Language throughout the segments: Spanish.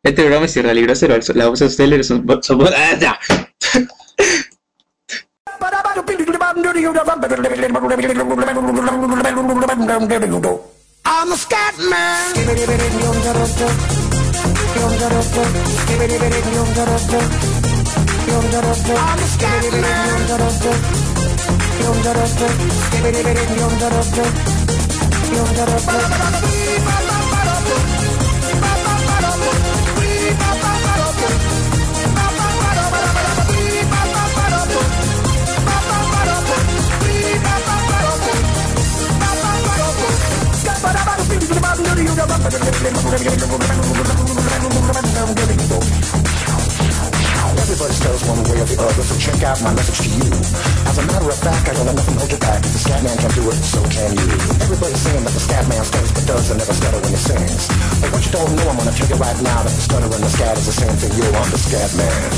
Este programa es irreal y grosero. La voz de ustedes son... ¡Ah, ya! I'm a scat man. I'm a scat Everybody spells one way or the other, so check out my message to you. As a matter of fact, I don't let nothing hold you back. If the scat man can do it, so can you. Everybody's saying that the scat man stutters but does and never stutter when he sings. But what you don't know, I'm gonna tell you right now that the stutter and the scat is the same thing. Yo, I'm the scat man.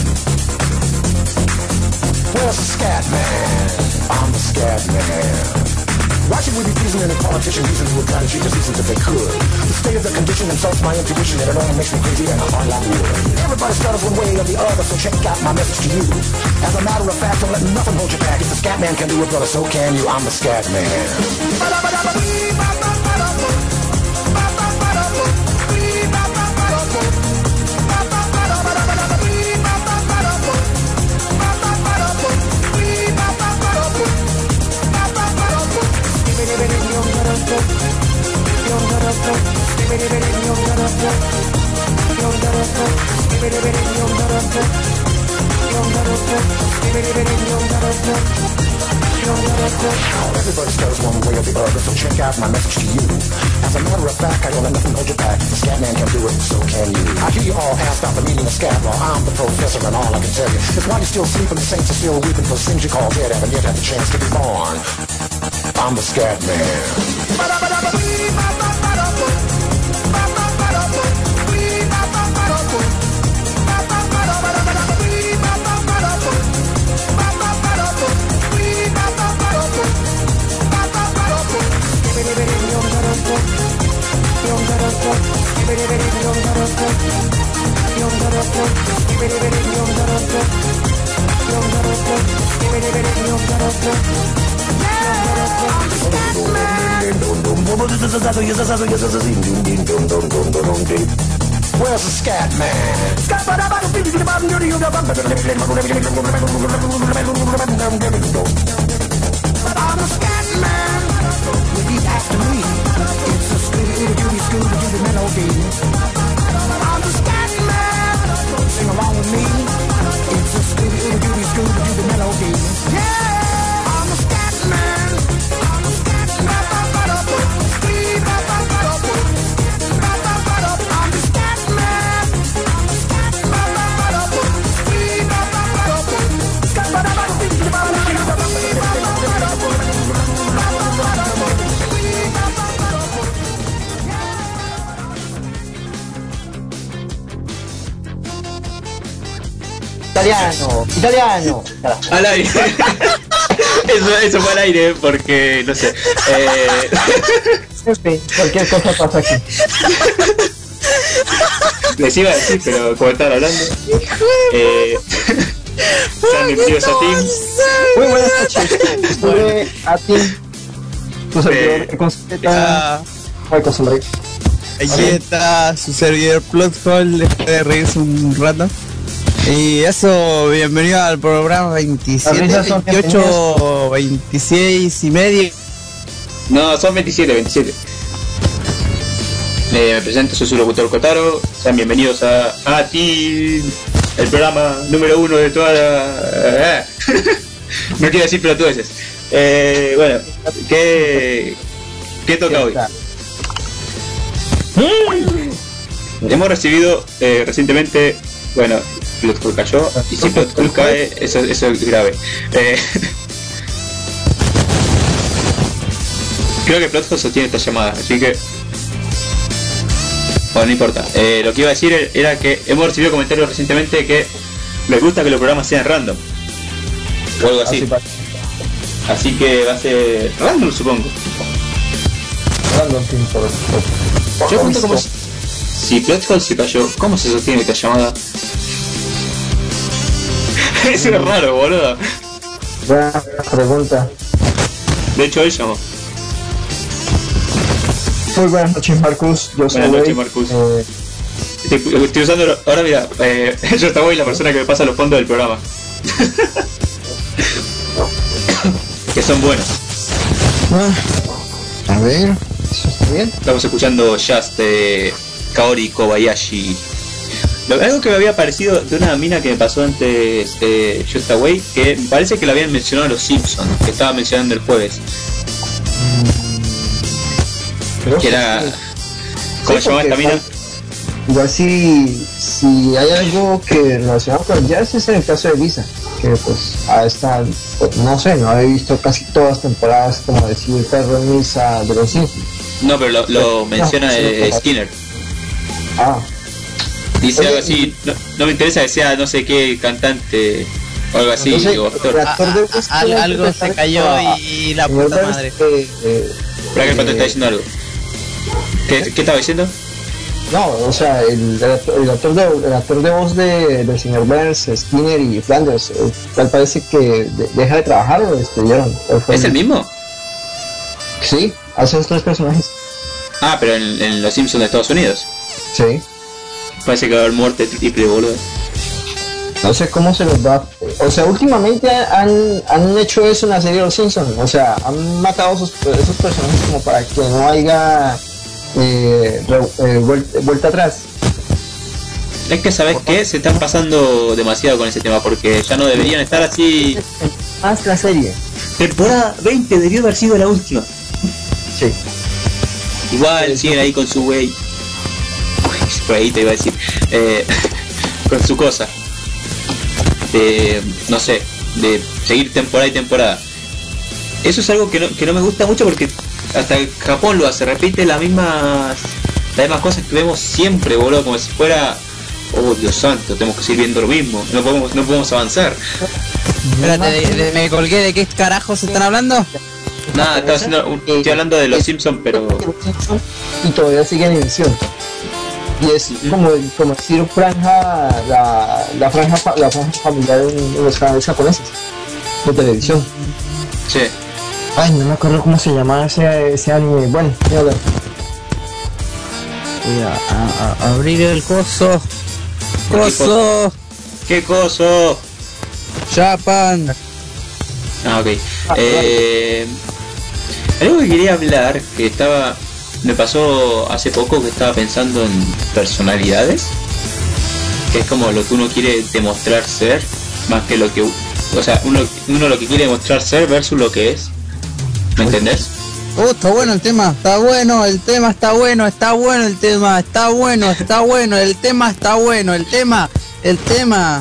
Where's the scat man? I'm the scat man. Why should we be pleasing any politician using who would try to cheat us reasons if they could? The state of the condition insults my intuition and it only makes me crazy and I hard like wood. Everybody stutters one way or the other, so check out my message to you. As a matter of fact, don't let nothing hold you back. If the scat man can do it, brother, so can you. I'm the scat man. Everybody stutters one way or the other, so check out my message to you. As a matter of fact, I don't let nothing hold you back. The scat man can do it, so can you. I hear you all asked about the meaning of scat law. I'm the professor and all I can tell you is why you're still sleeping, the saints are still weeping for sins you call dead, haven't yet had the chance to be born. I'm the scat man. Where's the scat man? I'm a scat man. Repeat after me. It's a Scooby-Doo melody. I'm the scat man. Sing along with me. It's a Scooby-Doo melody. Yeah, I'm a scat man. I'm a scat man. I'm the scat man. Italiano. Al aire. Eso fue al aire porque, no sé. Cualquier cosa pasa aquí. Les iba a decir, pero como estaban hablando. Sean bienvenidos a Team. Muy buenas noches. Estuve a Team. Tu servidor que consulta. Michael Solari. Aquí está su servidor Plothole, después de reírse un rato. Y eso, bienvenido al programa 27, 28, 26 y medio. No, son 27. Me presento, soy su locutor Kotaro. Sean bienvenidos a ti, el programa número 1 de toda la... No quiero decir pelotudeces. Bueno, ¿qué toca hoy? Hemos recibido recientemente, bueno, Plothole cayó, y si Plothole cae, eso es grave. Creo que Plothole sostiene esta llamada, así que... Bueno, no importa. Lo que iba a decir era que hemos recibido comentarios recientemente que les gusta que los programas sean random. O algo así. Así que va a ser random, supongo. Random, sí, por Yo cuento como Si Plot se cayó, ¿cómo se sostiene esta llamada? Eso es raro, boludo. Buena pregunta. De hecho, él llamó. Muy buenas noches, Marcus. Yo soy Buenas noches, Marcus. Estoy usando... Ahora mira, yo estaba hoy la persona que me pasa los fondos del programa. Que son buenos. A ver, ¿eso está bien? Estamos escuchando jazz de Kaori Kobayashi. Algo que me había parecido de una mina que me pasó antes Just Away, que me parece que la habían mencionado en Los Simpsons, que estaba mencionando el jueves. Pero Que era... sí. ¿Cómo Sí, se llama esta porque mina? Igual si hay algo que relacionado con el jazz es en el caso de Lisa, que pues a esta, pues, no sé, no he visto casi todas las temporadas, como decir Perro en Misa de los Simpsons. No, pero lo menciona sí, Skinner. Ah, Dice Oye, algo así, no me interesa que sea no sé qué cantante o algo así, entonces, o actor. el actor de voz que va a Algo se interpretar cayó a- y la señor puta Burns, madre. Espera que el pato está diciendo algo. ¿Qué estaba diciendo? No, o sea, el actor de voz del señor Burns, Skinner y Flanders, tal parece que deja de trabajar o lo despidieron. ¿Es el mismo? Sí, hace los tres personajes. Ah, pero en Los Simpsons de Estados Unidos. Sí. Parece que va a haber muerte triple, boludo. No sé cómo se los va. O sea, últimamente han hecho eso en la serie de Los Simpsons. O sea, han matado esos personajes como para que no haya vuelta atrás. Es que, ¿sabes qué? Se están pasando demasiado con ese tema, porque ya no deberían estar así. Más la serie. Temporada 20 debió haber sido la última. Sí. Igual siguen ahí con su wey. Por ahí te iba a decir. Con su cosa. No sé, de seguir temporada y temporada. Eso es algo que no me gusta mucho, porque hasta el Japón lo hace, repite las mismas cosas que vemos siempre, boludo, como si fuera, oh Dios santo, tenemos que seguir viendo lo mismo, no podemos avanzar. Espérate, me colgué. ¿De qué carajos están hablando? Nada, estoy hablando de Los Simpsons, pero Y todavía sigue en emisión. Y es como decir franja, la franja familiar en los canales japoneses de televisión. sí. Ay, no me acuerdo cómo se llama ese anime. Bueno, mira, Voy a abrir el coso. Coso. ¿Qué coso? Japan. Ah, ok. Algo que quería hablar, que me pasó hace poco, que estaba pensando en personalidades, que es como lo que uno quiere demostrar ser, más que lo que, o sea, uno lo que quiere demostrar ser versus lo que es. ¿Me entendés? Está bueno el tema, está bueno, el tema está bueno, está bueno el tema, está bueno, está bueno, el tema está bueno, el tema. El tema.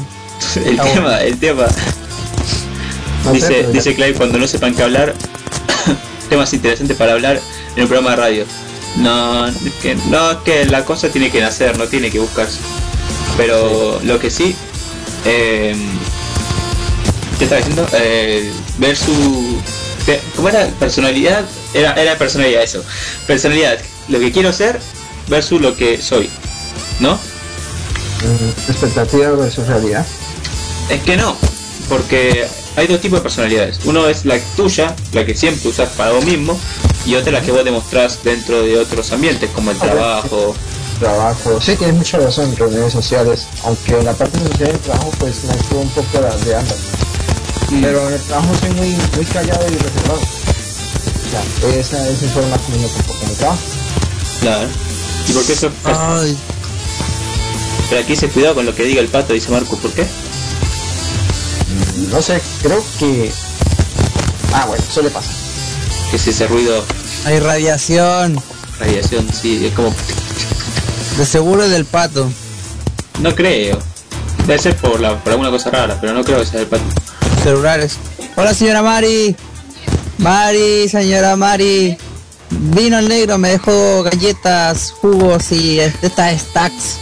No sé, pero Dice Clive, cuando no sepan qué hablar, temas interesantes para hablar en un programa de radio. No, es que la cosa tiene que nacer, no tiene que buscarse. Pero lo que sí, ¿qué estaba diciendo? Ver su... ¿Cómo era? Personalidad. Era personalidad eso. Personalidad, lo que quiero ser versus lo que soy. ¿No? expectativa versus realidad. Es que no, porque hay dos tipos de personalidades. Uno es la tuya, la que siempre usas para vos mismo, y otra la que vos demostrás dentro de otros ambientes, como el trabajo. Sí, tienes mucha razón en redes sociales, aunque en la parte social del trabajo pues me estuvo un poco de ambas. Pero en el trabajo soy muy callado y reservado. O sea, esa es mi forma como me comporto en el trabajo. Claro. ¿Y por qué eso? Ay, Pero aquí se cuidado con lo que diga el pato, dice Marco, ¿por qué? No sé, creo que... bueno, eso le pasa. Que es ese ruido, hay radiación. radiación, sí, es como... De seguro es del pato. No creo. Debe ser por alguna cosa rara, pero no creo que sea el pato. Celulares. Hola señora Mari. Señora Mari. Vino el negro, me dejó galletas, jugos y estas stacks.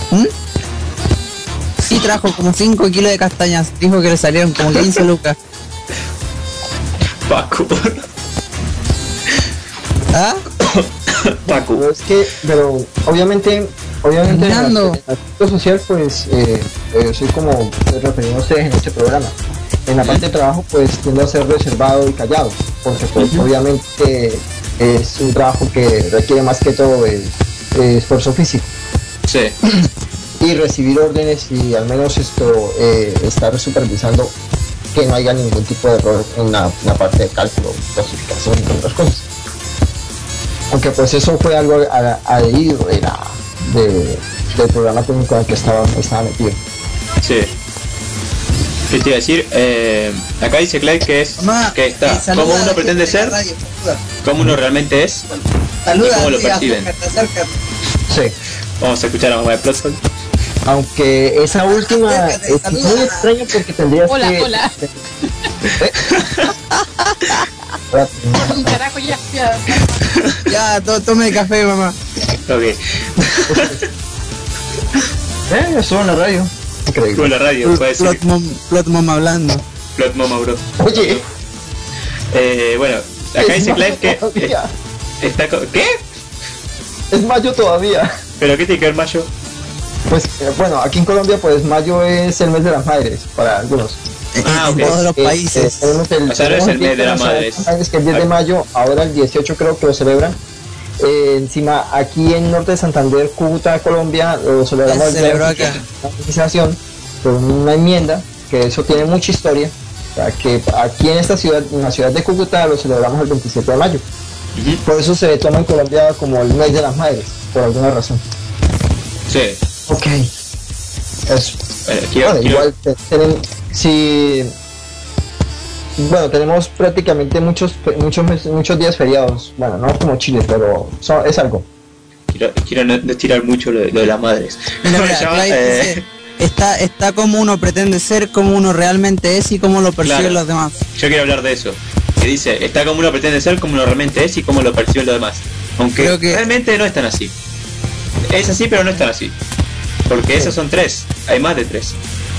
Sí, trajo como 5 kilos de castañas. Dijo que le salieron como 15 lucas. Paco. ¿Ah? Paco. Pero es que, pero obviamente Obviamente en el aspecto social pues soy como referido a ustedes en este programa. En la parte de trabajo pues tiendo a ser reservado y callado, porque pues obviamente es un trabajo que requiere más que todo esfuerzo físico. Sí. Y recibir órdenes y al menos estar supervisando que no haya ningún tipo de error en la parte de cálculo, clasificación y otras cosas. Aunque pues eso fue algo adherido del programa técnico en el que estaba metido. Sí. ¿Qué te iba a decir? Acá dice Clyde que cómo uno pretende ser, cómo uno realmente es, y cómo lo perciben. Sí. Vamos a escuchar a mamá de Plothole. Aunque esa última es muy extraño porque tendrías que... Hola. Carajo, Ya, tome café, mamá. Ok. Estuvo en la radio. Increíble. Estuvo en la radio, puede ser. Plot mom hablando. Plot mama, bro. Oye. Bueno, acá dice Clive que está... ¿Qué? Es mayo todavía. ¿Pero qué tiene que ver mayo? Pues bueno, aquí en Colombia pues mayo es el mes de las madres para algunos. En todos los países. O sea, no es el mes de las madres. Es que el 10 de mayo, ahora el 18 creo que lo celebran. Encima, aquí en Norte de Santander, Cúcuta, Colombia, lo celebramos el día de la organización por una enmienda, que eso tiene mucha historia. O sea, que aquí en esta ciudad, en la ciudad de Cúcuta, lo celebramos el 27 de mayo. Por eso se toma en Colombia como el mes de las madres, por alguna razón. Sí. Ok. Eso. Igual tenemos prácticamente muchos días feriados. Bueno, no como Chile, pero es algo. Quiero no estirar mucho lo de las madres. Está como uno pretende ser, como uno realmente es y cómo lo perciben los demás. Yo quiero hablar de eso. Que dice, está como uno pretende ser, como uno realmente es y cómo lo perciben los demás. Aunque realmente no es tan así. Es así, pero no es tan así. Porque esos son 3, hay más de 3.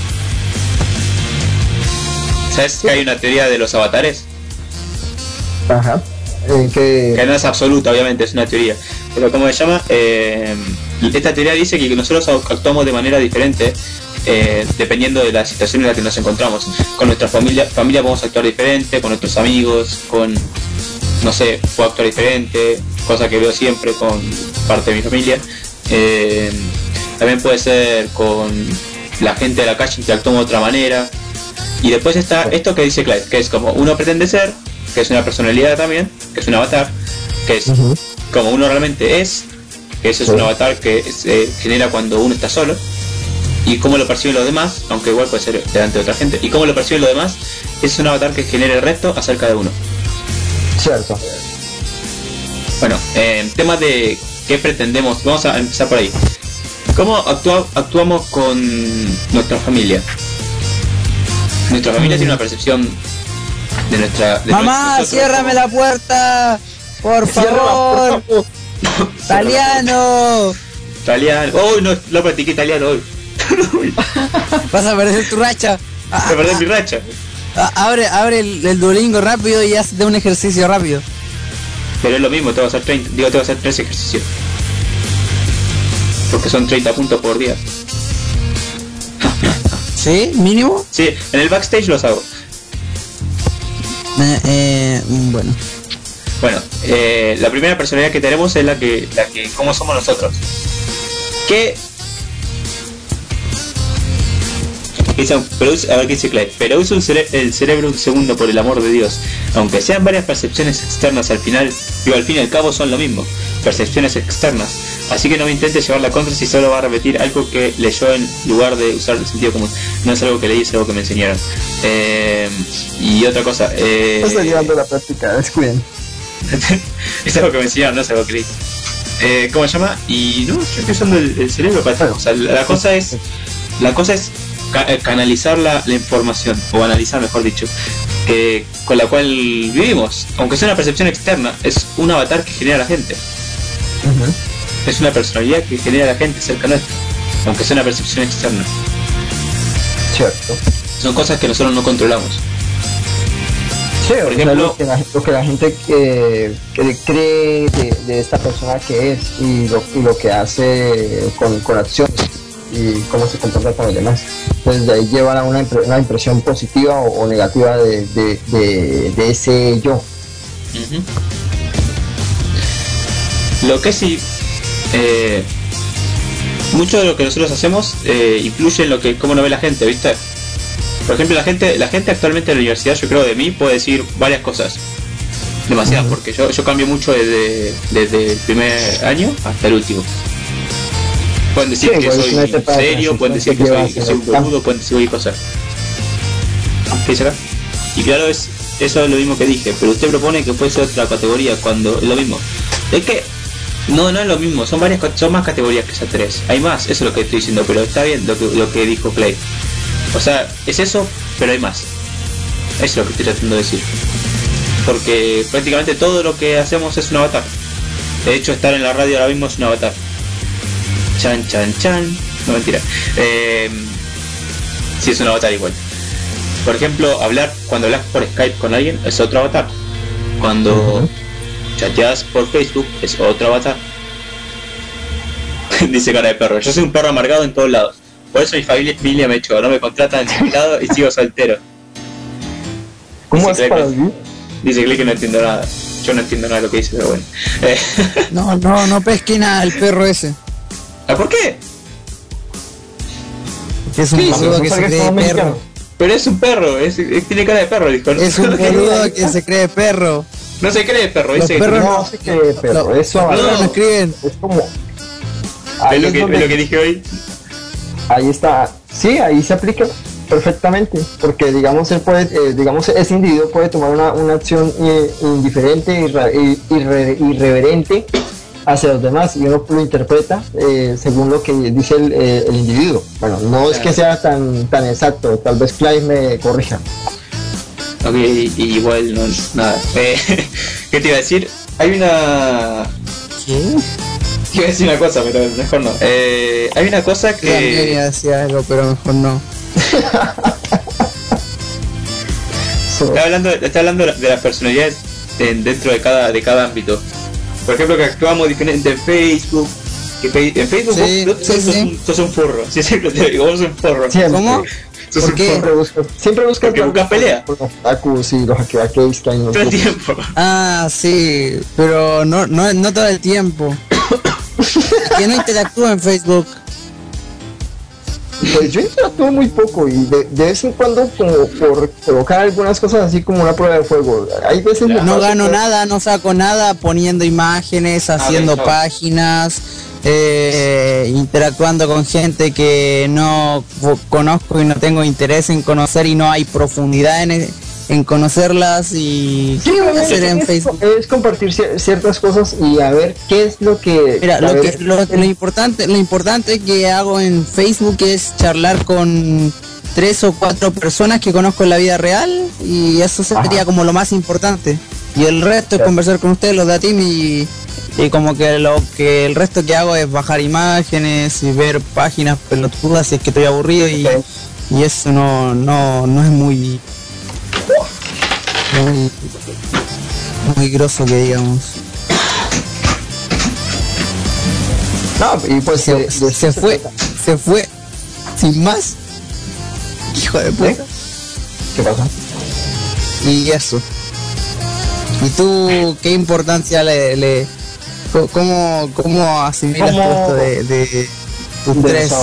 ¿Sabes que hay una teoría de los avatares? Ajá. Que no es absoluta, obviamente, es una teoría. Pero ¿cómo se llama? Esta teoría dice que nosotros actuamos de manera diferente dependiendo de la situación en la que nos encontramos. Con nuestra familia podemos actuar diferente, con nuestros amigos, no sé, puedo actuar diferente, cosa que veo siempre con parte de mi familia. También puede ser con la gente de la calle, interactuamos de otra manera. Y después está esto que dice Clive, que es como uno pretende ser, que es una personalidad también, que es un avatar, que es como uno realmente es, que eso es un avatar que se genera cuando uno está solo, y cómo lo perciben los demás, aunque igual puede ser delante de otra gente, y cómo lo perciben los demás, es un avatar que genera el resto acerca de uno. Cierto. Bueno, temas de qué pretendemos, vamos a empezar por ahí. ¿Cómo actuamos con nuestra familia? Nuestra familia tiene una percepción de nuestra... ¡Mamá, ciérrame la puerta! ¡Por favor! ¡Italiano! ¡Oh, no practiqué italiano hoy! Vas a perder tu racha. Voy a perder mi racha. Abre el Duolingo rápido y haz de un ejercicio rápido. Pero es lo mismo, te vas a hacer 3 ejercicios. Porque son 30 puntos por día. ¿Sí? ¿Mínimo? Sí, en el backstage los hago. Bueno, la primera personalidad que tenemos es la que cómo somos nosotros. Que a ver qué dice Clive. Pero usa el cerebro un segundo, por el amor de Dios. Aunque sean varias percepciones externas, al fin y al cabo son lo mismo, percepciones externas. Así que no me intentes llevar la contra si solo va a repetir algo que leyó en lugar de usar el sentido común. No es algo que leí, es algo que me enseñaron. Y otra cosa, estoy llevando la práctica, descuiden. Es algo que me enseñaron, no es algo que leí. ¿Cómo se llama? Y no, yo estoy usando el cerebro para esto. O sea, la cosa es canalizar la información, o analizar, mejor dicho, con la cual vivimos. Aunque sea una percepción externa, es un avatar que genera la gente. Es una personalidad que genera la gente cerca nuestra, aunque sea una percepción externa. Cierto. Son cosas que nosotros no controlamos. Sí, por ejemplo, lo que la gente cree de esta persona que es y lo que hace con acciones y cómo se comporta con los demás. Entonces de ahí llevan a una impresión positiva o negativa de ese yo. Uh-huh. Lo que sí, mucho de lo que nosotros hacemos influye en lo que cómo nos ve la gente, ¿viste? Por ejemplo, la gente actualmente en la universidad, yo creo, de mí puede decir varias cosas, demasiadas, porque yo cambio mucho desde el primer año hasta el último. Pueden decir que soy serio, pueden decir que soy un boludo, pueden decir cualquier cosa. ¿Qué dice acá? Y claro, eso es lo mismo que dije, pero usted propone que fuese otra categoría cuando es lo mismo. Es que no es lo mismo, son más categorías que esas tres. Hay más, eso es lo que estoy diciendo, pero está bien lo que dijo Clay. O sea, es eso, pero hay más. Eso es lo que estoy tratando de decir. Porque prácticamente todo lo que hacemos es un avatar. De hecho, estar en la radio ahora mismo es un avatar. Chan, chan, chan. No, mentira. Sí, es un avatar igual. Por ejemplo, cuando hablas por Skype con alguien es otro avatar. Cuando chateas por Facebook es otro avatar. Dice cara de perro. Yo soy un perro amargado en todos lados. Por eso mi familia me echó, no me contratan en lado y sigo soltero. ¿Cómo es para vivir? Dice Clay que no entiendo nada. Yo no entiendo nada de lo que dice, pero bueno. No pesquen al perro ese. ¿Ah, por qué? Porque es un boludo que se cree perro. Pero es un perro, tiene cara de perro, dijo. Es un boludo que se cree perro. No se cree perro, dice que no se cree perro. Eso no escriben. Es como... ¿Es lo que dije hoy? Ahí está, sí, ahí se aplica perfectamente, porque digamos él puede, ese individuo puede tomar una acción indiferente, irreverente hacia los demás y uno lo interpreta según lo que dice el individuo. Bueno, no es que sea tan exacto, tal vez Clive me corrija. Ok, igual no, nada. ¿Qué te iba a decir? Hay una... ¿Qué? Iba a decir una cosa, pero mejor no. Hay una cosa que... También iba a decir algo, pero mejor no. Está hablando de las personalidades dentro de cada ámbito. Por ejemplo, que actuamos diferente en Facebook. En Facebook sí, sos un forro. Sí, siempre te digo, vos sos un forro. ¿Cómo? ¿Por qué? Siempre buscas porque buscas pelea. Los otakus y los hackers que hay en los todo el tiempo. Ah, sí, pero no todo el tiempo. Que no interactúa en Facebook. Pues yo interactúo muy poco y de vez en cuando como por provocar algunas cosas así como una prueba de fuego. Hay veces no gano nada, no saco nada poniendo imágenes, haciendo páginas, interactuando con gente que no conozco y no tengo interés en conocer y no hay profundidad en conocerlas y sí, hacer en Facebook es compartir ciertas cosas y a ver qué es lo que... Mira, lo importante que hago en Facebook es charlar con 3 o 4 personas que conozco en la vida real y eso sería como lo más importante y el resto es conversar con ustedes, los de Team y como que el resto que hago es bajar imágenes y ver páginas pelotudas si es que estoy aburrido y eso no es muy grosso que digamos. No, y pues se fue sin más. Hijo de puta. ¿Qué pasa? Y eso. ¿Y tú qué importancia le cómo asimilas esto de tus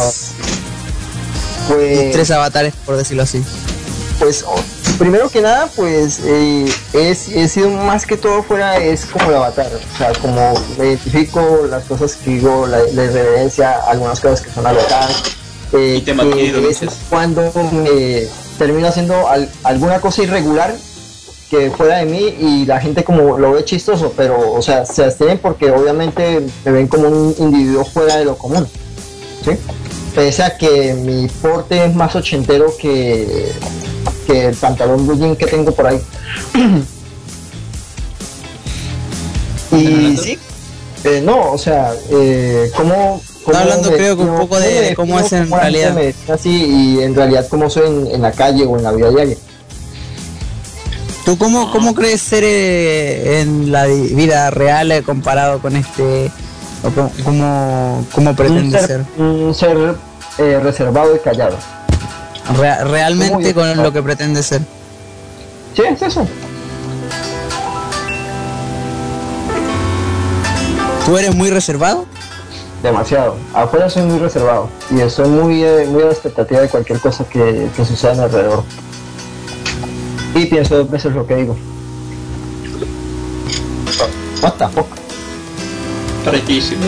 tres avatares, por decirlo así? Pues primero que nada, pues he sido más que todo fuera, es como el avatar, o sea, como me identifico las cosas que digo, la reverencia, algunas cosas que son avatar, y te mantenido cuando me termino haciendo alguna cosa irregular que fuera de mí y la gente como lo ve chistoso, pero o sea, se abstienen porque obviamente me ven como un individuo fuera de lo común, ¿sí? Pese a que mi porte es más ochentero que el pantalón blue jean que tengo por ahí. Y sí, no, o sea, ¿cómo hablando creo que un poco de cómo es en realidad. Así, y en realidad cómo soy en la calle o en la vida diaria. ¿Tú cómo crees ser en la vida real comparado con este? ¿O cómo pretendes ser? Un ser reservado y callado. Realmente con lo que pretende ser. Sí, es eso. ¿Tú eres muy reservado? Demasiado. Afuera soy muy reservado y estoy muy a la expectativa de cualquier cosa que suceda a mi alrededor. Y pienso 2 veces lo que digo. What the fuck? Riquísimo.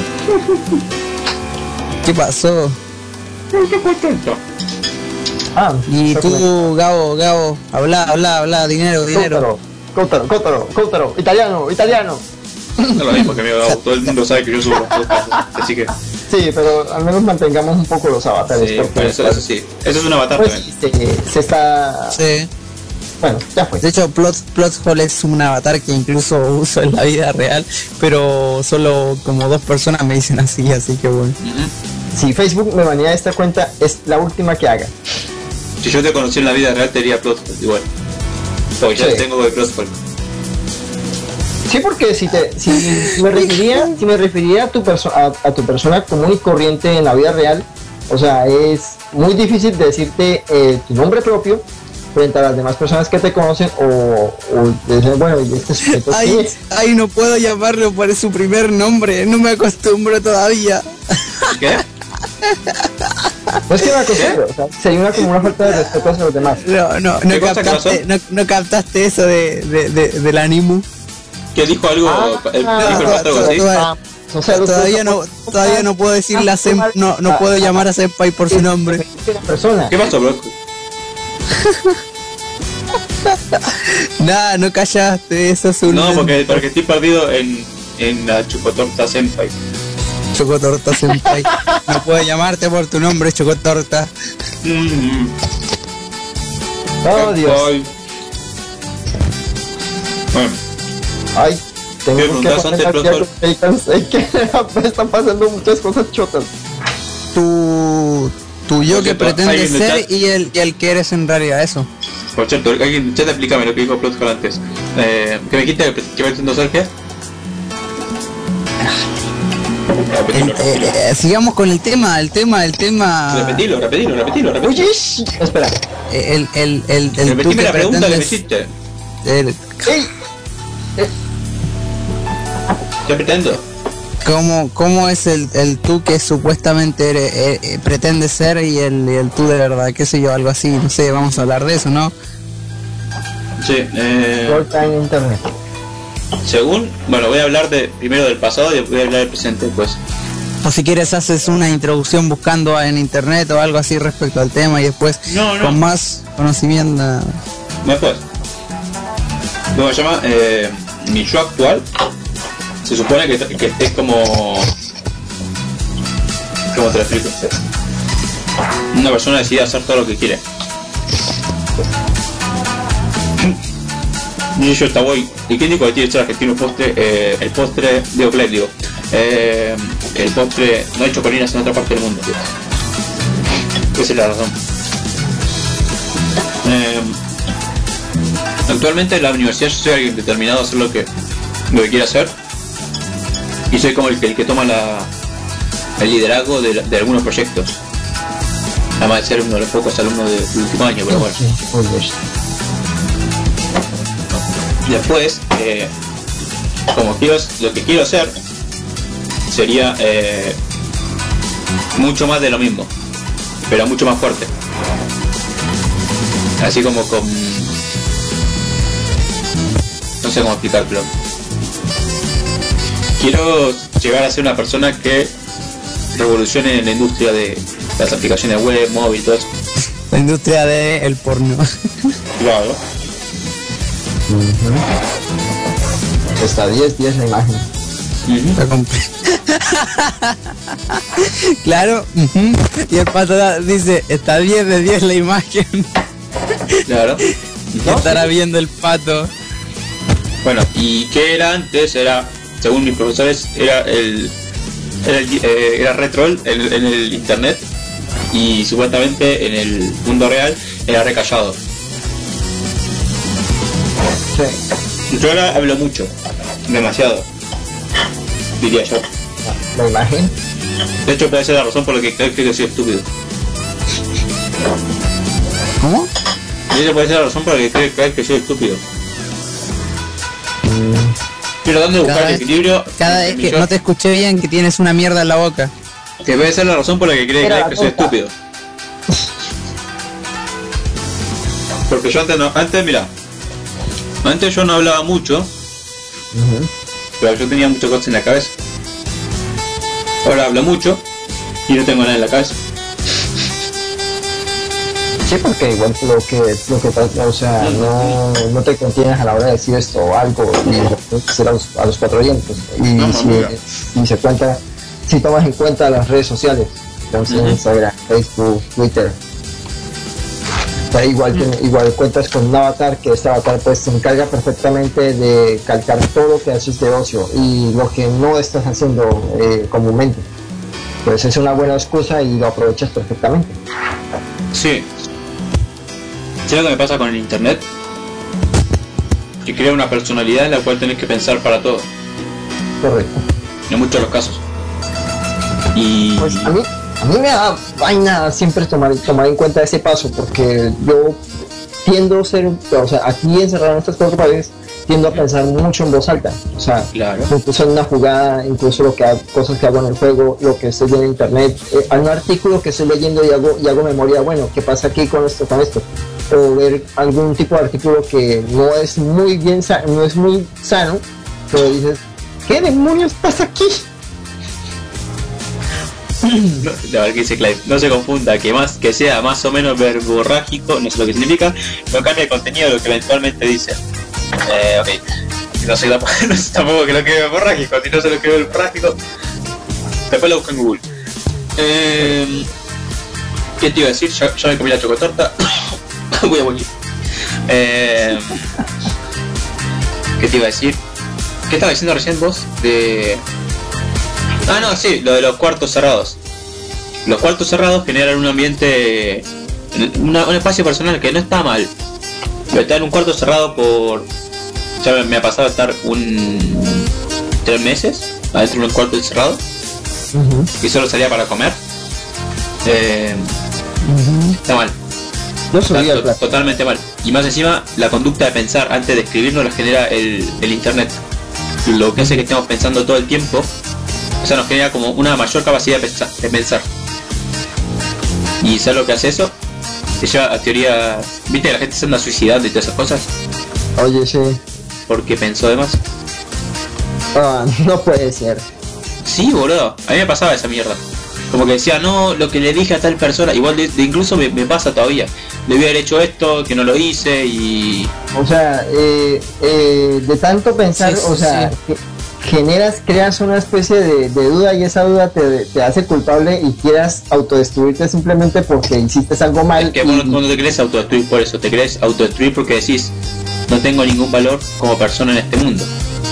¿Qué pasó? ¿Qué fue tonto? Y tú, Gabo, habla, dinero. Coutaro, italiano. No es lo mismo que me ha dado. Todo el mundo sabe que yo subo los podcasts, así que... Sí, pero al menos mantengamos un poco los avatares. Sí, pero eso sí. Eso es un avatar pues, también. Se está... Sí. Bueno, ya fue. De hecho, Plothole es un avatar que incluso uso en la vida real, pero solo como 2 personas me dicen así que bueno. Si Facebook me banea esta cuenta, es la última que haga. Si yo te conocí en la vida real, te diría Plothole, igual. Porque ya tengo de Plothole. Sí, porque si me referiría a tu persona común y corriente en la vida real, o sea, es muy difícil decirte tu nombre propio frente a las demás personas que te conocen o decir, bueno, este sujeto ay, no puedo llamarlo por su primer nombre, no me acostumbro todavía. ¿Qué? No es que me acostumbro, o sea, sería como una falta de respeto hacia los demás. No captaste eso del ánimo. ¿Qué dijo algo? ¿Dijo el patrón así? Todavía no puedo decirle a no puedo llamar a Senpai por su nombre. ¿Qué pasó, bro? Nada, no callaste, eso es un... No, porque estoy perdido en la Chocotorta Senpai. Chocotorta Senpai. No puedo llamarte por tu nombre, Chocotorta. Oh, Dios. Bueno. Ay, tengo que poner que me están pasando muchas cosas chotas. Tu yo que pretendes ser y el que eres en realidad, eso. Por cierto, alguien en el chat explícame lo que dijo Plothole antes. ¿Qué me dijiste? ¿Qué pretendo ser qué? Sigamos con el tema. Repetilo. Oye, espera. Repetime la pregunta que me hiciste. ¿Qué pretendo? ¿Cómo es el tú que supuestamente pretende ser y el tú de verdad? ¿Qué sé yo? Algo así, no sé, vamos a hablar de eso, ¿no? Sí, Corta en internet. Según, bueno, voy a hablar primero del pasado y voy a hablar del presente después. O si quieres haces una introducción buscando en internet o algo así respecto al tema y después con más conocimiento. Después. Luego se llama mi yo actual. Se supone que es como te lo explico. Una persona decide hacer todo lo que quiere. Y yo estaba hoy. ¿Y quién dijo que tiene que ser argentino postre? El postre de Oclet, digo. El postre no hay chocolinas en otra parte del mundo. Esa es la razón. Actualmente en la universidad yo soy alguien determinado a hacer lo que quiere hacer. Y soy como el que toma el liderazgo de algunos proyectos. Además de ser uno de los pocos alumnos del último año, pero bueno. Después, lo que quiero hacer sería mucho más de lo mismo, pero mucho más fuerte. Así como con... no sé cómo explicártelo. Quiero llegar a ser una persona que revolucione en la industria de las aplicaciones web, móvil, todo eso. La industria del porno. Claro. Está 10 la imagen. La compré. Claro. Y el pato dice, está 10 de 10 la imagen. Claro. ¿Qué estará viendo el pato? Bueno, y qué era antes, según mis profesores, era retroll en el internet, y supuestamente en el mundo real era recallado. Sí. Yo ahora hablo mucho, demasiado, diría yo. La imagen. De hecho, puede ser la razón por la que crees que yo soy estúpido. ¿Cómo? Y esa puede ser la razón por la que crees que soy estúpido. Estoy tratando de buscar el equilibrio. Cada vez que no te escuché bien, que tienes una mierda en la boca. Que puede ser la razón por la que crees que soy estúpido. Porque yo antes yo no hablaba mucho, pero yo tenía muchas cosas en la cabeza. Ahora hablo mucho y no tengo nada en la cabeza. Sí, porque igual lo que pasa, o sea, no te contienes a la hora de decir esto o algo y decir a los cuatro vientos. Y si tomas en cuenta las redes sociales, entonces Instagram, Facebook, Twitter, o sea, igual cuentas con un avatar, que este avatar pues se encarga perfectamente de calcar todo lo que haces de ocio y lo que no estás haciendo comúnmente. Pues es una buena excusa y lo aprovechas perfectamente. Sí. ¿Sabes lo que me pasa con el internet? Que crea una personalidad en la cual tenés que pensar para todo. Correcto. En muchos de los casos. Y pues a mí me da vaina siempre tomar en cuenta ese paso, porque yo tiendo a ser, o sea, aquí encerrado en estas cuatro paredes, tiendo a pensar mucho en voz alta, o sea, claro. Incluso en una jugada, incluso cosas que hago en el juego, lo que estoy viendo en internet, hay un artículo que estoy leyendo y hago memoria, bueno, ¿qué pasa aquí con esto? O ver algún tipo de artículo que no es muy sano, pero dices, ¿qué demonios pasa aquí? No, la verdad que dice Clive, no se confunda, que sea más o menos verborrágico, no sé lo que significa, no cambia el contenido de lo que eventualmente dice. Ok, no sé tampoco que lo que es verborrágico, si no sé lo que es verborrágico, después lo busco en Google. ¿Qué te iba a decir? Ya me comí la chocotorta. Voy a morir. ¿Qué te iba a decir? ¿Qué estaba diciendo recién vos? No, sí, lo de los cuartos cerrados. Los cuartos cerrados generan un ambiente, un espacio personal que no está mal. Pero estar en un cuarto cerrado ya me ha pasado estar 3 meses adentro de un cuarto encerrado y solo salía para comer. Está mal. Totalmente mal. Y más encima, la conducta de pensar antes de escribir no la genera el internet. Lo que hace que estemos pensando todo el tiempo, o sea, nos genera como una mayor capacidad de pensar. ¿Y sabes lo que hace eso? Te lleva a teorías. ¿Viste que la gente se anda suicidando y todas esas cosas? Oye, sí. Porque pensó de más. No puede ser. Sí, boludo. A mí me pasaba esa mierda. Como que decía, no, lo que le dije a tal persona, igual incluso me pasa todavía. Debí haber hecho esto, que no lo hice y... O sea, de tanto pensar, sí, o sea, sí. Creas una especie de duda y esa duda te hace culpable y quieras autodestruirte simplemente porque hiciste algo mal. Es que cuando te querés autodestruir por eso, te querés autodestruir porque decís, no tengo ningún valor como persona en este mundo.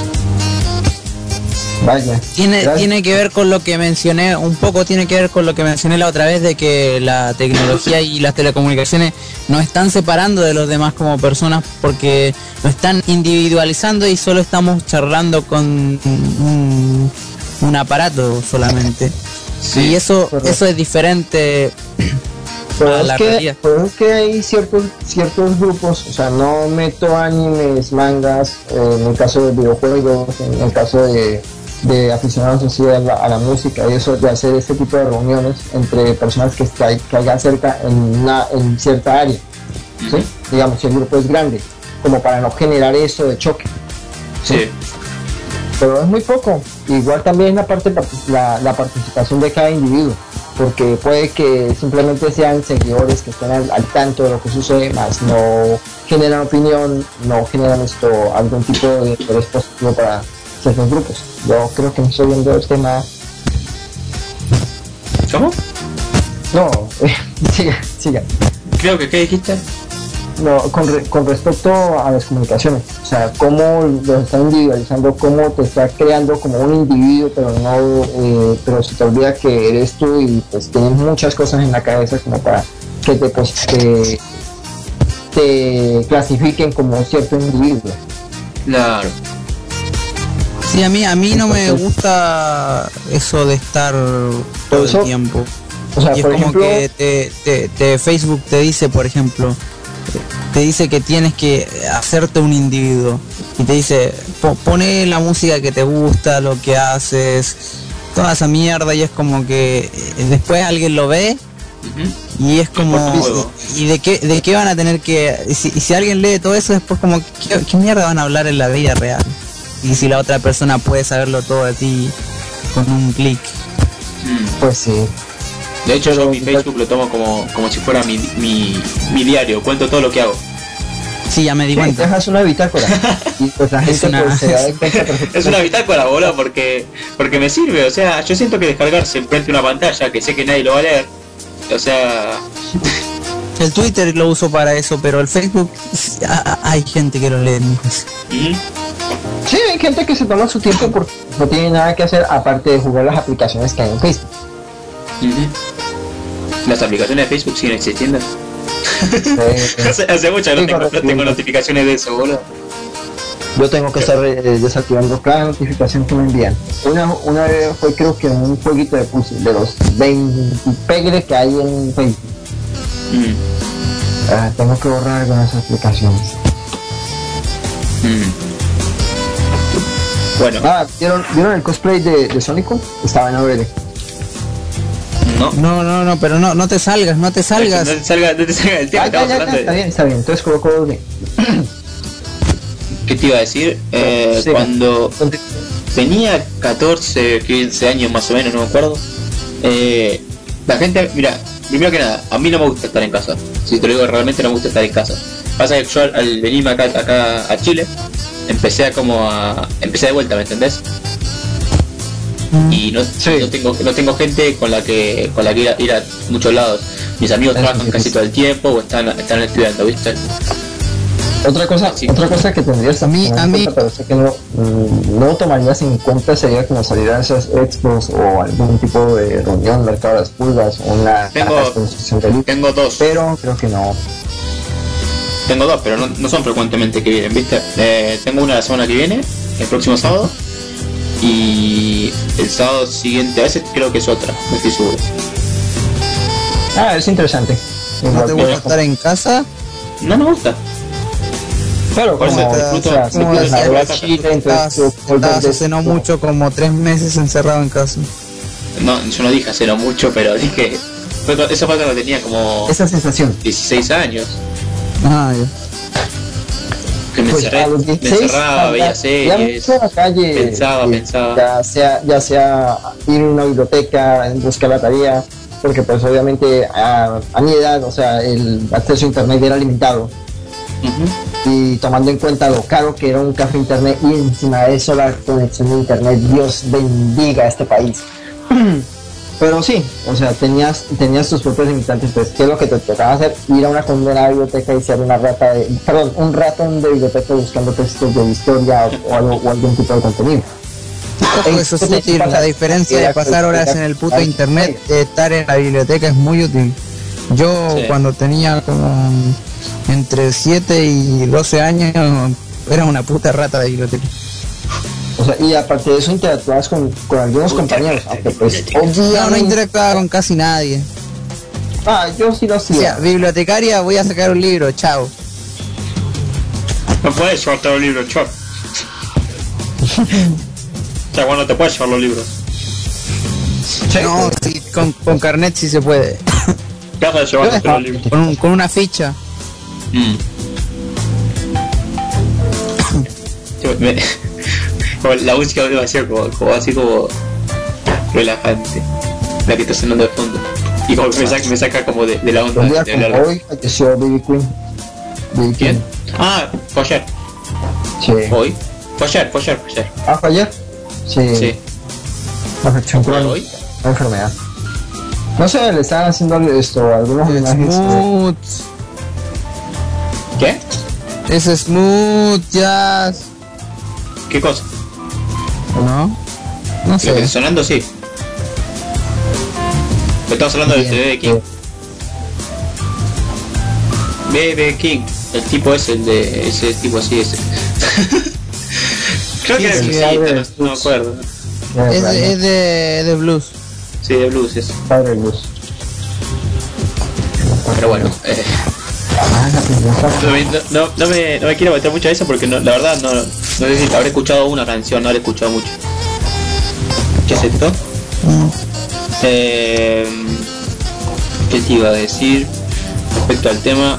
Vaya. Tiene que ver con lo que mencioné, un poco tiene que ver con lo que mencioné la otra vez, de que la tecnología y las telecomunicaciones nos están separando de los demás como personas porque nos están individualizando y solo estamos charlando con un aparato solamente. Sí, y eso es diferente a la realidad. Pero es que hay ciertos grupos, o sea, no meto animes, mangas, en el caso de videojuegos, en el caso de aficionados así a la música y eso, de hacer este tipo de reuniones entre personas que hayan cerca en cierta área, ¿sí? Digamos, si el grupo es grande, como para no generar eso de choque, ¿sí? Pero es muy poco. Igual también la participación de cada individuo, porque puede que simplemente sean seguidores que estén al tanto de lo que sucede, más no generan opinión, no generan algún tipo de interés positivo para ciertos grupos. Yo creo que me estoy viendo el tema. ¿Cómo? No, siga. Creo que, ¿qué dijiste? No, con respecto a las comunicaciones, o sea, cómo los están individualizando, cómo te está creando como un individuo, pero no, pero se te olvida que eres tú y pues tienes muchas cosas en la cabeza como para que te clasifiquen como cierto individuo. Claro. Sí, a mí no me gusta eso de estar todo el tiempo. O sea, y es por como ejemplo, que Facebook te dice, por ejemplo, te dice que tienes que hacerte un individuo y te dice, pone la música que te gusta, lo que haces, toda esa mierda, y es como que después alguien lo ve. Y es como, ¿y de qué van a tener que, si alguien lee todo eso, después como, ¿qué mierda van a hablar en la vida real? Y si la otra persona puede saberlo todo de ti con un clic. Pues sí. De hecho, yo mi Facebook lo tomo como si fuera mi diario, cuento todo lo que hago. Sí, ya me di cuenta. Dejas una bitácora. Y pues la gente pues, se da cuenta perfectamente. Es una bitácora, boludo, porque me sirve. O sea, yo siento que descargarse enfrente de una pantalla que sé que nadie lo va a leer. O sea... El Twitter lo uso para eso, pero el Facebook hay gente que lo lee. Sí, hay gente que se toma su tiempo porque no tiene nada que hacer aparte de jugar las aplicaciones que hay en Facebook. Las aplicaciones de Facebook siguen existiendo. Hace mucho que no tengo notificaciones de eso, boludo. Yo tengo que estar desactivando cada notificación que me envían. Una vez fue, creo que un jueguito de puzzle de los 20 pegres que hay en Facebook. Tengo que borrar algunas aplicaciones. Bueno. ¿Vieron el cosplay de Sónico? Estaba en ABL. No, pero no te salgas. No te salga del tema. Está bien. Entonces coloco bien. ¿Qué te iba a decir? Sí, cuando tenía 14, 15 años más o menos, no me acuerdo. La gente, mira, primero que nada, a mí no me gusta estar en casa. Si te lo digo, realmente no me gusta estar en casa. Pasa que yo al venirme acá a Chile, empecé de vuelta, ¿me entendés? Y no tengo gente con la que ir a muchos lados. Mis amigos trabajan casi todo el tiempo o están estudiando, ¿viste? Otra cosa que tendrías a mí pero sé que no tomarías en cuenta sería como salir a esas expos o algún tipo de reunión, mercado de las pulgas o una exposición de luz. Tengo dos, pero creo que no. Tengo dos, pero no son frecuentemente que vienen, ¿viste? Tengo una la semana que viene, el próximo sábado, y el sábado siguiente, a veces creo que es otra, no estoy seguro. Es interesante. ¿No te gusta estar en casa? No me gusta. Claro, estás hace no mucho, como 3 meses encerrado en casa. No, yo no dije hace no mucho, pero dije... Eso fue cuando tenía como... Esa sensación. 16 años. Ya. Que me encerraba, veía series, a la calle, pensaba. Ya sea ir a una biblioteca, buscar la tarea, porque pues obviamente a mi edad, o sea, el acceso a internet era limitado. Y tomando en cuenta lo caro que era un café internet y encima de eso la conexión de internet, Dios bendiga a este país. Pero sí, o sea, tenías tus propios limitantes. Pues, ¿qué es lo que te tocaba hacer? Ir a una condenada biblioteca y ser un ratón de biblioteca buscando textos de historia o algún tipo de contenido. Eso es útil. La diferencia de pasar horas en el puto internet de estar en la biblioteca es muy útil. Yo cuando tenía como entre 7 y 12 años era una puta rata de biblioteca. O sea, y aparte de eso interactuabas con algunos compañeros, aunque pues no interactuaba con casi nadie. Yo sí lo hacía. O sea, bibliotecaria, voy a sacar un libro, chao. No puedes soltar un libro, chao. O sea, bueno, te puedes llevar los libros. No, sí, con carnet sí se puede. ¿Qué haces llevándote los libros? Con una ficha. La música va a ser como relajante, la que está sonando de fondo, y como que me saca como de la onda de hablar. Hoy falleció Baby Queen. ¿Quién? Fue ayer. Sí. ¿Hoy? Fue ayer. ¿Fue ayer? Sí. Afección crónica, una enfermedad. No sé, le estaban haciendo algunos homenajes. Smooth. ¿Qué? Es Smooth Jazz. ¿Qué cosa? No sé. Lo que está sonando, sí. Me estamos hablando del CD de King. B.B. King. El tipo es el de ese tipo así, ese. Creo que era bluesita, no me acuerdo. Es de blues. Sí, de blues es. Padre Blues. Pero bueno, no me quiero meter mucho a eso porque la verdad no sé si habré escuchado una canción, no habré escuchado mucho. ¿Qué es esto? ¿Qué te iba a decir respecto al tema?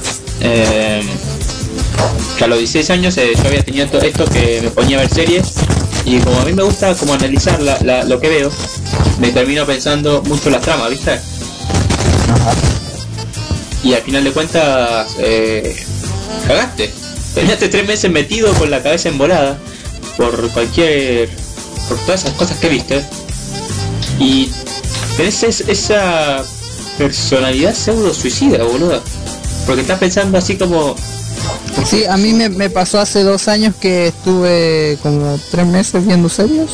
Que a los 16 años yo había tenido esto que me ponía a ver series y como a mí me gusta como analizar lo que veo, me termino pensando mucho las tramas, ¿viste? Ajá. Y al final de cuentas cagaste. Terminaste 3 meses metido con la cabeza embolada por todas esas cosas que viste y tenés esa personalidad pseudo suicida, boludo, porque estás pensando así como... Sí, a mí me pasó hace 2 años que estuve como 3 meses viendo series.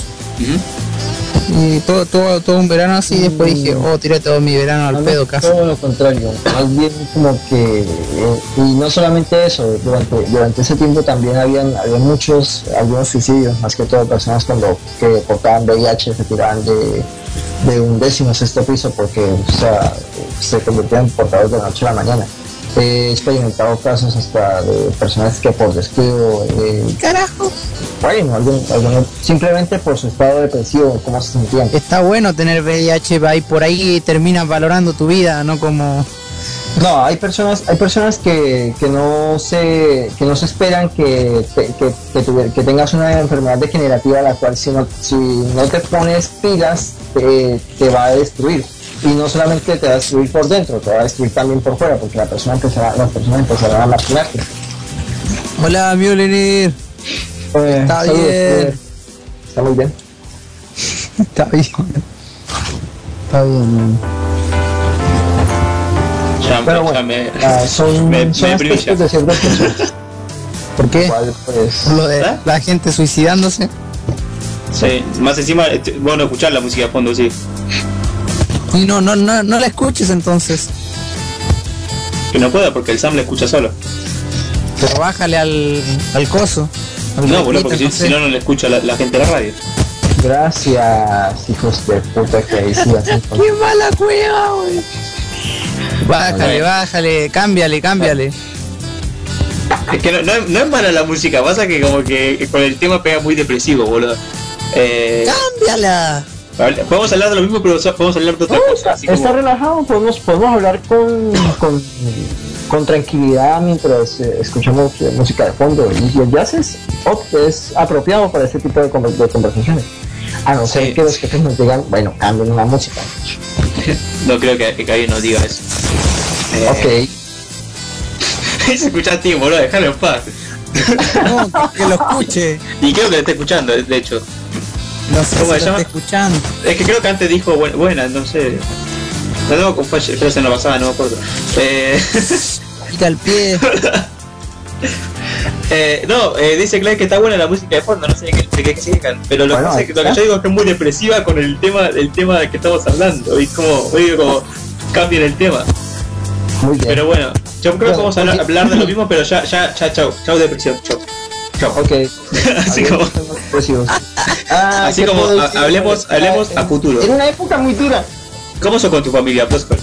Y todo un verano así, y después dije, tiré todo mi verano al pedo casi. Todo lo contrario, más bien como que, y no solamente eso, durante ese tiempo también habían algunos suicidios, más que todo personas que portaban VIH se tiraban de un 16º piso porque, o sea, se convertían en portadores de la noche a la mañana. He experimentado casos hasta de personas que por descuido, ¡carajo! Bueno, algunos simplemente por su estado depresivo, cómo se sentían. Está bueno tener VIH, ahí por ahí terminas valorando tu vida, no como... No, hay personas que no se esperan que tengas una enfermedad degenerativa la cual si no te pones pilas te va a destruir. Y no solamente te va a destruir por dentro, te va a destruir también por fuera, porque las personas empezarán a marginarte. Hola, Mjolnir. Está Saludos, bien. Está muy bien. Está bien. Está bien. Pero bueno, son aspectos de ciertas personas. ¿Por qué? Cual, pues, lo de la gente suicidándose. Sí, más encima, bueno, escuchar la música a fondo, sí. Y no la escuches entonces. Que no pueda porque el Sam la escucha solo. Pero bájale al coso. No, boludo, porque si no la escucha la gente de la radio. Gracias, hijos de puta que decías. ¡Qué mala cueva, güey! Bájale, cámbiale. Es que no es mala la música, pasa que como que con el tema pega muy depresivo, boludo. ¡Cámbiala! Podemos hablar de lo mismo, pero podemos hablar de otra cosa. Así está como... relajado, podemos hablar con tranquilidad mientras escuchamos música de fondo. Y el jazz es apropiado para este tipo de conversaciones. A no ser que los jefes nos digan, bueno, cambien la música. No creo que alguien nos diga eso. Ok. Se escucha a ti, boludo, déjalo en paz. No, que lo escuche. Y creo que lo está escuchando, de hecho. No sé si lo está escuchando. Es que creo que antes dijo buena, no sé. No, pero se nos pasaba, no me acuerdo. Pica el pie. Dice Clay que está buena la música de fondo, no sé de qué se quejan, pero lo que yo digo es que es muy depresiva con el tema del que estamos hablando, y como cambien el tema. Muy bien. Pero bueno, yo creo que vamos a hablar de lo mismo, pero ya, chao depresión, chao. Ok. Así como hablemos a futuro. En una época muy dura. ¿Cómo sos con tu familia, Prosper?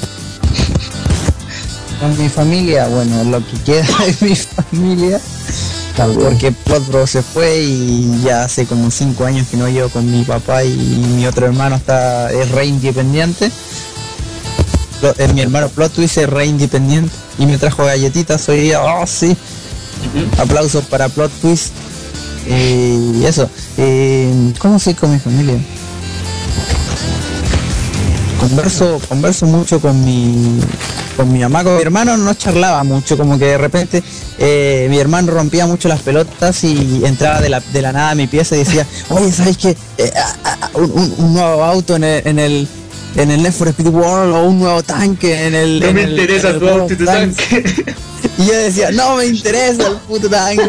Con mi familia, bueno, lo que queda de mi familia. También. Porque Plotbro se fue y ya hace como 5 años que no llevo con mi papá y mi otro hermano es re independiente. Mi hermano Plot Twist es re independiente y me trajo galletitas hoy día. Oh, sí. Aplausos para Plot Twist. Y eso. ¿Cómo soy con mi familia? Converso mucho con mi mamá. Con mi hermano no charlaba mucho, como que de repente mi hermano rompía mucho las pelotas y entraba de la nada a mi pieza y decía, oye, ¿sabes qué? Un nuevo auto en el Need for Speed World, o un nuevo tanque No me interesa tu auto y tu tanque. Y yo decía, no me interesa el puto tanque.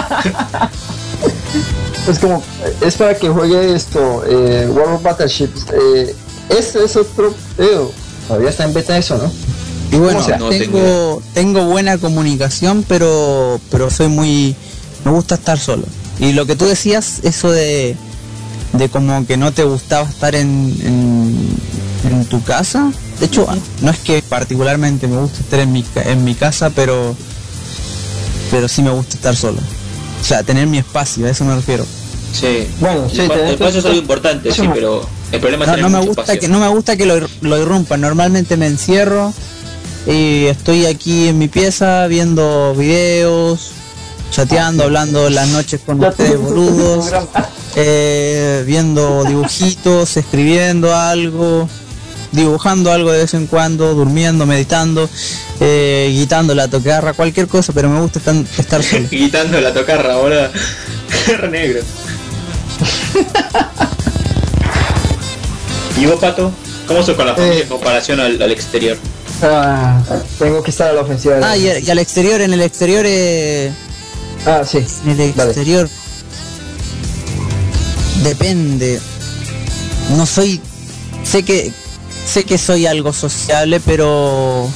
Es como, es para que juegue esto, World of Battleships. Este es otro todavía está en beta eso, ¿no? Y bueno, tengo buena comunicación, pero soy me gusta estar solo. Y lo que tú decías, eso de como que no te gustaba estar en tu casa. De hecho, no es que particularmente me guste estar en mi casa, pero sí me gusta estar solo. O sea, tener mi espacio, a eso me refiero. Sí. Bueno, sí, el espacio es algo importante, sí, pero el problema es tener mucho espacio. No me gusta que lo irrumpan. Normalmente me encierro y estoy aquí en mi pieza viendo videos, chateando, hablando las noches con ustedes boludos, viendo dibujitos, escribiendo algo, dibujando algo de vez en cuando, durmiendo, meditando, guitando la tocarra, cualquier cosa, pero me gusta estar solo. Guitando la tocarra, boludo. Re negro. ¿Y vos, Pato? ¿Cómo sos con la familia en comparación al exterior? Tengo que estar a la ofensiva. Y al exterior, en el exterior... sí. En el exterior... Depende. No soy... Sé que soy algo sociable, pero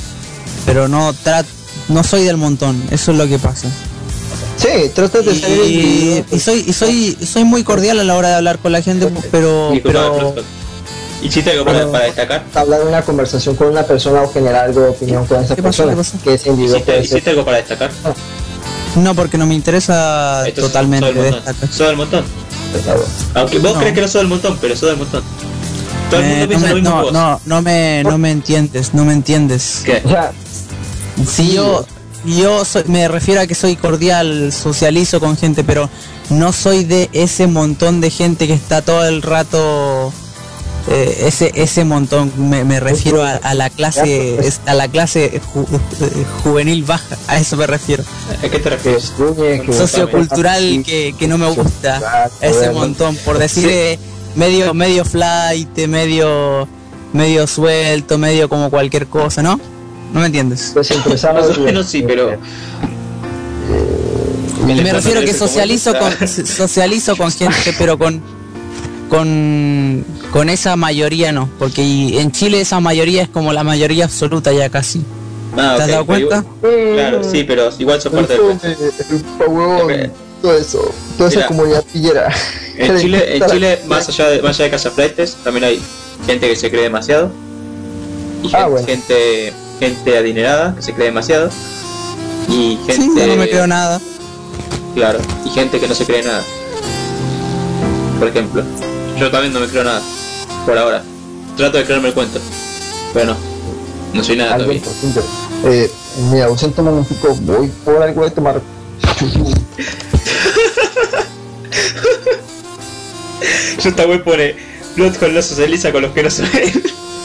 no soy del montón. Eso es lo que pasa. Sí, tratas de ser y soy muy cordial a la hora de hablar con la gente, pero ¿Hiciste algo para destacar? Hablar una conversación con una persona o generar algo de opinión con esa persona. Que ese individuo ¿Hiciste algo para destacar? No, porque no me interesa totalmente destacar. ¿Sos del montón? Aunque vos crees que no sos del montón, pero sos del montón. Todo el mundo piensa lo mismo que vos. No me entiendes. ¿Qué? O sea, si me refiero a que soy cordial, socializo con gente, pero no soy de ese montón de gente que está todo el rato, ese montón. Me refiero a la clase, juvenil baja, a eso me refiero. ¿A qué te refieres? Sociocultural que no me gusta, ese montón, por decir medio flight, medio suelto, medio como cualquier cosa, ¿no? ¿No me entiendes? Pues más o menos sí, pero... me refiero que socializo con gente, pero con esa mayoría no, porque en Chile esa mayoría es como la mayoría absoluta ya casi. ¿Te has dado cuenta? Claro, sí, pero igual sos parte del... Toda esa comunidad pillera. En Chile más allá de casaflightes, también hay gente que se cree demasiado. Y gente adinerada que se cree demasiado. Y gente... Sí, yo no me creo nada. Claro, y gente que no se cree nada. Por ejemplo, yo también no me creo nada. Por ahora. Trato de creerme el cuento. Pero no soy nada todavía. Mira, ausente un momentico, voy por algo de tomar. Yo esta wey pone Bloodhole no socializa con los que no se ven.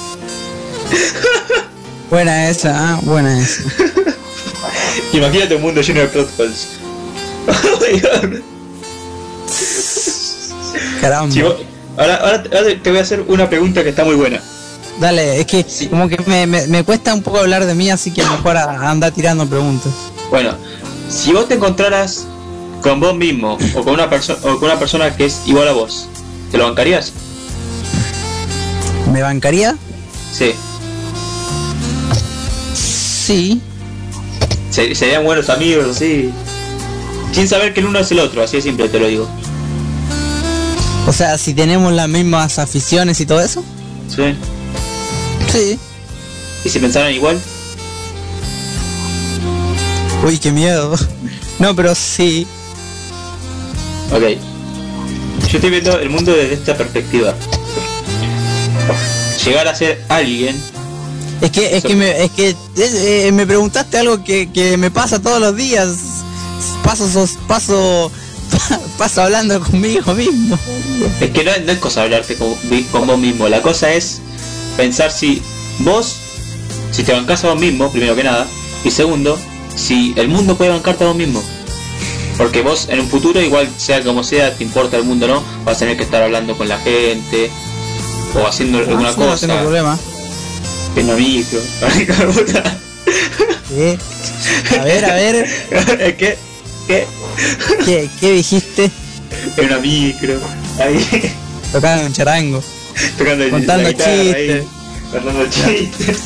Buena esa. Imagínate un mundo lleno de plot holes. Oh my god. Caramba. Si vos, ahora te voy a hacer una pregunta que está muy buena. Dale, es que como que me cuesta un poco hablar de mí, así que mejor anda tirando preguntas. Bueno, si vos te encontraras con vos mismo o con una persona que es igual a vos, ¿te lo bancarías? ¿Me bancaría? Sí. Sí. Serían buenos amigos, así. Sin saber que el uno es el otro, así de simple te lo digo. O sea, si tenemos las mismas aficiones y todo eso. Sí. Sí. ¿Y si pensaran igual? Uy, qué miedo. No, pero sí. Ok. Yo estoy viendo el mundo desde esta perspectiva. Llegar a ser alguien. Es que me preguntaste algo que me pasa todos los días. Paso hablando conmigo mismo. Es que no es cosa hablarte con vos mismo. La cosa es pensar si te bancás a vos mismo, primero que nada. Y segundo, si el mundo puede bancarte a vos mismo. Porque vos en un futuro, igual sea como sea, te importa el mundo o no, vas a tener que estar hablando con la gente o haciendo alguna cosa. No tengo problema. En una micro. ¿Qué? A ver. ¿Qué dijiste? En una micro. Ahí. Tocando un charango. Contando chistes. Contando chistes.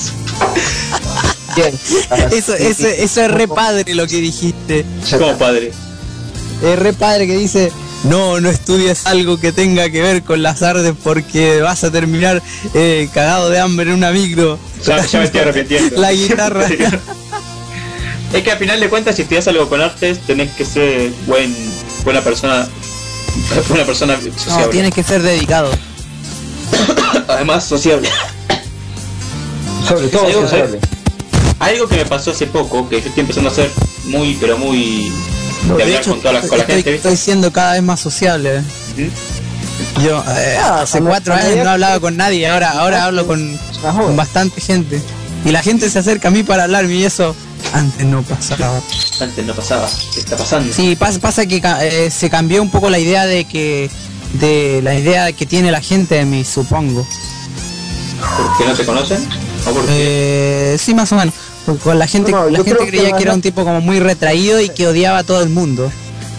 Bien. Eso es re padre lo que dijiste. ¿Cómo padre? re padre que dice, no estudies algo que tenga que ver con las artes porque vas a terminar cagado de hambre en una micro. Ya me estoy arrepintiendo. La guitarra. Es que al final de cuentas, si estudias algo con artes, tenés que ser buena persona sociable. No, tienes que ser dedicado. Además, sociable. Sobre todo sociable. Algo que me pasó hace poco, que yo estoy empezando a ser muy de De hablar hecho, con la gente, ¿viste? estoy siendo cada vez más sociable. Yo hace 4 años no hablaba con nadie, ahora hablo con bastante gente. Y la gente se acerca a mí para hablarme y eso antes no pasaba. ¿Qué está pasando? Sí, pasa que se cambió un poco la idea de la idea que tiene la gente de mí, supongo. ¿Porque no te conocen? ¿O porque? Sí, más o menos. Porque con la gente creía que era un tipo como muy retraído y que odiaba a todo el mundo.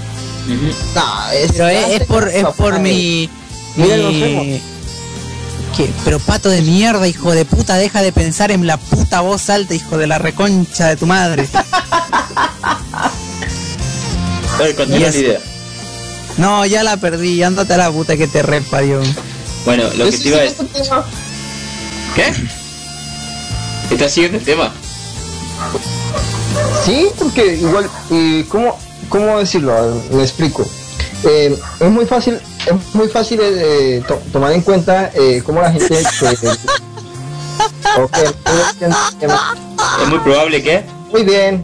Pero es por mi pero pato de mierda, hijo de puta, deja de pensar en la puta voz alta, hijo de la reconcha de tu madre. Continúa la idea. No, ya la perdí, ándate a la puta que te reparió. Bueno, lo que te iba a decir. ¿Qué? ¿Estás siguiendo el tema? Sí, porque igual, ¿cómo decirlo? Me explico. Es muy fácil tomar en cuenta cómo la gente es muy probable que muy bien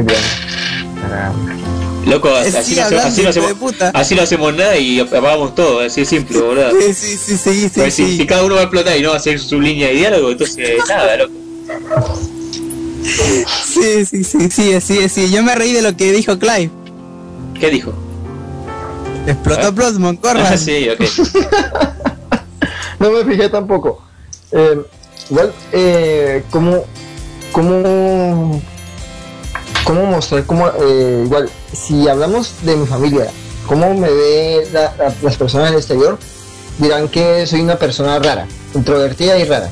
loco, así lo hacemos nada y apagamos todo, así es simple, ¿verdad? Sí, pues si cada uno va a explotar y no va a hacer su línea de diálogo, entonces nada, loco. Sí, yo me reí de lo que dijo Clive. ¿Qué dijo? Explotó Bloodmont, corran. Sí, ok. No me fijé tampoco. Igual, ¿cómo mostrar? Igual, si hablamos de mi familia, ¿cómo me ve las personas del exterior? Dirán que soy una persona rara, introvertida y rara.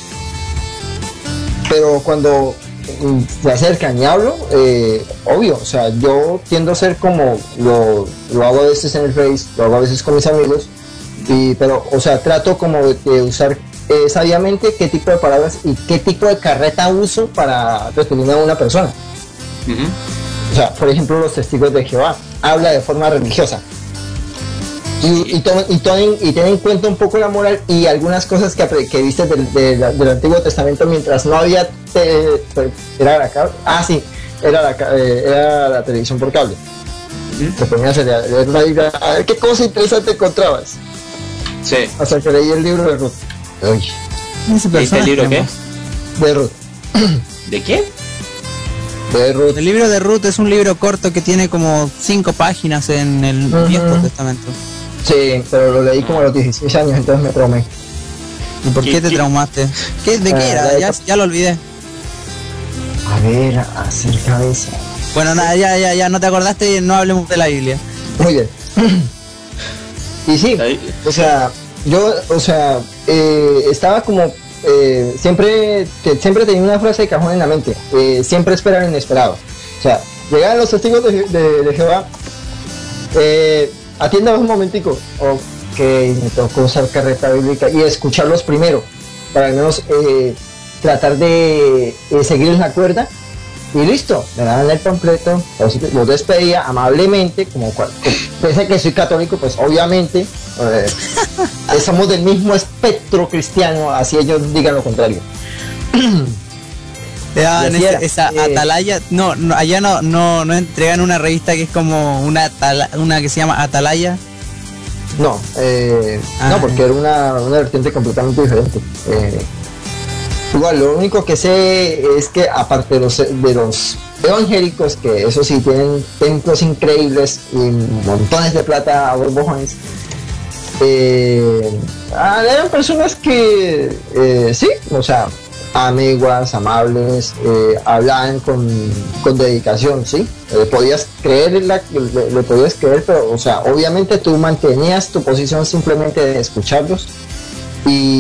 Pero cuando se acercan y hablo, obvio, o sea, yo tiendo a ser como lo hago a veces en el Face, lo hago a veces con mis amigos, pero, o sea, trato como de usar sabiamente qué tipo de palabras y qué tipo de carreta uso para referirme a una persona. O sea, por ejemplo, los testigos de Jehová habla de forma religiosa. Y ten en cuenta un poco la moral y algunas cosas que viste del Antiguo Testamento mientras no había era la televisión por cable. Te ponías a leer una Biblia, a ver qué cosa interesante encontrabas. Sí. Hasta que leí el libro de Ruth. ¿Leíste el libro qué? De Ruth. ¿De qué? De Ruth. El libro de Ruth es un libro corto que tiene como 5 páginas en el Viejo Testamento. Sí, pero lo leí como a los 16 años, entonces me traumé. ¿Y por qué te traumaste? ¿De qué era? Ya lo olvidé. A ver, hacer cabeza. Bueno, nada, ya no te acordaste y no hablemos de la Biblia. Muy bien. Y sí, o sea, yo, estaba como siempre tenía una frase de cajón en la mente, siempre esperar lo inesperado. O sea, llegaban los testigos de Jehová, atiéndame un momentico, ok, me tocó usar carreta bíblica y escucharlos primero, para al menos tratar de seguirles la cuerda, y listo, me daban el panfleto, los despedía amablemente, pese a que soy católico, pues obviamente somos del mismo espectro cristiano, así ellos digan lo contrario. Esa Atalaya, allá no entregan una revista que es como una que se llama Atalaya. No, porque era una vertiente completamente diferente. Igual, lo único que sé es que aparte de los evangélicos, que eso sí tienen templos increíbles y montones de plata a borbojones, eran personas que sí, o sea, amiguas, amables, hablaban con dedicación, ¿sí? Le podías creer, pero, o sea, obviamente tú mantenías tu posición simplemente de escucharlos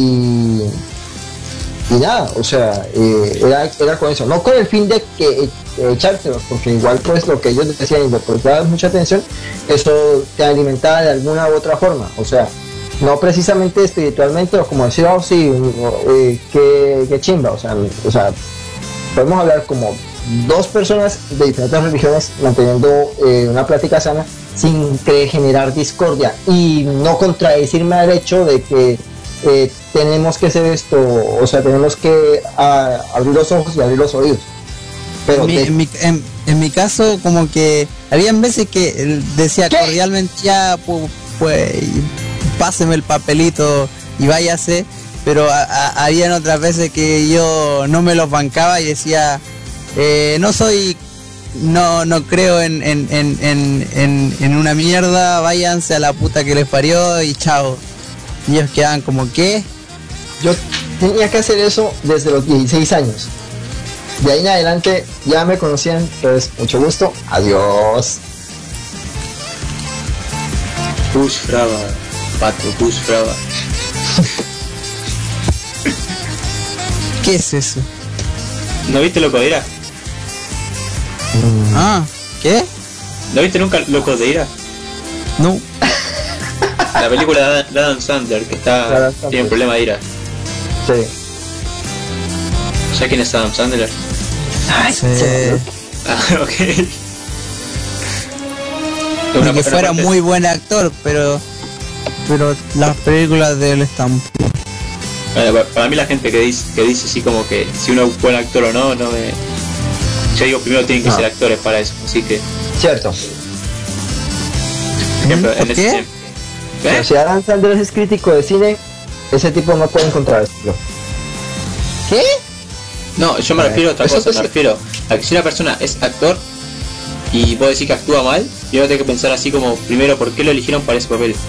y nada, o sea, era con eso, no con el fin de echárselos, porque igual pues lo que ellos decían y le prestabas mucha atención, eso te alimentaba de alguna u otra forma, o sea, no precisamente espiritualmente o como decir, oh sí, qué chimba, o sea, podemos hablar como dos personas de diferentes religiones manteniendo una plática sana sin generar discordia y no contradecirme al hecho de que tenemos que hacer esto, o sea, tenemos que abrir los ojos y abrir los oídos. Pero en mi caso, como que habían veces que decía cordialmente, ya pues páseme el papelito y váyase, pero habían otras veces que yo no me los bancaba y decía, no creo en una mierda, váyanse a la puta que les parió y chao. Y ellos quedaban como, ¿qué? Yo tenía que hacer eso desde los 16 años. De ahí en adelante ya me conocían, entonces mucho gusto, adiós. Push brava, pato, push brava. ¿Qué es eso? ¿No viste Loco de Ira? ¿Qué? ¿No viste nunca Loco de Ira? No. La película de Adam Sandler que tiene un problema de ira. Sí. ¿Sabes quién es Adam Sandler? Sí. Ok. Que fuera muy buen actor, pero las películas de él están... Bueno, para mí la gente que dice así como que si uno es buen actor o no me... Yo digo, primero tienen que ser actores para eso, así que... Cierto. Por ejemplo, ¿Por qué? Pero si Adam Sandler es crítico de cine, ese tipo no puede encontrar estilo. ¿Qué? No, yo me refiero a otra cosa, me refiero a que si una persona es actor y vos decís que actúa mal, yo tengo que pensar así como, primero, ¿por qué lo eligieron para ese papel?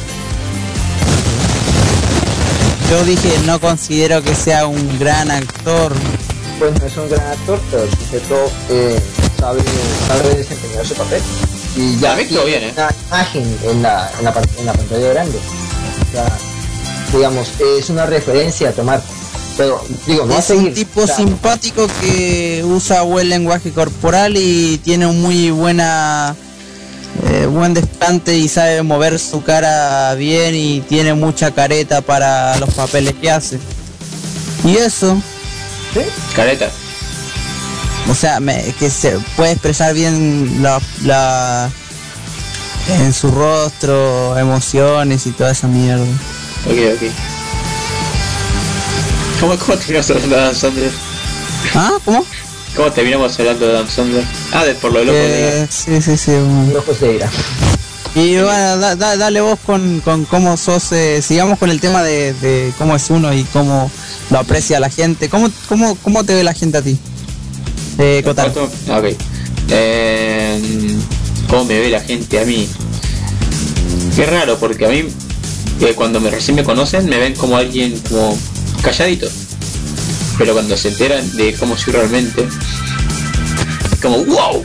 Yo dije, no considero que sea un gran actor. Pues no es un gran actor, pero el sujeto sabe desempeñar su papel. Y ya tiene bien, una imagen en la pantalla grande. O sea, digamos, es una referencia a tomar. Pero digo, no es un tipo simpático que usa buen lenguaje corporal y tiene un muy buen desplante y sabe mover su cara bien y tiene mucha careta para los papeles que hace. Y eso. ¿Sí? Careta. O sea, que se puede expresar bien en su rostro, emociones y toda esa mierda. Ok. ¿Cómo terminamos hablando de Adam Sandler? ¿Cómo? ¿Cómo terminamos hablando de Adam Sandler? Por lo de Loco de Ira. Sí. Locos de Ira. Y bueno, dale vos con cómo sos, sigamos con el tema de cómo es uno y cómo lo aprecia la gente. ¿Cómo te ve la gente a ti? Kotaro. Ok. ¿Cómo me ve la gente a mí? Qué raro, porque a mí, cuando recién me conocen, me ven como alguien como calladito. Pero cuando se enteran de cómo soy realmente, es como wow.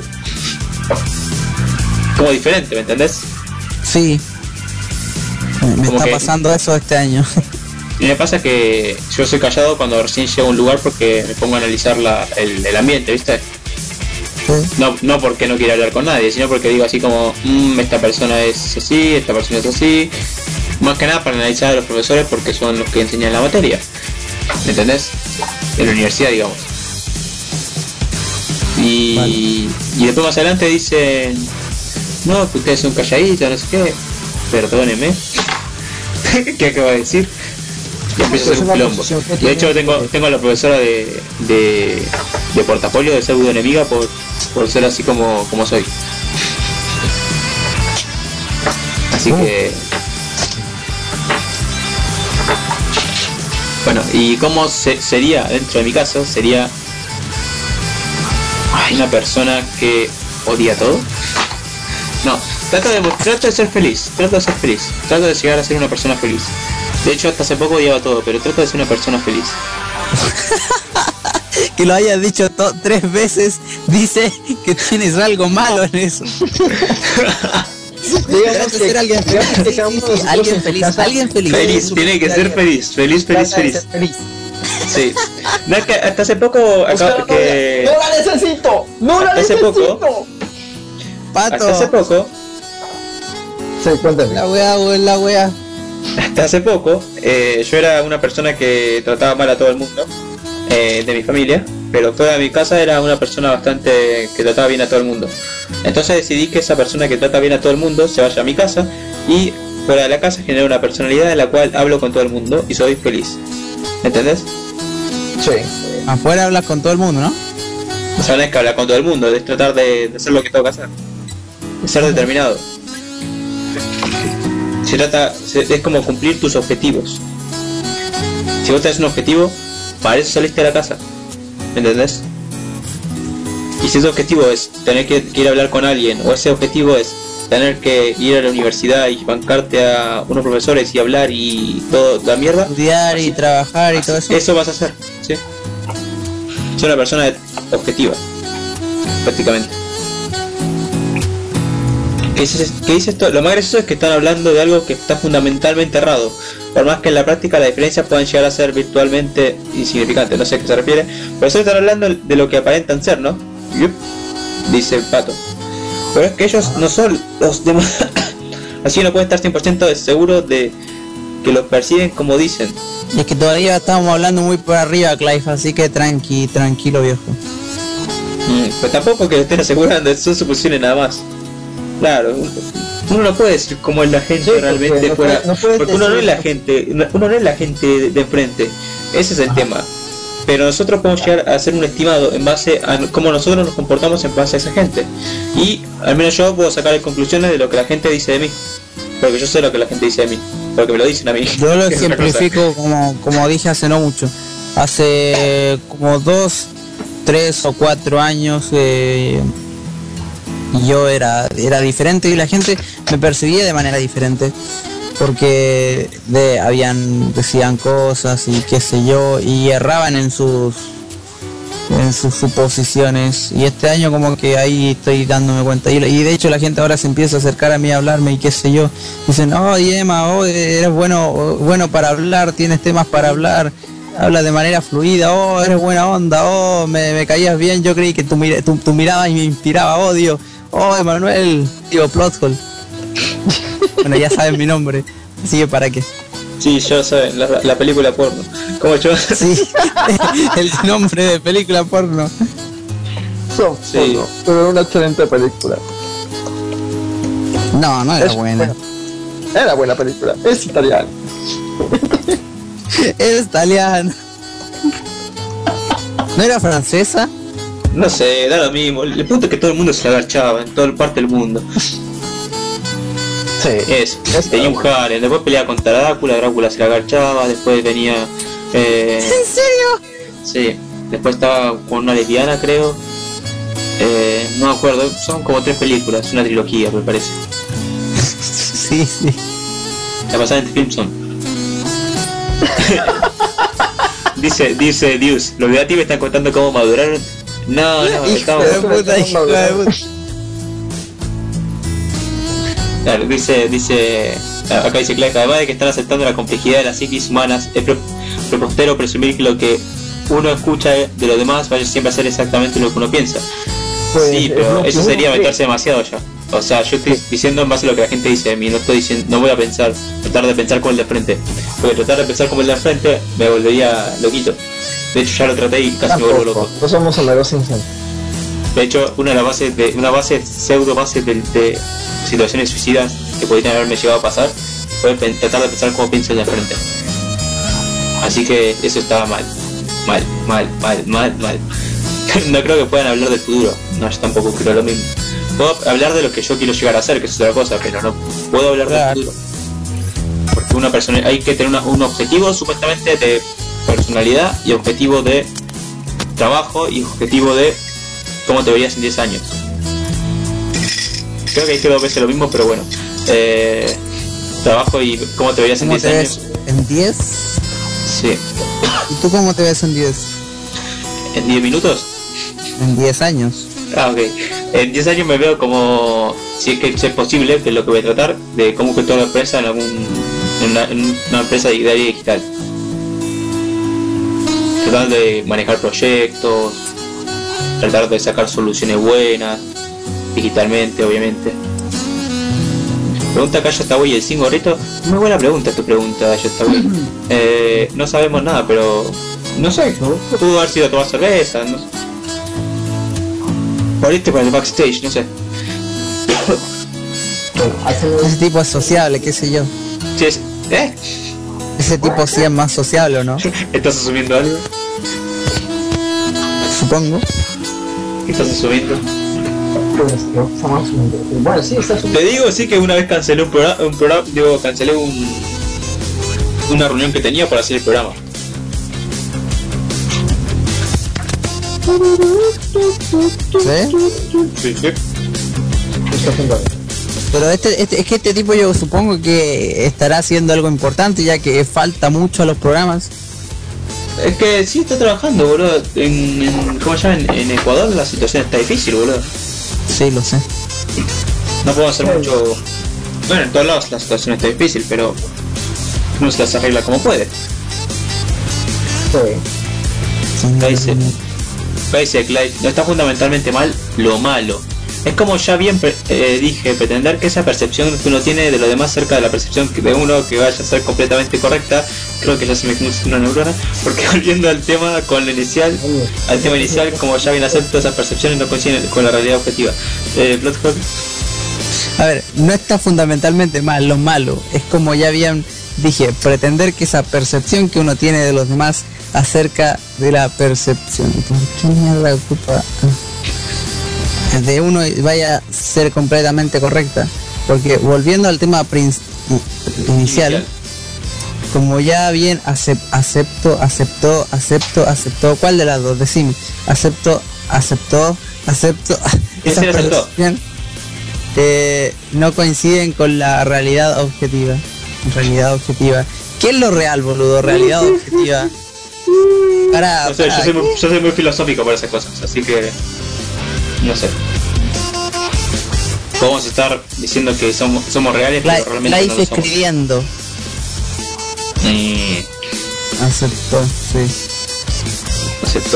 Como diferente, ¿me entendés? Sí. Me está pasando eso este año. Y me pasa que yo soy callado cuando recién llego a un lugar porque me pongo a analizar el ambiente, ¿viste? Sí. No porque no quiera hablar con nadie, sino porque digo así como, esta persona es así, esta persona es así. Más que nada para analizar a los profesores porque son los que enseñan la materia. ¿Me entendés? En la universidad, digamos. Y después más adelante dicen, no, que ustedes son calladitos, no sé qué. Perdóneme. ¿Qué acabo de decir? Y empiezo a hacer un quilombo. De hecho tengo a la profesora de portafolio de pseudo enemiga por ser así como soy. Así que bueno, y cómo sería dentro de mi caso, sería una persona que odia todo. No, trato de ser feliz, trato de llegar a ser una persona feliz. De hecho, hasta hace poco odiaba todo, pero trato de ser una persona feliz. Que lo hayas dicho 3 veces, dice que tienes algo malo en eso. Digamos que ser alguien feliz. Alguien feliz. Feliz, tiene que ser feliz. Feliz. Sí. No, es que hasta hace poco que... ¡No la necesito! ¡No la hace necesito! Poco, Pato. hasta hace poco. Sí, cuéntame. La wea. Hasta hace poco, yo era una persona que trataba mal a todo el mundo, de mi familia, pero fuera de mi casa era una persona bastante que trataba bien a todo el mundo. Entonces decidí que esa persona que trata bien a todo el mundo se vaya a mi casa y fuera de la casa genero una personalidad en la cual hablo con todo el mundo y soy feliz. ¿Entendés? Sí. Afuera hablas con todo el mundo, ¿no? O sea, no es que hablar con todo el mundo, es tratar de hacer lo que tengo que hacer, de ser determinado. Es como cumplir tus objetivos. Si vos tenés un objetivo, para eso saliste de la casa, ¿entendés? Y si ese objetivo es tener que ir a hablar con alguien, o ese objetivo es tener que ir a la universidad y bancarte a unos profesores y hablar y toda la mierda, estudiar y trabajar y todo eso. Eso vas a hacer, ¿sí? Soy una persona objetiva, prácticamente. ¿Qué dice esto? Lo más gracioso es que están hablando de algo que está fundamentalmente errado, por más que en la práctica las diferencias puedan llegar a ser virtualmente insignificantes. No sé a qué se refiere, pero solo están hablando de lo que aparentan ser, ¿no? Yup, dice el Pato. Pero es que ellos no son los demás. Así no pueden estar 100% seguro de que los perciben como dicen. Y es que todavía estamos hablando muy por arriba, Clive, así que tranquilo, viejo. Pues tampoco que lo estén asegurando, son suposiciones nada más. Claro, uno no puede decir cómo es la gente realmente no fuera, porque uno no es la decir, gente, uno no es la gente de enfrente, ese es el tema. Pero nosotros podemos llegar a hacer un estimado en base a cómo nosotros nos comportamos en base a esa gente. Y al menos yo puedo sacar conclusiones de lo que la gente dice de mí, porque yo sé lo que la gente dice de mí, porque me lo dicen a mí. Yo lo ejemplifico como dije hace no mucho, hace como 2, 3 o 4 años. Y yo era diferente y la gente me percibía de manera diferente porque decían cosas y qué sé yo, y erraban en sus suposiciones, y este año como que ahí estoy dándome cuenta, y de hecho la gente ahora se empieza a acercar a mí a hablarme y qué sé yo, dicen, oh Emma, eres bueno para hablar, tienes temas para hablar, hablas de manera fluida, oh eres buena onda, oh me caías bien, yo creí que tu mirada me inspiraba odio. Oh, Emanuel, digo, Plothole. Bueno, ya saben mi nombre, así que para qué. Sí, yo sé, la película porno. ¿Cómo yo? Sí, el nombre de película porno. Sí. Pero una excelente película. No era buena. Era buena película, es italiana. Es italiana. ¿No era francesa? No sé, da lo mismo. El punto es que todo el mundo se la agachaba en toda parte del mundo. Sí. Tenía un harem, después peleaba contra Drácula se la agachaba, después venía... ¿En serio? Sí, después estaba con una lesbiana, creo. No me acuerdo, son como 3 películas, una trilogía me parece. Sí. La pasada en Filmson. dice Dios, los de me están contando cómo maduraron. No, estamos... hijo de puta. Claro, dice acá dice Clive, además de que están aceptando la complejidad de las psiquis humanas, es propostero presumir que lo que uno escucha de los demás vaya siempre a ser exactamente lo que uno piensa. Pues, sí, pero eso sería meterse demasiado ya. O sea, yo estoy diciendo en base a lo que la gente dice de mí, no estoy diciendo, no voy a tratar de pensar como el de frente, porque tratar de pensar como el de frente me volvería loquito. De hecho ya lo traté y casi me vuelvo loco. No somos Homero Simpson. De hecho, una pseudo base de situaciones suicidas que podrían haberme llegado a pasar fue tratar de pensar como pienso el de frente. Así que eso estaba mal. No creo que puedan hablar del futuro. No, yo tampoco creo lo mismo. Puedo hablar de lo que yo quiero llegar a hacer, que es otra cosa, pero no puedo hablar del futuro. Porque una persona hay que tener un objetivo supuestamente de personalidad y objetivo de trabajo y objetivo de cómo te verías en 10 años. Creo que hice 2 veces lo mismo, pero bueno. Trabajo y cómo te verías en 10 años. ¿En 10? Sí. ¿Y tú cómo te ves en 10? ¿En 10 minutos? En 10 años. Ah, ok. En 10 años me veo como, si es que es posible, que es lo que voy a tratar, de cómo que toda la empresa en una empresa de área digital. tratando de manejar proyectos, tratar de sacar soluciones buenas, digitalmente, obviamente. Pregunta acá Yostaboy, ¿el sin gorrito? Muy buena pregunta tu pregunta, Yostaboy. No sabemos nada, pero no sé, pudo haber sido a tomar cerveza, no sé. Moriste con el backstage, no sé. Ese tipo es sociable, qué sé yo. Sí, Ese tipo sí es más sociable, ¿o no? ¿Estás asumiendo algo? Supongo. ¿Qué estás asumiendo? Bueno, sí, está Te digo, sí, que una vez cancelé cancelé una reunión que tenía para hacer el programa. ¿Sí? Sí. Pero es que este tipo yo supongo que estará haciendo algo importante, ya que falta mucho a los programas. Es que sí está trabajando, boludo. ¿Cómo se llama? En Ecuador la situación está difícil, boludo. Sí, lo sé. No podemos hacer mucho. Bueno, en todos lados la situación está difícil, pero uno se las arregla como puede. Dice Clyde, no está fundamentalmente mal lo malo. Es como ya bien dije, pretender que esa percepción que uno tiene de lo demás cerca de la percepción de uno que vaya a ser completamente correcta. Creo que ya se me puso una neurona, porque volviendo al tema con lo inicial, como ya bien acepto, esas percepciones no coinciden con la realidad objetiva. Bloodhawk. A ver, no está fundamentalmente mal lo malo. Es como ya bien dije, pretender que esa percepción que uno tiene de los demás acerca de la percepción. ¿Por qué mierda ocupa? De uno vaya a ser completamente correcta, porque volviendo al tema inicial, como ya bien aceptó, ¿cuál de las dos? Decime, aceptó, esas percepciones no coinciden con la realidad objetiva. ¿Qué es lo real, boludo? Realidad objetiva. No sé, yo soy muy filosófico para esas cosas, así que no sé. Podemos estar diciendo que somos reales, pero realmente la no hice lo somos. escribiendo. Aceptó, sí. Aceptó.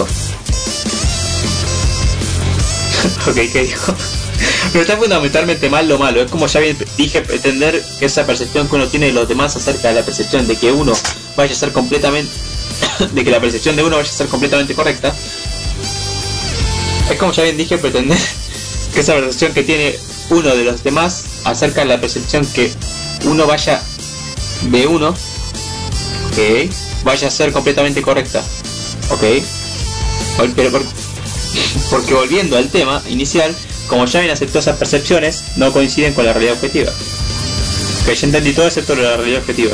Ok, ¿qué dijo? Pero está fundamentalmente mal lo malo. Es como ya bien dije, pretender que esa percepción que uno tiene de los demás acerca de la percepción de que uno vaya a ser completamente de que la percepción de uno vaya a ser completamente correcta. Es como ya bien dije, pretender que esa percepción que tiene uno de los demás acerca de la percepción que uno vaya de uno, ok, vaya a ser completamente correcta, ok. Pero porque volviendo al tema inicial, como ya bien aceptó, esas percepciones no coinciden con la realidad objetiva. Que ya entendí todo excepto la realidad objetiva.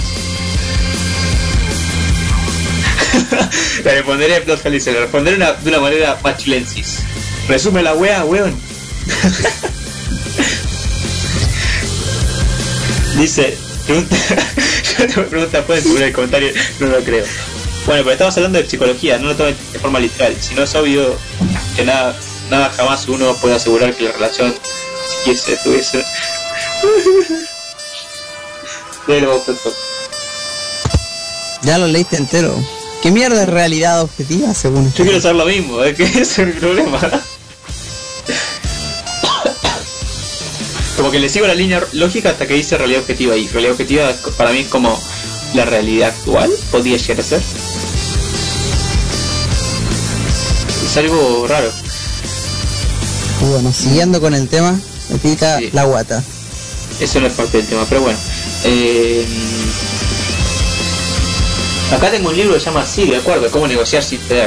Le responderé le responderé de una manera más chilensis. Resume la wea, weón. Dice, pregunta, pueden poner el comentario, no lo creo. Bueno, pero estamos hablando de psicología, no lo tomen de forma literal. Si no, es obvio que nada jamás uno puede asegurar que la relación, si quise, tuviese. Ya lo leíste entero. ¿Qué mierda es realidad objetiva según usted? Yo quiero saber lo mismo, es que ese es el problema. Como que le sigo la línea lógica hasta que dice realidad objetiva, y realidad objetiva para mí es como la realidad actual, podría llegar a ser. Es algo raro. Bueno, siguiendo con el tema, me pica sí. La guata. Eso no es parte del tema, pero bueno. Acá tengo un libro que se llama Sí, de acuerdo, cómo negociar sin ceder.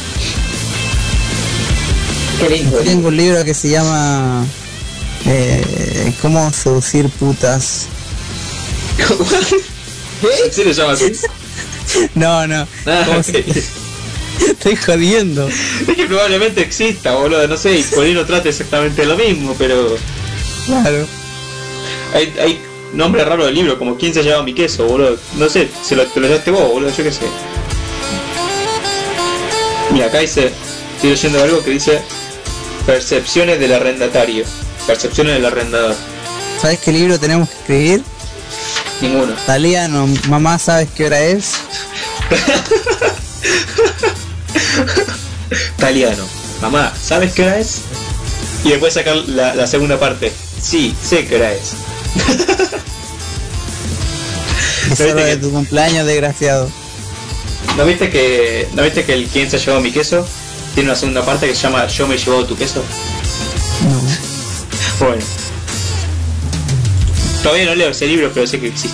Qué lindo. Tengo un libro que se llama cómo seducir putas. ¿Qué? ¿Sí lo llama así? No. Estoy jodiendo. Es que probablemente exista, boludo, no sé, y por ahí no trate exactamente lo mismo, pero... Claro. Hay nombre raro del libro, como ¿quién se ha llevado mi queso, boludo? No sé, te lo llevaste vos, boludo, yo qué sé. Mira, acá dice, estoy leyendo algo que dice percepciones del arrendatario, percepciones del arrendador. ¿Sabes qué libro tenemos que escribir? Ninguno. Talía, no, mamá, ¿sabes qué hora es? Italiano. Mamá, ¿sabes qué hora es? Y después sacar la segunda parte. Sí, sé qué hora es. Es hora de tu cumpleaños, desgraciado. ¿No viste que el quien se llevó mi queso tiene una segunda parte que se llama Yo me he llevado tu queso? No. Bueno. Todavía no leo ese libro, pero sé que existe.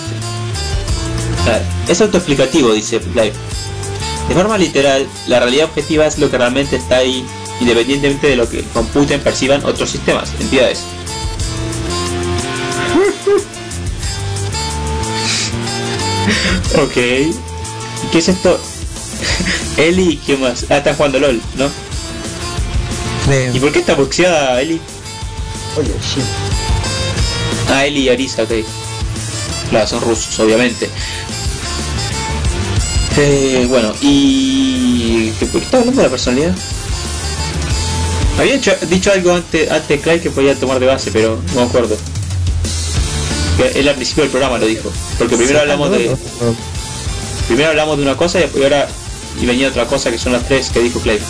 Es autoexplicativo, dice Clive. De forma literal, la realidad objetiva es lo que realmente está ahí, independientemente de lo que computen, perciban otros sistemas, entidades. Ok. ¿Y qué es esto? Eli, ¿qué más? Ah, están jugando LOL, ¿no? Creo. ¿Y por qué está boxeada Eli? Oye, sí. Ah, Eli y Arisa, ok. Claro, son rusos, obviamente. Bueno, y... ¿Por qué estaba hablando de la personalidad? Había dicho algo antes Clive que podía tomar de base, pero no me acuerdo. Que él al principio del programa lo dijo. Porque primero hablamos de... Primero hablamos de una cosa y ahora venía otra cosa que son las tres que dijo Clive.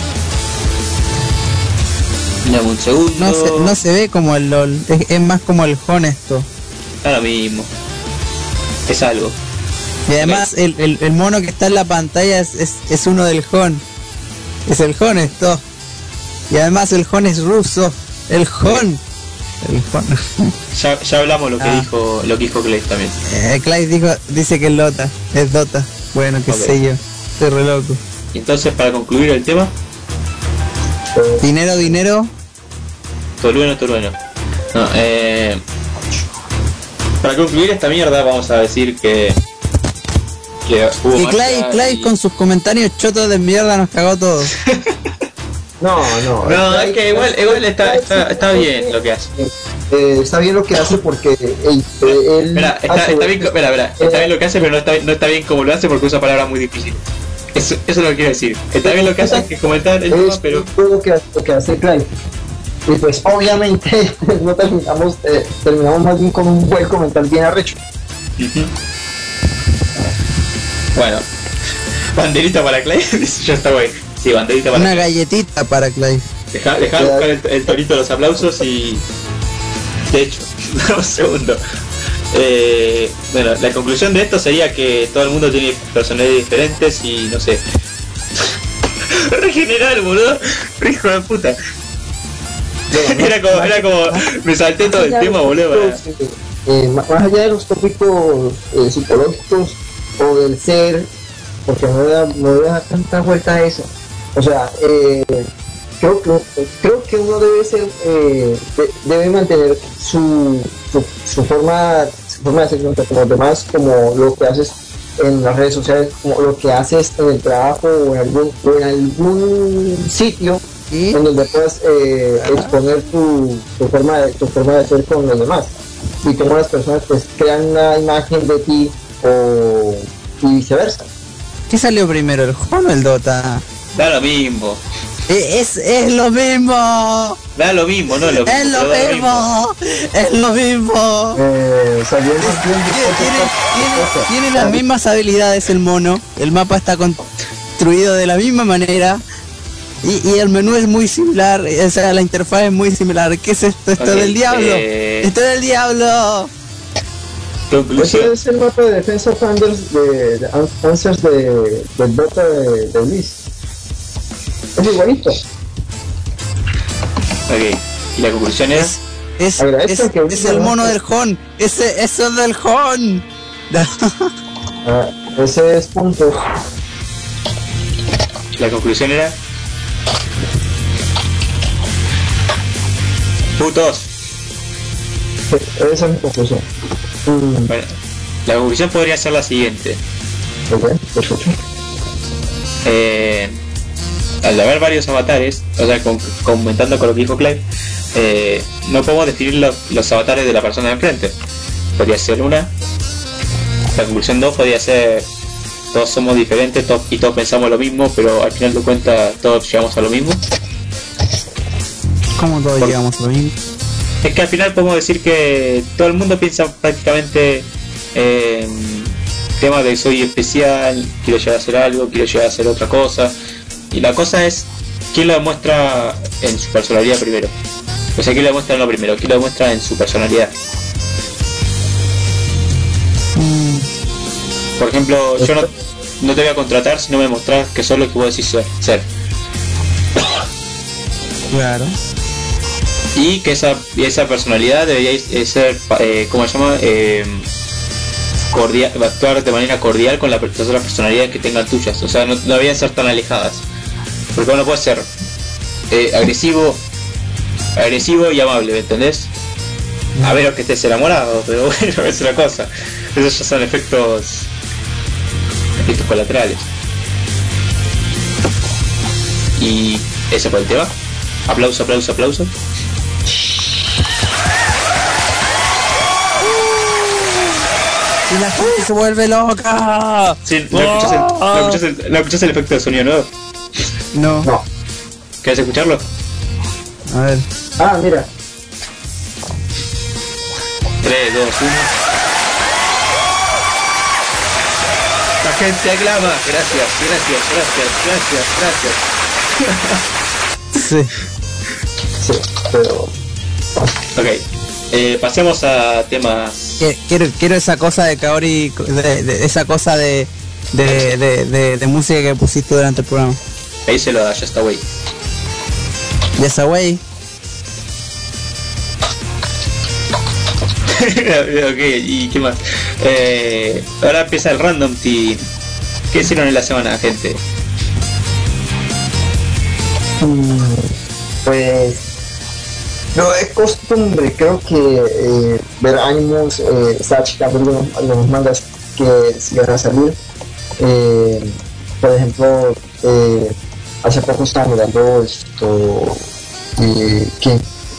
Dame un segundo. No se ve como el LOL, es más como el honesto. Ahora mismo. Es algo. Y además el mono que está en la pantalla es uno del Hon. Es el honesto. Y además el Hon es ruso. El Hon. Ya hablamos lo que dijo Clive también. Clive dice que es Lota, es Dota. Bueno, qué sé yo, estoy re loco. Y entonces, para concluir el tema, dinero. Tolueno. No, para concluir esta mierda vamos a decir que hubo y Clive con sus comentarios chotos de mierda nos cagó todo. No, es que igual está bien lo que hace. Está bien lo que hace porque él está bien lo que hace, pero no está bien como lo hace porque usa palabras muy difíciles. Eso es lo que quiero decir. Está bien lo que hace, que comentar el tema, pero lo que hace Clive. Y pues obviamente no terminamos más bien con un buen comentario bien arrecho. Bueno, banderita para Clive. Ya está bueno. Sí, banderita para una Clive. Galletita para Clive. Deja buscar el torito de los aplausos y... De hecho, un segundo. Bueno, la conclusión de esto sería que todo el mundo tiene personalidades diferentes y no sé. Regenerar, boludo. Hijo de puta. Era como me salté todo el tema, boludo. Más allá de los tópicos psicológicos o del ser, porque no voy a dar tanta vuelta a eso. O sea, creo que uno debe mantener su forma de ser con los demás, como lo que haces en las redes sociales, como lo que haces en el trabajo o en algún sitio en donde puedas exponer tu forma de ser con los demás, y como las personas pues crean una imagen de ti y viceversa. ¿Qué salió primero, el Hon o el Dota? Da lo mismo. Es lo mismo. Da lo mismo, no lo mismo. Es lo mismo. Salió más bien Tiene las mismas habilidades el mono. El mapa está construido de la misma manera. Y el menú es muy similar. O sea, la interfaz es muy similar. ¿Qué es esto? Esto del diablo. Esto del diablo. Ese es el mapa de Defense of Answers del Dota de Ulis. Es igualito. Ok, y la conclusión es el mono del Hon. Eso es del Hon. Ese es punto. La conclusión era putos. Esa es mi conclusión. Bueno, la conclusión podría ser la siguiente. Al haber varios avatares, o sea, comentando con lo que dijo Clive, no podemos definir los avatares de la persona de enfrente. Podría ser una. La conclusión 2 podría ser: todos somos diferentes y todos pensamos lo mismo, pero al final de cuentas todos llegamos a lo mismo. ¿Cómo todos llegamos a lo mismo? Es que al final podemos decir que todo el mundo piensa prácticamente que tema de soy especial, quiero llegar a hacer algo, quiero llegar a hacer otra cosa. Y la cosa es, ¿quién lo demuestra en su personalidad primero? O sea, ¿quién lo demuestra en lo primero? ¿Quién lo demuestra en su personalidad? Por ejemplo, yo no te voy a contratar si no me mostrás que sos lo que vos decís ser. Claro. Y que esa personalidad debería ser, ¿cómo se llama? Cordial, actuar de manera cordial con las otras personalidades que tengan tuyas. O sea, no deberían ser tan alejadas. Porque uno puede ser agresivo y amable, ¿me entendés? A ver que estés enamorado, pero bueno, es una cosa. Esos ya son efectos colaterales. Y ese fue el tema. Aplauso. Y la gente se vuelve loca. Sí, ¿no escuchás el efecto de sonido nuevo? No. ¿Querés escucharlo? A ver. Ah, mira. 3, 2, 1. La gente aclama. Gracias. Sí. Sí, pero... Ok. Pasemos a temas. Quiero esa cosa de Kaori, esa cosa de música que pusiste durante el programa. Ahí se lo da Just Away. Just Away. Ok, ¿y qué más? Ahora empieza el Random Team. ¿Qué hicieron en la semana, gente? Pues no es costumbre, creo que ver ánimos, estaba checando algunos mangas que se van a salir. Por ejemplo, hace poco estaba mirando esto que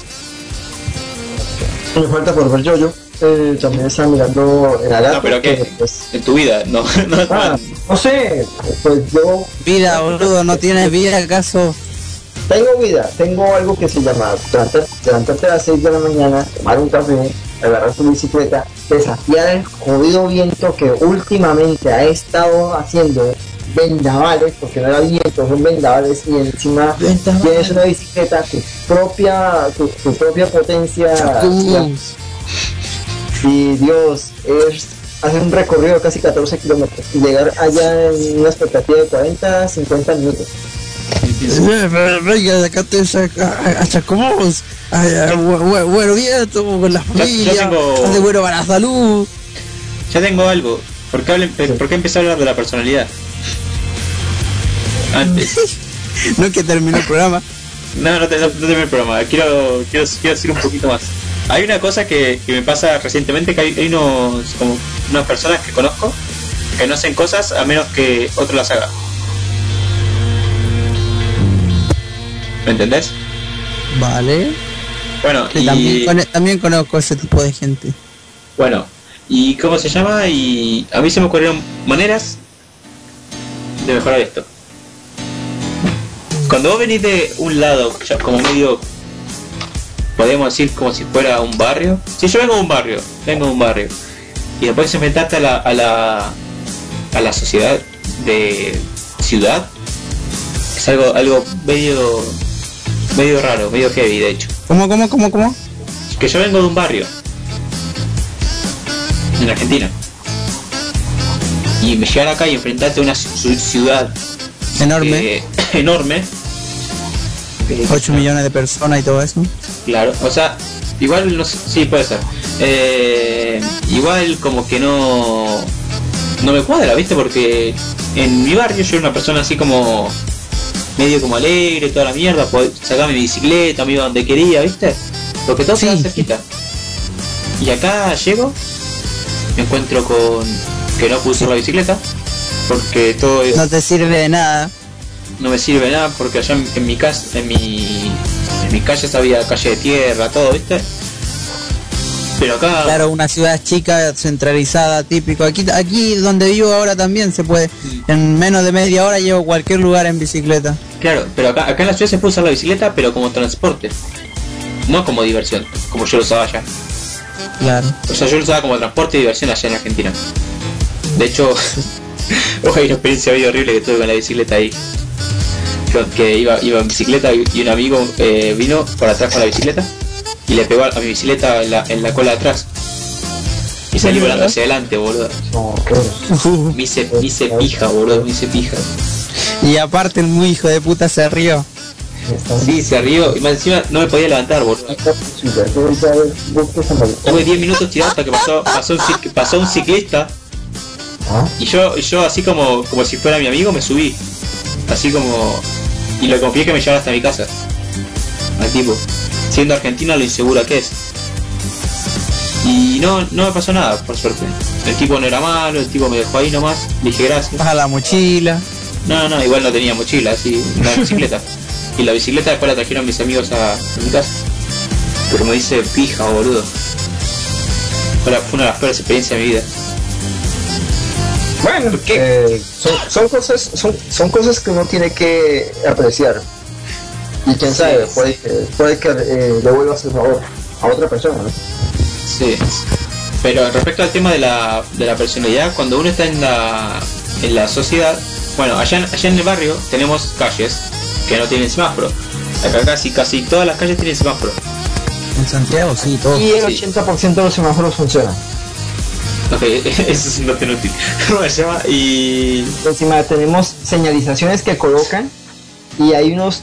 me falta por ver Jojo. También estaba mirando el Agato. No, pero ¿qué? Pues, En tu vida, no no sé, pues yo... Vida, boludo, ¿no tienes vida acaso? Tengo vida, tengo algo que se llama levantarte a las 6 de la mañana, tomar un café, agarrar tu bicicleta, desafiar el jodido viento que últimamente ha estado haciendo vendavales, porque no era viento, son vendavales, y encima tienes una bicicleta, tu propia potencia, y Dios, es hacer un recorrido de casi 14 kilómetros y llegar allá en una expectativa de 40-50 minutos. Venga, acá te a Chacomos, bueno viento, con la familia, hace bueno para la salud. Ya tengo algo. ¿Por qué empecé a hablar de la personalidad? Antes. No es que terminó el programa. No terminé el programa. Quiero decir un poquito más. Hay una cosa que me pasa recientemente, que hay unas personas que conozco que no hacen cosas a menos que otro las haga. ¿Me entendés? Vale. Bueno, sí, y también conozco ese tipo de gente. Bueno, ¿y cómo se llama? Y a mí se me ocurrieron maneras de mejorar esto. Cuando vos venís de un lado, como medio, podemos decir como si fuera un barrio. Si yo vengo de un barrio, y después enfrentarte a la sociedad de ciudad, es algo medio raro, medio heavy, de hecho. ¿Cómo? Que yo vengo de un barrio en Argentina, y me llegar acá y enfrentarte a una ciudad enorme, 8 millones de personas y todo eso. Claro, o sea, igual no sé, sí puede ser. Igual como que no me cuadra, ¿viste? Porque en mi barrio yo era una persona así como medio como alegre, toda la mierda, sacaba mi bicicleta, me iba donde quería, ¿viste? Porque todo se cerquita. Y acá llego, me encuentro con que no pude usar la bicicleta, porque todo es... No te sirve de nada. No me sirve de nada, porque allá en mi casa, en mi calle había calle de tierra, todo, ¿viste? Pero acá... Claro, una ciudad chica, centralizada, típico. Aquí donde vivo ahora también se puede. En menos de media hora llego a cualquier lugar en bicicleta. Claro, pero acá en la ciudad se puede usar la bicicleta, pero como transporte, no como diversión, como yo lo usaba allá. Claro. O sea, yo lo usaba como transporte y diversión allá en Argentina. De hecho, hay una experiencia bien horrible que tuve con la bicicleta ahí. Que iba en bicicleta y un amigo vino por atrás con la bicicleta y le pegó a mi bicicleta en la cola de atrás. Y salí volando hacia adelante, boludo. Me hice pija, boludo, me hice pija. Y aparte el muy hijo de puta se rió. Sí, se rió y más encima no me podía levantar, boludo. Tuve 10 minutos tirado hasta que pasó un ciclista. Y yo así como si fuera mi amigo me subí. Así como... Y lo confié que me llevara hasta mi casa. Al tipo. Siendo argentina lo insegura que es. Y no me pasó nada, por suerte. El tipo no era malo, el tipo me dejó ahí nomás. Le dije gracias. Baja la mochila. No, igual no tenía mochila, así, una bicicleta. Y la bicicleta después la trajeron mis amigos a mi casa. Pero me dice pija, boludo. Fue una de las peores experiencias de mi vida. Bueno, son cosas que uno tiene que apreciar. Y quién sabe, puede que le vuelvas el favor a otra persona, ¿no? Sí. Pero respecto al tema de la personalidad, cuando uno está en la sociedad, bueno, allá en el barrio tenemos calles que no tienen semáforo. Acá casi todas las calles tienen semáforo. En Santiago sí, todo. Y el 80% de los semáforos funcionan. Ok, eso es un dato inútil. ¿Cómo se llama? Y... Encima tenemos señalizaciones que colocan y hay unos...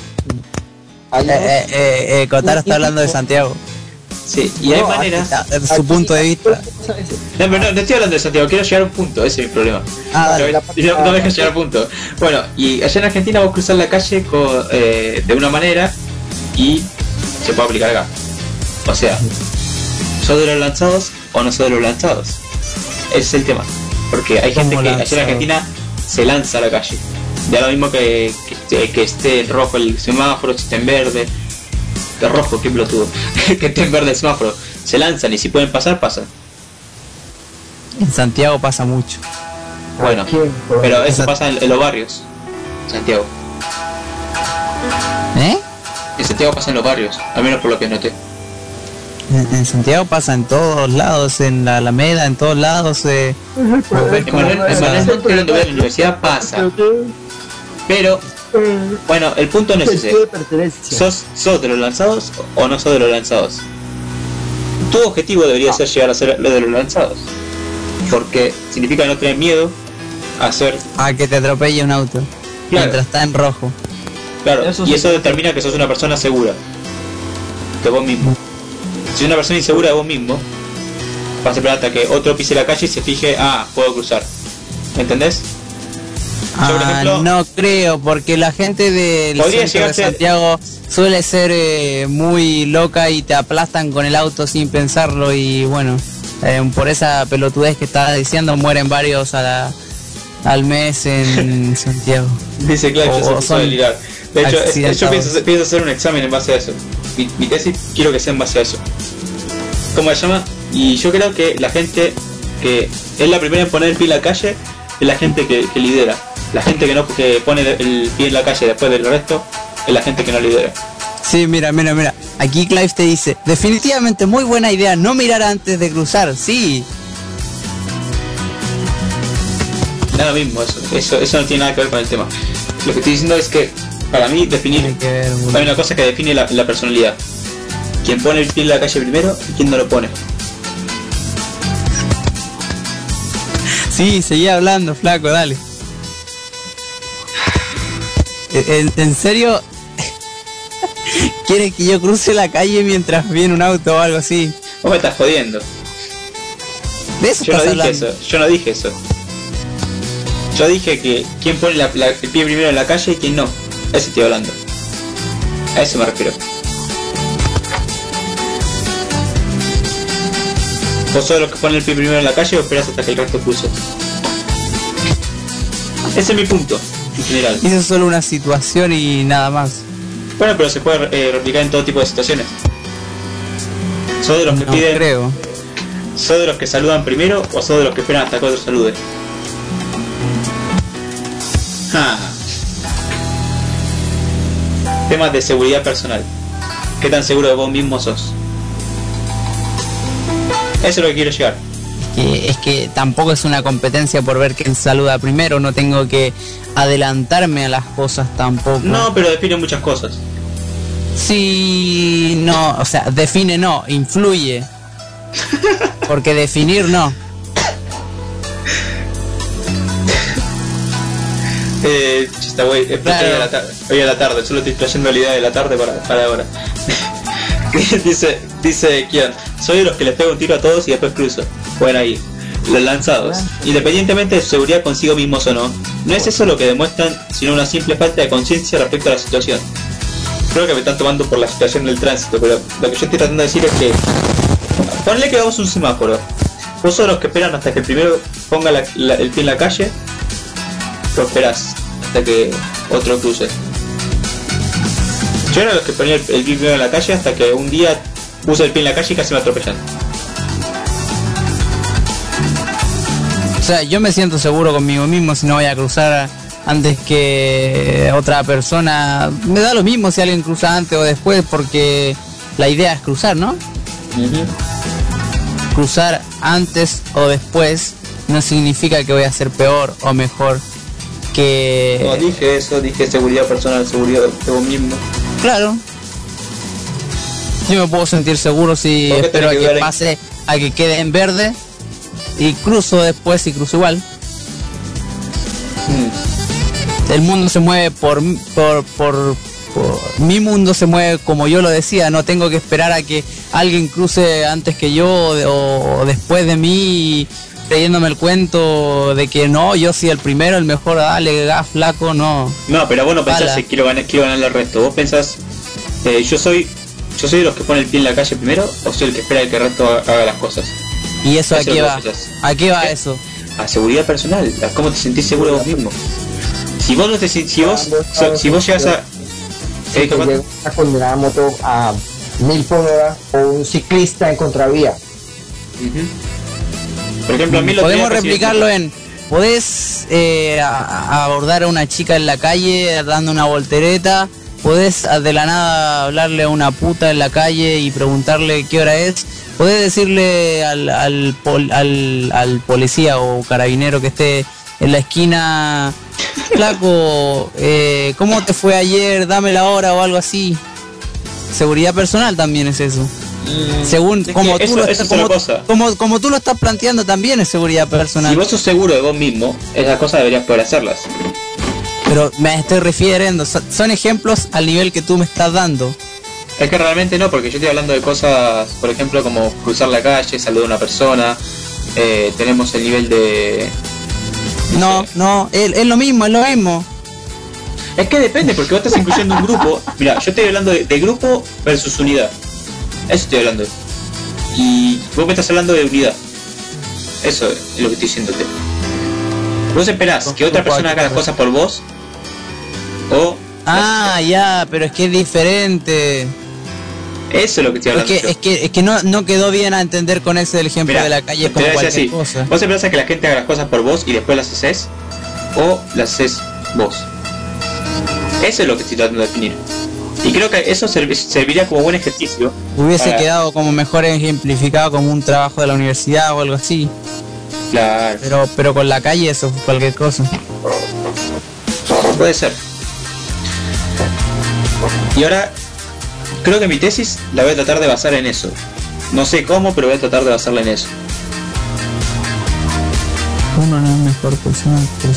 Kotaro está hablando de Santiago. Sí, y hay maneras... Desde su punto de vista. No estoy hablando de Santiago, quiero llegar a un punto, ese es mi problema. No me dejes llegar a un punto. Bueno, y allá en Argentina vos cruzás la calle de una manera y se puede aplicar acá. O sea, ¿sos de los lanzados o no sos de los lanzados? Ese es el tema. Porque hay gente que allá en Argentina se lanza a la calle. Da lo mismo que esté en rojo el semáforo, si esté en verde. De rojo, qué pelotudo. Que esté en verde el semáforo. Se lanzan y si pueden pasar, pasan. En Santiago pasa mucho. Bueno, pero eso pasa en los barrios. Santiago. En Santiago pasa en los barrios, al menos por lo que noté. En Santiago pasa en todos lados, en la Alameda, en todos lados. En Manuel donde voy a la universidad pasa. Pero, bueno, el punto no es ese. ¿Sos de los lanzados o no sos de los lanzados? Tu objetivo debería ser llegar a ser lo de los lanzados. Porque significa no tener miedo a que te atropelle un auto. Claro. Mientras está en rojo. Claro, y eso determina que sos una persona segura de vos mismo. Si una persona insegura de vos mismo, vas a esperar hasta que otro pise la calle y se fije, puedo cruzar. ¿Me entendés? Yo, por ejemplo, no creo, porque la gente del centro de Santiago suele ser muy loca y te aplastan con el auto sin pensarlo y bueno, por esa pelotudez que estaba diciendo mueren varios al mes en Santiago. Dice claro, yo se puede ligar. De hecho, yo pienso hacer un examen en base a eso. Mi tesis quiero que sea en base a eso. ¿Cómo se llama? Y yo creo que la gente que es la primera en poner el pie en la calle es la gente que lidera. La gente que pone el pie en la calle después del resto es la gente que no lidera. Sí, mira. Aquí Clive te dice, definitivamente muy buena idea no mirar antes de cruzar, sí. Nada mismo, eso no tiene nada que ver con el tema. Lo que estoy diciendo es que para mí hay una cosa que define la personalidad. Quien pone el pie en la calle primero y quien no lo pone. Sí, seguí hablando, flaco, dale. ¿En serio? ¿Quieres que yo cruce la calle mientras viene un auto o algo así? Vos me estás jodiendo. ¿De eso yo no dije eso. Yo dije que quien pone el pie primero en la calle y quien no. Eso estoy hablando. A eso me refiero. ¿Vos sos los que ponen el pie primero en la calle o esperás hasta que el resto cruce? Ese es mi punto, en general. Eso es solo una situación y nada más. Bueno, pero se puede replicar en todo tipo de situaciones. ¿Sos de los que piden? Creo. ¿Sos de los que saludan primero o sos de los que esperan hasta que otro salude? Temas de seguridad personal. ¿Qué tan seguro de vos mismo sos? Eso es lo que quiero llegar. es que tampoco es una competencia por ver quién saluda primero, no tengo que adelantarme a las cosas tampoco. No, pero define muchas cosas. Sí, no, o sea, define no, influye. Porque definir no. Chista, güey, Claro. hoy a la tarde, solo estoy trayendo la idea de la tarde para ahora. dice Kion, soy de los que les pego un tiro a todos y después cruzo. Bueno, ahí, los lanzados. Independientemente de su seguridad consigo mismos o no, no es eso lo que demuestran, sino una simple falta de conciencia respecto a la situación. Creo que me están tomando por la situación del tránsito, pero lo que yo estoy tratando de decir es que ponle que hagamos un semáforo. Vos sos los que esperan hasta que el primero ponga el pie en la calle, lo esperás hasta que otro cruce. Yo era de los que ponía el pie primero en la calle hasta que un día puse el pie en la calle y casi me atropellan. O sea, yo me siento seguro conmigo mismo si no voy a cruzar antes que otra persona. Me da lo mismo si alguien cruza antes o después, porque la idea es cruzar, ¿no? Cruzar antes o después no significa que voy a ser peor o mejor que... No dije eso, dije seguridad personal, seguridad de vos mismo. Claro. Yo me puedo sentir seguro si espero a que pase, a que quede en verde y cruzo después y cruzo igual. El mundo se mueve por mi mundo se mueve como yo lo decía, no tengo que esperar a que alguien cruce antes que yo o después de mí creyéndome el cuento de que no, yo soy el primero, el mejor, dale gas flaco, no. No, pero vos no pensás que quiero ganar el resto, vos pensás yo soy de los que pone el pie en la calle primero o soy el que espera que el resto haga las cosas. ¿Y eso a qué va? ¿A qué va eso? A seguridad personal, a cómo te sentís seguro de vos mismo. Si vos no te si vos llegas a una condenada moto a 1000 por hora o un ciclista en contravía. Por ejemplo, a mí podemos replicarlo en podés abordar a una chica en la calle dando una voltereta, podés de la nada hablarle a una puta en la calle y preguntarle qué hora es, podés decirle al policía o carabinero que esté en la esquina, flaco, ¿cómo te fue ayer? Dame la hora o algo así. Seguridad personal también es eso. Según como tú lo estás planteando, también es seguridad personal. Si vos sos seguro de vos mismo, esas cosas deberías poder hacerlas. Pero me estoy refiriendo, son ejemplos al nivel que tú me estás dando. Es que realmente no, porque yo estoy hablando de cosas, por ejemplo, como cruzar la calle, saludar a una persona. Tenemos el nivel de... No, es lo mismo, es lo mismo. Es que depende, porque vos estás incluyendo un grupo. Mira, yo estoy hablando de grupo versus unidad. Eso estoy hablando. Y vos me estás hablando de unidad. Eso es lo que estoy diciéndote. Vos esperás que otra persona haga las cosas por vos. O... ya, pero es que es diferente. Eso es lo que estoy hablando. Es que no quedó bien a entender con ese del ejemplo. Mirá, de la calle como cualquier así. Cosa. ¿Vos esperás a que la gente haga las cosas por vos y después las haces? ¿O las haces vos? Eso es lo que estoy tratando de definir. Y creo que eso serviría como buen ejercicio. Hubiese quedado como mejor ejemplificado como un trabajo de la universidad o algo así. Claro. Pero con la calle eso fue cualquier cosa. Puede ser. Y ahora creo que mi tesis la voy a tratar de basar en eso. No sé cómo, pero voy a tratar de basarla en eso. Uno no es mejor persona.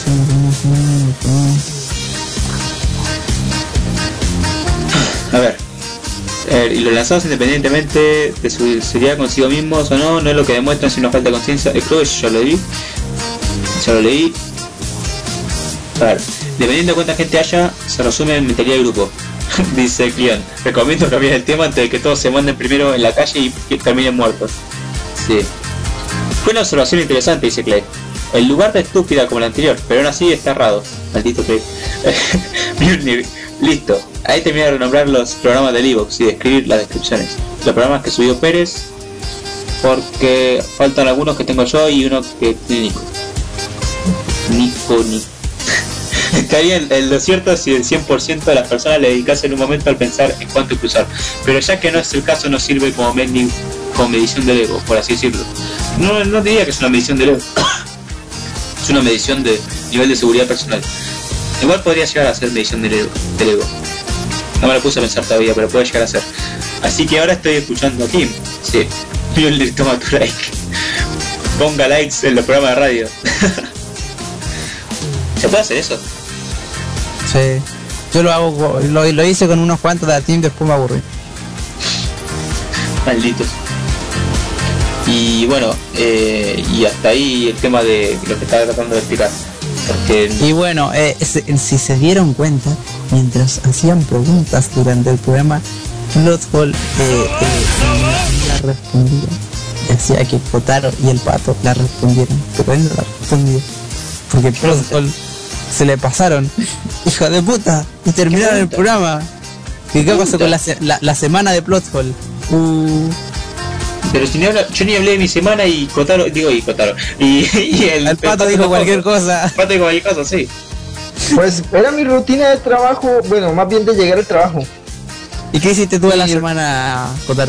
A ver, y los lanzados independientemente de su seguridad consigo mismos o no es lo que demuestran sino falta de conciencia. Creo que ya lo leí. A ver, dependiendo de cuánta gente haya, se resume en mentalidad de grupo. Dice Cleon, recomiendo cambiar el tema antes de que todos se manden primero en la calle y terminen muertos. Sí. Fue una observación interesante, dice Clay. El lugar de estúpida como el anterior, pero aún así está errado. Maldito Clay. Mjolnir. Listo. Ahí terminé de renombrar los programas del iVoox y de escribir las descripciones. Los programas que subió Pérez, porque faltan algunos que tengo yo y uno que tiene Nico. Estaría en lo cierto si el 100% de las personas le dedicasen un momento al pensar en cuánto cruzar, pero ya que no es el caso no sirve como medición del ego, por así decirlo. No diría que es una medición del ego. Es una medición de nivel de seguridad personal. Igual podría llegar a ser medición del ego. No me lo puse a pensar todavía, pero puede llegar a ser. Así que ahora estoy escuchando a Kim. Sí, Mjolnir, toma tu like. Ponga likes en los programas de radio. ¿Se puede hacer eso? Sí. Yo lo hago, lo hice con unos cuantos de la team, después me aburrí. Malditos. Y bueno, y hasta ahí el tema de lo que estaba tratando de explicar. Porque... Y bueno, si se dieron cuenta, mientras hacían preguntas durante el programa, Bloodhole la respondía. Decía que Kotaro y el Pato la respondieron, pero él no la respondía. Porque Bloodhole se le pasaron, hijo de puta, y terminaron el programa. ¿Qué pasó con la semana de Bloodhole? Pero si yo ni hablé de mi semana y Kotaro, y el Pato dijo cualquier cosa. El Pato dijo cualquier cosa, sí. Pues era mi rutina de trabajo, bueno, más bien de llegar al trabajo. ¿Y qué hiciste tú en la semana, Kotaro?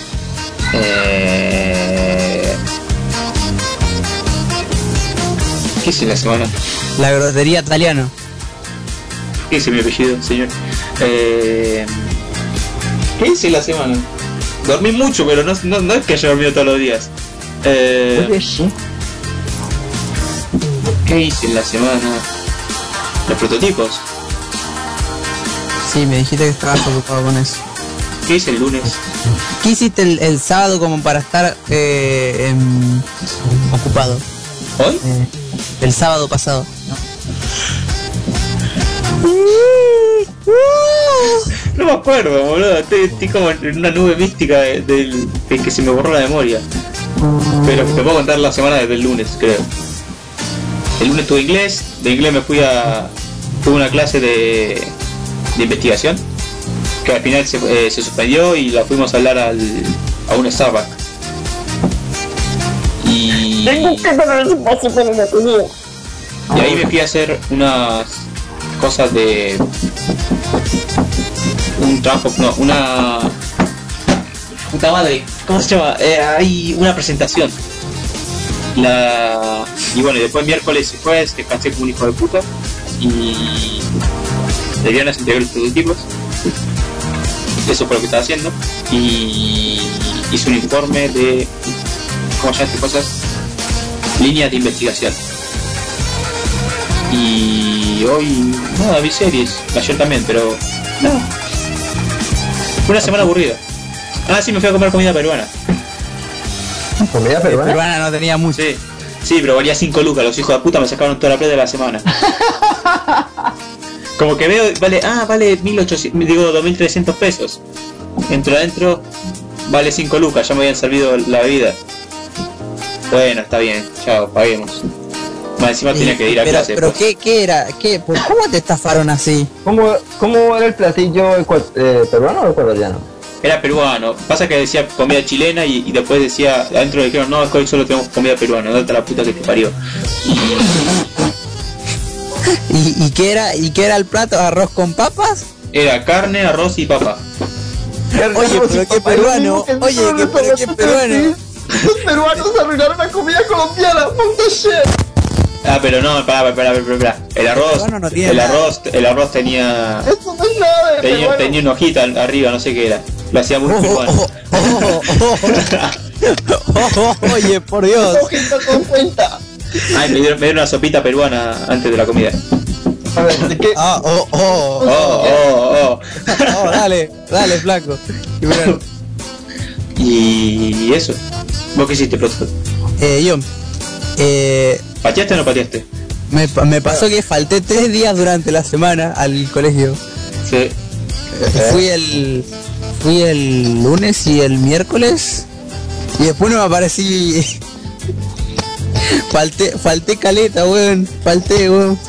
¿Qué hice en la semana? La grosería italiana. ¿Qué hice mi apellido, señor? ¿Qué hice en la semana? Dormí mucho, pero no es que haya dormido todos los días. Sí. ¿Qué hice en la semana? Los prototipos. Sí, me dijiste que estabas ocupado con eso. ¿Qué hice el lunes? ¿Qué hiciste el sábado como para estar ocupado? ¿Hoy? El sábado pasado. No me acuerdo, boludo. Estoy como en una nube mística de que se me borró la memoria. Pero te puedo contar la semana desde el lunes, creo. El lunes tuve inglés. De inglés me tuve una clase de investigación que al final se suspendió y la fuimos a hablar a un Starbucks. Y ahí me fui a hacer unas cosas de un trabajo, no, una puta madre, ¿cómo se llama? Hay una presentación. Y bueno, y después miércoles y jueves descansé como un hijo de puta y el viernes integré los prototipos. Eso fue lo que estaba haciendo y hice un informe de ¿cómo se llaman estas cosas? Líneas de investigación. Y hoy nada, vi series, ayer también, pero nada. Fue una semana aburrida. Sí, me fui a comer comida peruana. ¿Comida peruana? Peruana no tenía mucho. Sí, pero valía 5 lucas, los hijos de puta me sacaron toda la plata de la semana. Como que veo, vale 2.300 pesos. Entro adentro, vale 5 lucas, ya me habían servido la bebida. Bueno, está bien, chao, paguemos. Más encima tenía que ir a clase. Pero pues. ¿qué era? ¿Cómo te estafaron así? ¿Cómo era el platillo peruano o ecuatoriano? Era peruano. Pasa que decía comida chilena y después decía, adentro dijeron, no, es que hoy solo tenemos comida peruana, date la puta que te parió. ¿Y qué era el plato? ¿Arroz con papas? Era carne, arroz y papa. Oye, pero qué peruano. Pero qué peruano. Los peruanos arruinaron la comida colombiana. Pero no, espera. El arroz tenía... Esto no es nada de tenía una hojita arriba, no sé qué era. Lo hacía muy peruano. Oye, por Dios. Hojita con cuenta. Me dieron una sopita peruana antes de la comida. A ver, ¿de qué? Dale, flaco. Y eso. ¿Vos qué hiciste, Proto? Yo. ¿Pateaste o no pateaste? Me pasó que falté 3 días durante la semana al colegio. Sí. Fui el lunes y el miércoles. Y después no me aparecí. Falté caleta, weón. Falté.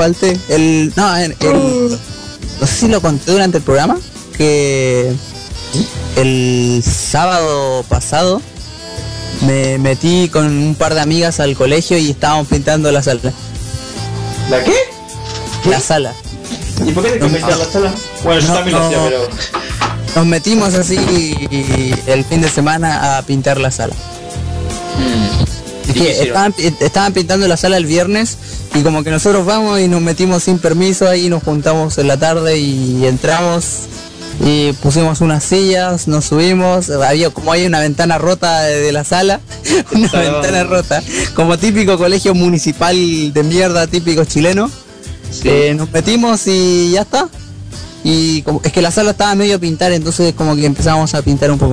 No sé si lo conté durante el programa. Que el sábado pasado me metí con un par de amigas al colegio y estábamos pintando la sala. ¿La qué? La sala. ¿Y por qué te pintar la sala? Bueno, yo también lo hacía, pero... Nos metimos así el fin de semana a pintar la sala. Es que estaban pintando la sala el viernes y como que nosotros vamos y nos metimos sin permiso ahí, nos juntamos en la tarde y entramos y pusimos unas sillas, nos subimos, hay una ventana rota de la sala, una ventana rota, como típico colegio municipal de mierda, típico chileno. Sí. Nos metimos y ya está. Y es que la sala estaba medio a pintar, entonces como que empezamos a pintar un poco.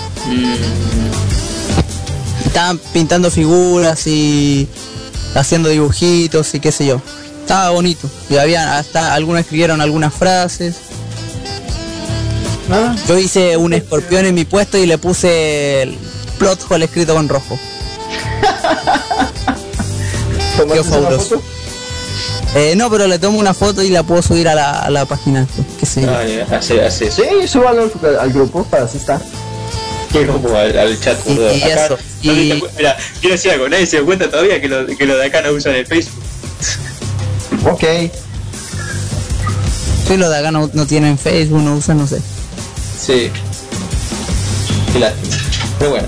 Estaban pintando figuras y haciendo dibujitos y qué sé yo. Estaba bonito. Y había hasta algunos escribieron algunas frases. Yo hice un escorpión en mi puesto y le puse el plot hole escrito con rojo. Qué fabuloso. No, pero le tomo una foto y la puedo subir a la página. ¿Qué sé yo? Sí, súbalo al grupo para así estar. Como al chat. Y acá, eso. Mira, quiero decir algo, nadie se da cuenta todavía que lo de acá no usan el Facebook. Ok. Sí, lo de acá no tienen Facebook, no usan, no sé. Sí. Qué lástima. Pero bueno.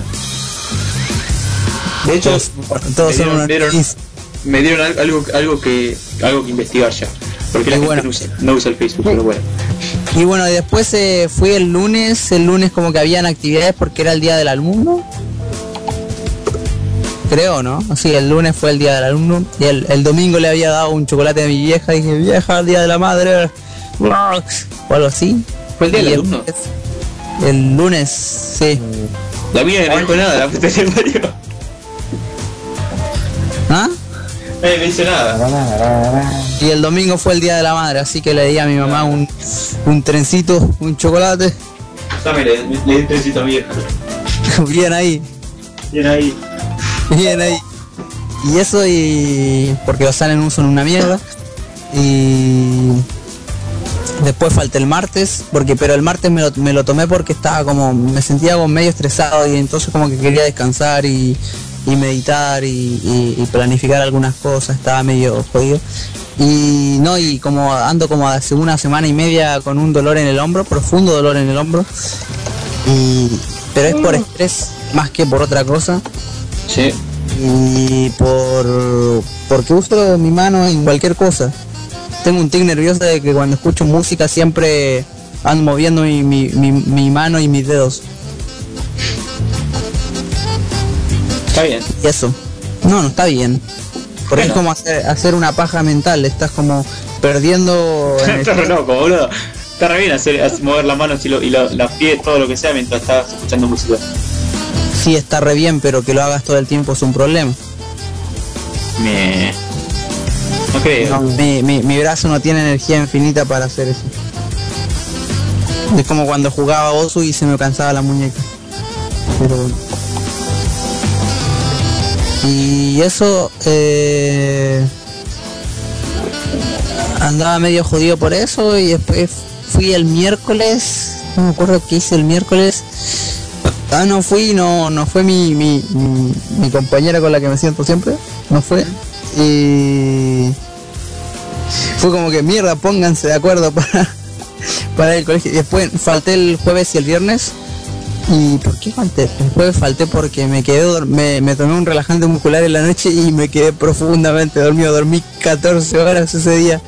De hecho, todos son unos... Me dieron algo que investigar ya. Porque la gente no usa el Facebook, pero bueno. Y bueno, después fui el lunes como que habían actividades porque era el día del alumno. Creo, ¿no? Sí, el lunes fue el día del alumno. Y el domingo le había dado un chocolate a mi vieja y dije, vieja, el día de la madre. O algo así. ¿Fue el día del alumno? El lunes, sí. La mía no dijo nada, la puta de Mario. ¿Ah? No hice nada. Y el domingo fue el día de la madre, así que le di a mi mamá un trencito, un chocolate. Dame, le di un trencito a mi vieja. Bien ahí. Bien ahí. Bien ahí. Y eso, y porque los salen son una mierda. Y después falté el martes, pero el martes me lo tomé porque estaba como, me sentía como medio estresado y entonces como que quería descansar y meditar y planificar algunas cosas, estaba medio jodido. Y como ando como hace una semana y media con un dolor en el hombro, profundo dolor en el hombro. Pero es por estrés más que por otra cosa. Sí. Y porque uso mi mano en cualquier cosa. Tengo un tic nervioso de que cuando escucho música siempre ando moviendo mi mano y mis dedos. Está bien. Y eso. No está bien. Porque es como hacer una paja mental. Estás como perdiendo... Estás re loco, boludo. Está re bien hacer mover las manos y los pies, todo lo que sea, mientras estás escuchando música. Sí, está re bien, pero que lo hagas todo el tiempo es un problema. No creo. No, mi brazo no tiene energía infinita para hacer eso. Es como cuando jugaba Osu y se me cansaba la muñeca. Pero bueno. Y eso, andaba medio jodido por eso y después fui el miércoles, no me acuerdo qué hice el miércoles. No fue mi compañera con la que me siento siempre, no fue. Y fue como que mierda, pónganse de acuerdo para el colegio. Y después falté el jueves y el viernes. ¿Y por qué falté? El jueves falté porque me tomé un relajante muscular en la noche y me quedé profundamente dormido. Dormí 14 horas ese día.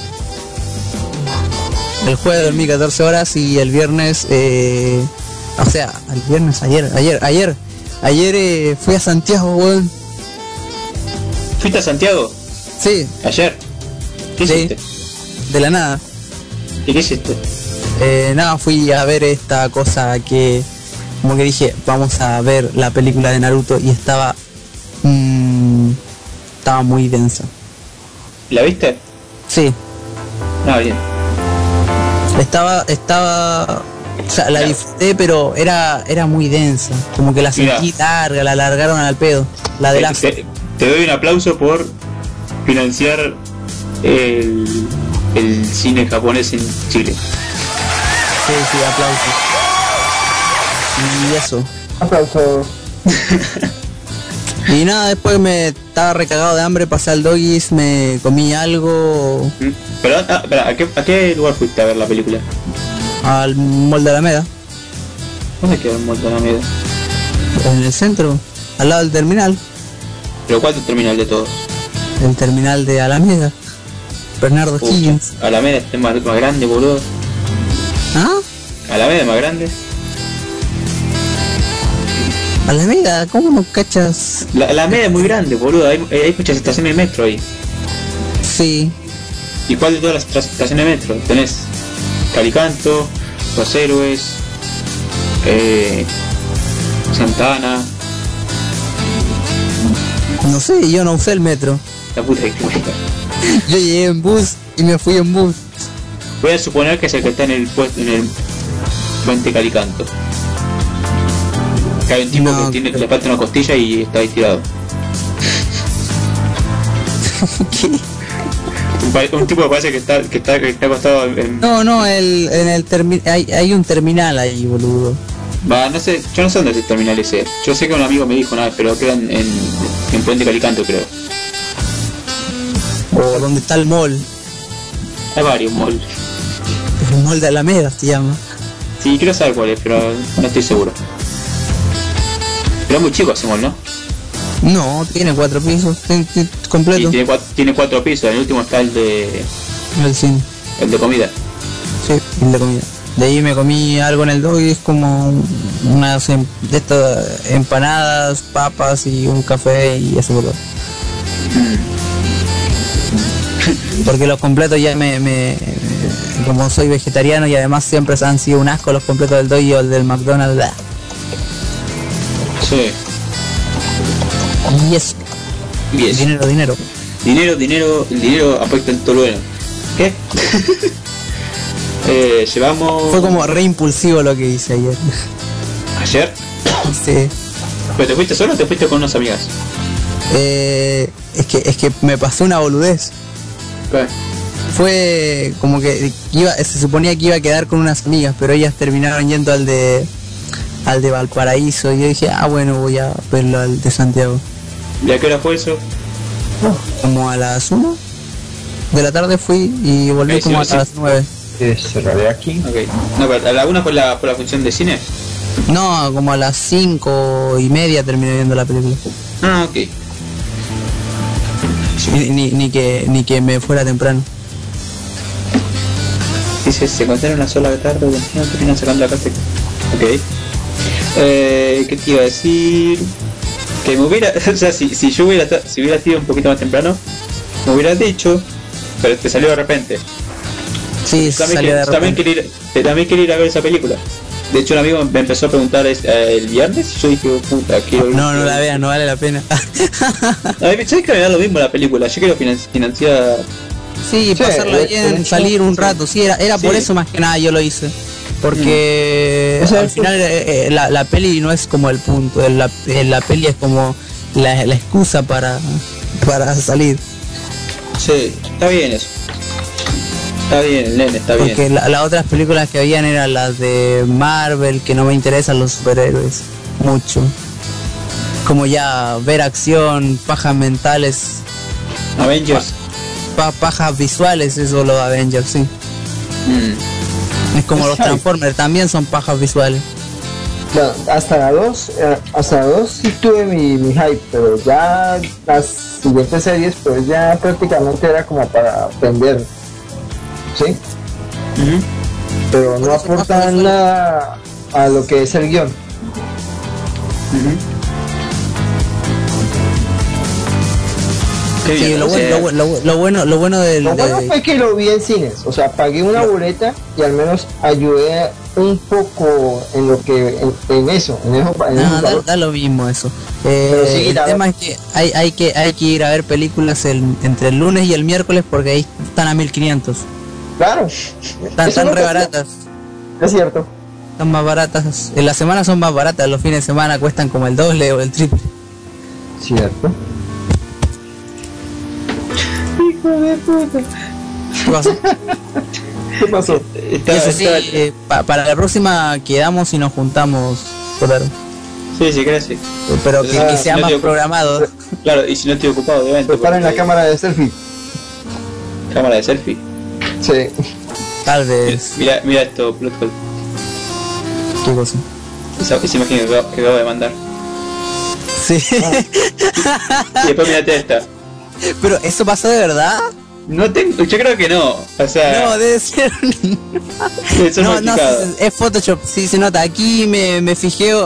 El jueves dormí 14 horas y el viernes, el viernes, ayer fui a Santiago, weón. ¿Fuiste a Santiago? Sí. ¿Ayer? ¿Qué hiciste? De la nada. ¿Y qué hiciste? Nada, fui a ver esta cosa que... Como que dije, vamos a ver la película de Naruto y estaba muy densa. ¿La viste? Sí. Bien. Estaba, o sea, la disfruté, pero era muy densa. Como que la sentí larga, la alargaron al pedo. La de te doy un aplauso por financiar el cine japonés en Chile. Sí, aplausos. Y eso. Aplausos. Y nada, después me estaba recagado de hambre, pasé al Doggies, me comí algo. Pero, ¿a qué lugar fuiste a ver la película? Al Mall de Alameda. ¿Dónde queda el Mall de Alameda? En el centro, al lado del terminal. ¿Pero cuál es el terminal de todos? El terminal de Alameda. Bernardo Higgins. Alameda es más grande, boludo. ¿Ah? Alameda es más grande. Alameda, ¿cómo no cachas? La Alameda es muy grande, boludo. Hay muchas estaciones de metro ahí. Sí. ¿Y cuál de todas las estaciones de metro? Tenés Calicanto, Los Héroes, Santa Ana. No sé, yo no usé el metro. La puta que te parió. Yo llegué en bus y me fui en bus. Voy a suponer que es el que está en el puente Calicanto. Que hay un tipo No, que le falta una costilla y está ahí tirado. ¿Qué? Un tipo que parece que está acostado en... No, hay un terminal ahí, boludo. Va, no sé, yo no sé dónde es el terminal ese. Yo sé que un amigo me dijo una vez, pero queda en Puente Calicanto, creo. O donde está el mall. Hay varios malls. El mall de Alameda se llama. Sí, quiero saber cuál es, pero no estoy seguro. Pero es muy chico ese mall, ¿no? No, tiene 4 pisos, completo. Sí, tiene 4 pisos, en el último está el de comida. Sí, el de comida. De ahí me comí algo en el dog y es como unas de estas empanadas, papas y un café y eso, boludo. Porque los completos ya como soy vegetariano y además siempre han sido un asco los completos del Doggy o el del McDonald's. Blah. Sí. Y eso. Dinero. El dinero apuesta en todo lo bueno. ¿Qué? Llevamos... Fue como re impulsivo lo que hice ayer. ¿Ayer? Sí. ¿Pero te fuiste solo o te fuiste con unas amigas? Es que me pasó una boludez. ¿Qué? Fue como que se suponía que iba a quedar con unas amigas, pero ellas terminaron yendo al de Valparaíso y yo dije, bueno, voy a verlo al de Santiago. ¿Y a qué hora fue eso? Como a las 1 de la tarde fui y volví como a las 9. Cerraré aquí. Ok. No, pero a la 1 fue la función de cine. No, como a las 5:30 terminé viendo la película. Ah, ok. Ni que me fuera temprano. Dice, se encontraron una sola tarde y no terminan sacando la carta. Ok. ¿Qué te iba a decir? Que me hubiera, o sea, si hubiera sido un poquito más temprano, me hubieras dicho, pero te salió de repente. Sí, salió de repente. También quería ir a ver esa película. De hecho, un amigo me empezó a preguntar el viernes y yo dije, puta, quiero ir. No la veas, no vale la pena. A ver, ¿sabes que me da lo mismo la película? Yo quiero financiar... Sí, pasarla bien, salir un rato. Sí, era por eso más que nada yo lo hice. Porque al final la peli no es como el punto, la peli es como la excusa para salir. Sí, está bien eso. Está bien, el nene, está bien. Porque las otras películas que habían eran las de Marvel, que no me interesan los superhéroes mucho. Como ya ver acción, pajas mentales. Avengers. Pajas visuales, eso lo de Avengers, sí. Es como los Transformers, también son pajas visuales. Bueno, hasta la 2 sí tuve mi hype, pero ya las siguientes series pues ya prácticamente era como para aprender, ¿sí? Pero no aportan nada a lo que es el guión. Sí, lo bueno fue que lo vi en cines, o sea, pagué una boleta y al menos ayudé un poco en lo que en eso da lo mismo eso. Sí, el tema es que hay que ir a ver películas entre el lunes y el miércoles porque ahí están a 1500. Claro, están re baratas. Es cierto. Están más baratas, en la semana son más baratas, los fines de semana cuestan como el doble o el triple. Cierto. Hijo de puta. ¿Qué pasó? ¿Qué pasó? Eso sí, para la próxima quedamos y nos juntamos, claro. Sí, gracias. Pero que sea más programado. Claro, y si no estoy ocupado, obviamente. Preparen la cámara de selfie. ¿Cámara de selfie? Sí. Tal vez. Mira esto, Plotcol. ¿Qué cosa? Esa imagen que acabo de mandar. Sí. Y después mirate esta. Pero eso pasó de verdad. No tengo, yo creo que no. O sea, No, debe ser. debe ser No, modificado. es Photoshop, sí se nota. Aquí me fijo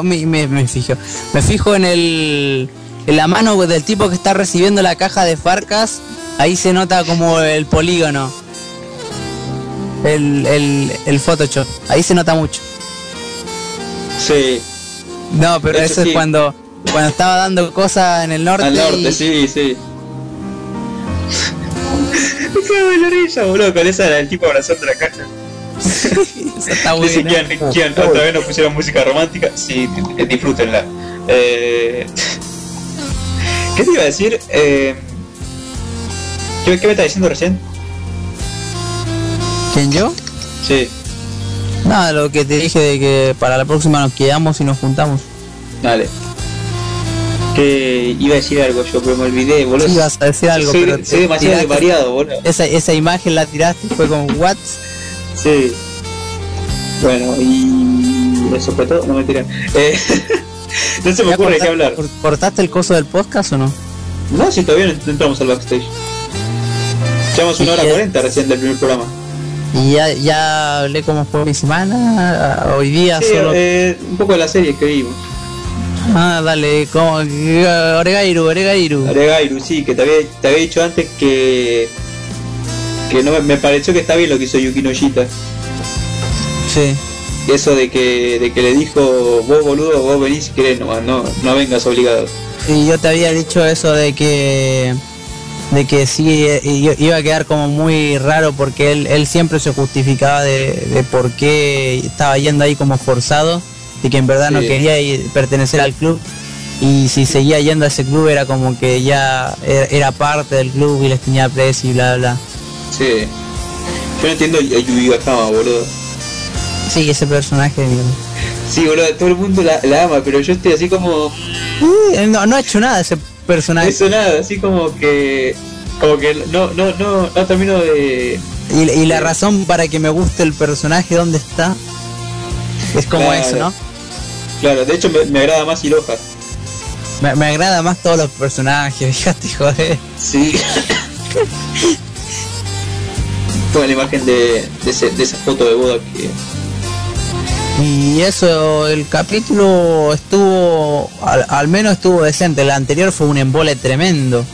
en la mano del tipo que está recibiendo la caja de Farcas. Ahí se nota como el polígono. El Photoshop. Ahí se nota mucho. Sí, No, pero Eso eso sí. es cuando estaba dando cosas en el norte. al norte, y- sí. Me cago en la risa, boludo, con esa del tipo abrazando la caja. Eso está Dice bueno. ¿quién otra vez nos pusieron música romántica? Sí, disfrútenla. ¿Qué te iba a decir? ¿Qué me estás diciendo recién? ¿Quién, yo? Sí, Nada, lo que te dije de que para la próxima nos quedamos y nos juntamos. dale. Que iba a decir algo yo, pero me olvidé, boludo. Sí, ibas a decir algo, soy, pero soy demasiado tiraste- variado, boludo. Esa imagen la tiraste y fue como, ¿what? Sí. Bueno, y eso fue todo, no me tiran. No se me ¿Ya ocurre qué hablar. ¿Cortaste el coso del podcast o no? No, si todavía no entramos al backstage. Llevamos 1 hora 40 recién del primer programa. Y ya hablé cómo fue mi semana, hoy día Sí, solo... un poco de la serie que vimos. Ah, dale, como... Oregairu. Aregairu, sí, que te había dicho antes que no me pareció que está bien lo que hizo Yuki Noshita. Sí. Eso de que le dijo, vos boludo, vos venís si querés nomás, no vengas obligado. Y yo te había dicho eso de que sí iba a quedar como muy raro porque él siempre se justificaba de por qué estaba yendo ahí como forzado y que en verdad no Sí. quería pertenecer al club, y si seguía yendo a ese club era como que ya era parte del club y les tenía precio y bla bla. Sí. Yo no entiendo a Yubi Gakama, boludo. Sí, ese personaje de mierda. Sí, boludo, todo el mundo la ama, pero yo estoy así como... No ha hecho nada ese personaje. Eso nada, así como que no termino de... Y la razón para que me guste el personaje, ¿dónde está? Es como Claro. eso, ¿no? Claro, de hecho me agrada más Hiroha. Me agrada más todos los personajes, fíjate, joder. Sí. Toda la imagen de esa foto de boda que... Y eso, el capítulo estuvo, al menos estuvo decente. El anterior fue un embole tremendo.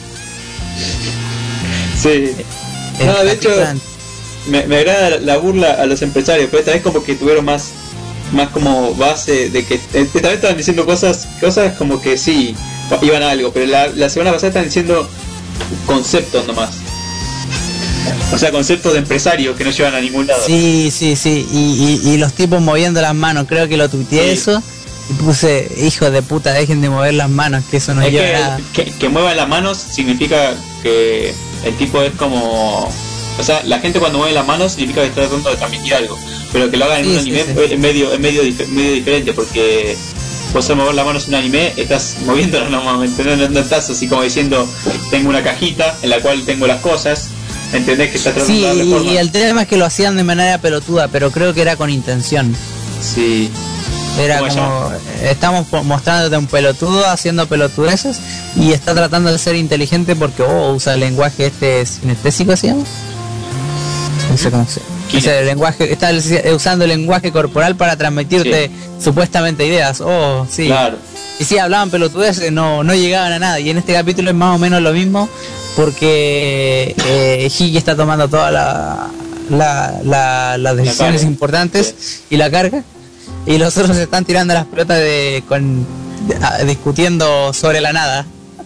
Sí. El No, de hecho, capitán. me agrada la burla a los empresarios, pero esta vez como que tuvieron más como base de que esta vez estaban diciendo cosas como que sí, iban a algo, pero la semana pasada estaban diciendo conceptos nomás. O sea, conceptos de empresarios que no llevan a ningún lado. Sí. Y los tipos moviendo las manos. Creo que lo tuiteé Sí. eso. Y puse, hijo de puta, dejen de mover las manos, que eso no Es lleva a nada. que muevan las manos significa que el tipo es como... O sea, la gente cuando mueve las manos significa que está tratando de transmitir algo. Pero que lo hagan en Sí, un sí, anime sí. es medio diferente, porque vos al mover las manos en un anime estás moviéndolas normalmente, no estás así como diciendo tengo una cajita en la cual tengo las cosas, ¿entendés? Que estás tratando Sí, de darle forma. y el tema es que lo hacían de manera pelotuda, pero creo que era con intención. Sí. Era ¿Cómo se como, estamos mostrándote un pelotudo haciendo pelotudeces y está tratando de ser inteligente porque usa el lenguaje sinestésico, ¿se llama? No sé cómo se ¿Quién? dice. El lenguaje, está usando el lenguaje corporal para transmitirte supuestamente ideas. Sí. Claro. Y sí, hablaban pelotudeces, no llegaban a nada. Y en este capítulo es más o menos lo mismo porque Hiki está tomando todas las decisiones carga. importantes y la carga. Y los otros se están tirando las pelotas discutiendo sobre la nada.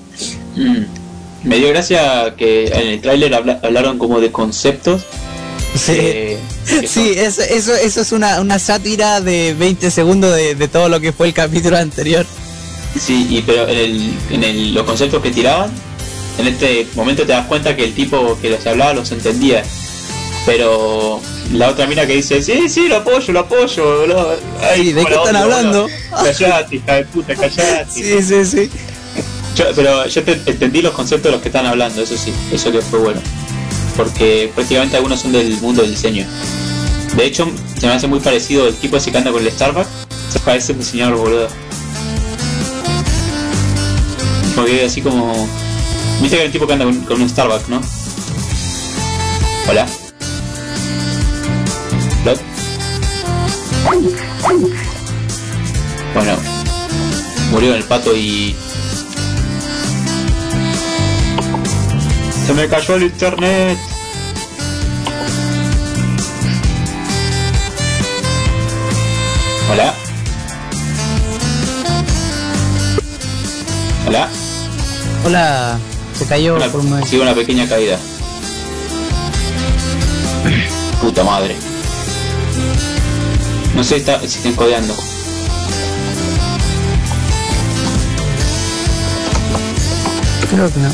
Me dio gracia que en el tráiler hablaron como de conceptos. Sí, que sí, eso es una sátira de 20 segundos de todo lo que fue el capítulo anterior. Sí, pero los conceptos que tiraban, en este momento te das cuenta que el tipo que los hablaba los entendía. Pero la otra mina que dice, sí, lo apoyo, boludo. Ay, Sí, ¿de como qué la están odio, hablando? boludo. Callate, hija de puta, callate. Sí. Pero yo entendí los conceptos de los que están hablando, eso sí, eso que fue bueno. Porque prácticamente algunos son del mundo del diseño. De hecho, se me hace muy parecido el tipo ese que anda con el Starbucks. Se parece a mi señor, boludo. Porque así como... Viste que hay un tipo que anda con un Starbucks, ¿no? Hola. ¿Lot? Bueno, murió el pato y... Se me cayó el internet. Hola. Hola. Hola, se cayó por un momento. Sigo una pequeña caída. Puta madre. No sé si están codeando. Creo que no.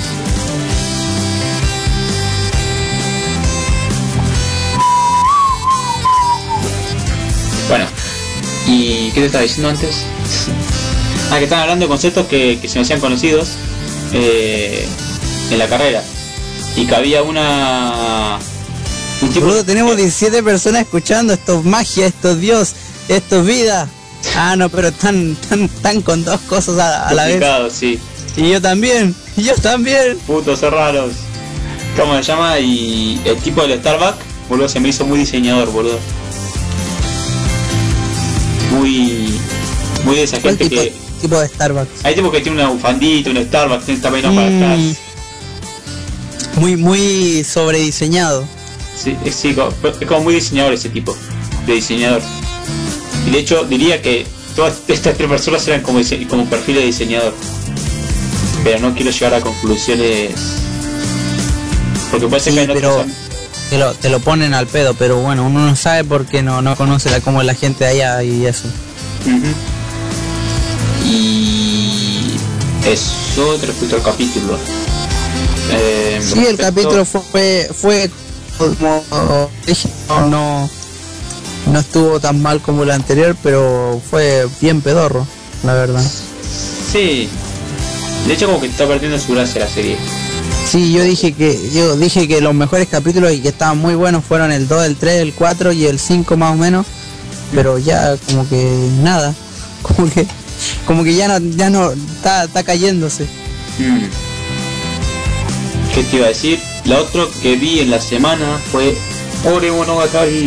Bueno, ¿y qué te estaba diciendo antes? Que estaban hablando de conceptos que se me hacían conocidos en la carrera. Y que había un tipo... Boludo, tenemos 17 personas escuchando. Esto es magia, esto es Dios, esto es vida. Ah, no, pero están con dos cosas a la vez. Sí. Y yo también. Putos raros. ¿Cómo se llama? Y el tipo del Starbucks, boludo, se me hizo muy diseñador, boludo. Muy de esa gente tipo de Starbucks. Hay tipo que tiene una bufandita, un Starbucks, tiene también para atrás. Muy sobrediseñado. Sí, es como muy diseñador ese tipo de diseñador. Y de hecho diría que todas estas tres personas eran como perfil de diseñador. Pero no quiero llegar a conclusiones porque puede ser que hay pero te lo ponen al pedo, pero bueno, uno no sabe porque no conoce cómo es la gente de allá y eso. Y eso respecto al capítulo. Sí, el capítulo fue como dije, no estuvo tan mal como el anterior, pero fue bien pedorro, la verdad. Sí, de hecho como que está perdiendo su gracia la serie. Sí, yo dije que los mejores capítulos y que estaban muy buenos fueron el 2, el 3, el 4 y el 5 más o menos, pero ya como que nada, como que ya no está cayéndose. ¿Qué te iba a decir? La otra que vi en la semana fue Ore Monogatari.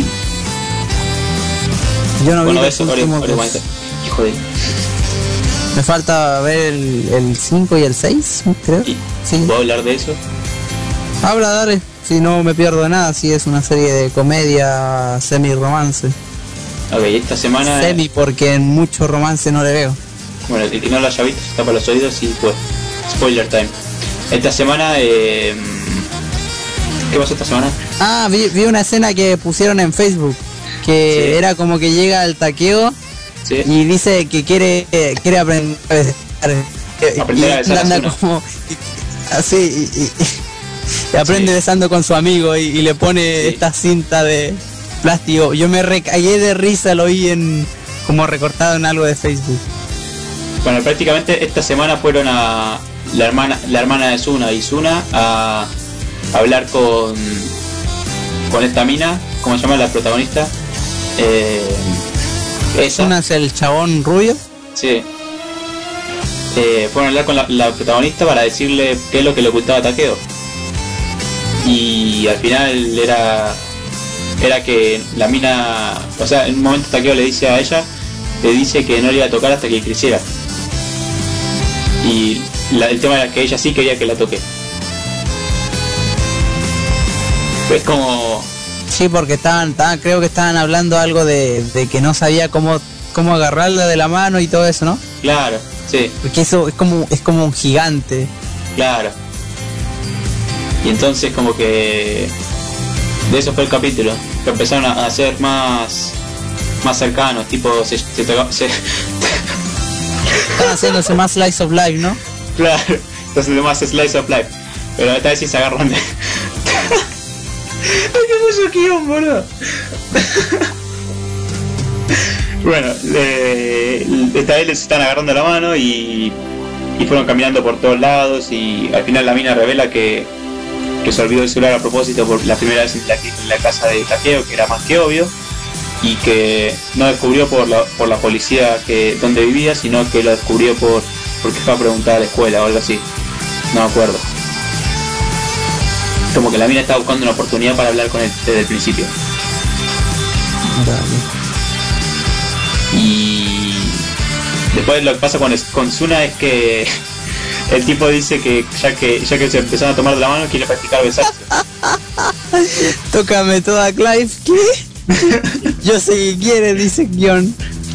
Yo no vi eso, hijo de... Me falta ver el 5 y el 6, creo. Sí. ¿Puedo hablar de eso? Habla, dale. Si no me pierdo de nada, si es una serie de comedia semi-romance. Ok, esta semana... Semi, porque en mucho romance no le veo. Bueno, el que no lo haya visto se tapa los oídos y pues... Spoiler time. Esta semana... ¿Qué pasó esta semana? Vi una escena que pusieron en Facebook. Que era como que llega el taqueo. Sí. Y dice que quiere aprender a besar anda como así y aprende besando con su amigo y le pone esta cinta de plástico. Yo me recagué de risa, lo vi como recortado en algo de Facebook. Bueno, prácticamente esta semana fueron a la hermana de Suna y Suna a hablar con esta mina, ¿cómo se llama la protagonista? ¿Suna es el chabón rubio? Sí. Fueron a hablar con la protagonista para decirle qué es lo que le ocultaba a Takeo. Y al final era que la mina, o sea, en un momento Takeo le dice a ella, le dice que no le iba a tocar hasta que creciera. Y el tema era que ella sí quería que la toque. Es como... Sí, porque creo que estaban hablando algo de que no sabía cómo agarrarla de la mano y todo eso, ¿no? Claro, sí. Porque eso es como un gigante. Claro. Y entonces como que de eso fue el capítulo, que empezaron a ser más cercanos, tipo están haciéndose más slice of life, ¿no? Claro, entonces más slice of life. Pero esta vez sí se agarran de... ¡Ay, qué mucho guión, boludo! Bueno, esta vez les están agarrando la mano y fueron caminando por todos lados y al final la mina revela que se olvidó el celular a propósito por la primera vez en la casa de Takeo, que era más que obvio, y que no descubrió por la policía donde vivía, sino que lo descubrió por porque fue a preguntar a la escuela o algo así. No me acuerdo. Como que la mina estaba buscando una oportunidad para hablar con él desde el principio. Y después lo que pasa con Suna es que el tipo dice que ya que se empezaron a tomar de la mano quiere practicar besarse. Tócame toda, Clive. ¿Qué? Yo sé que quiere, dice guión.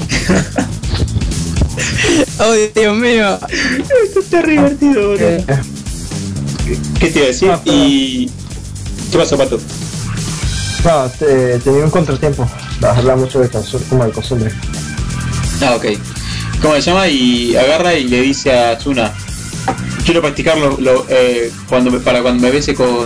Oh, Dios mío. Esto está re divertido, boludo. ¿Qué te iba a decir? ¿Y qué pasó, Pato? No, tenía un contratiempo. Bajarla mucho de como de costumbre. Ah, ok. ¿Cómo se llama? Y agarra y le dice a Tsuna: quiero practicarlo cuando me bese con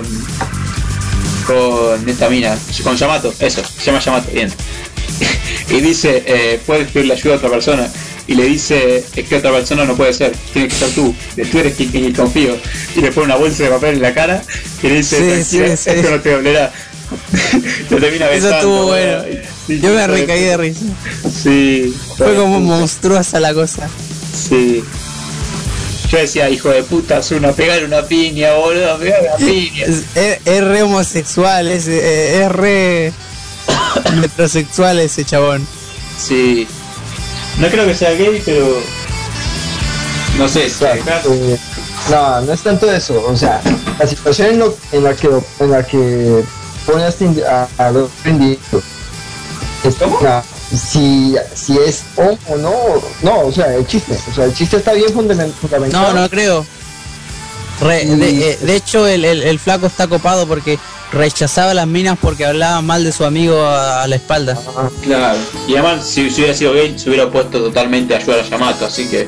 esta mina, con Yamato, eso, se llama Yamato, bien. Y dice, puedes pedirle ayuda a otra persona. Y le dice, es que otra persona no puede ser, tiene que ser tú eres quien confío. Y le pone una bolsa de papel en la cara y le dice, sí. esto no te dolerá. Lo termina besando. Eso estuvo bueno. Yo me recaí de risa. Sí. Fue como monstruosa la cosa. Sí. Yo decía, hijo de puta, Asuna, pegar una piña, boludo, pegar una piña. Es re homosexual, es re metrosexual ese chabón. Sí. No creo que sea gay, pero no sé, no es tanto eso, o sea, la situación en la que pone a los individuos. ¿Cómo? Si es o no, o sea, el chiste está bien fundamentado. No creo. De hecho, el flaco está copado porque rechazaba a las minas porque hablaban mal de su amigo a la espalda. Claro. Y además, si hubiera sido gay, se hubiera puesto totalmente a ayudar a Yamato, así que...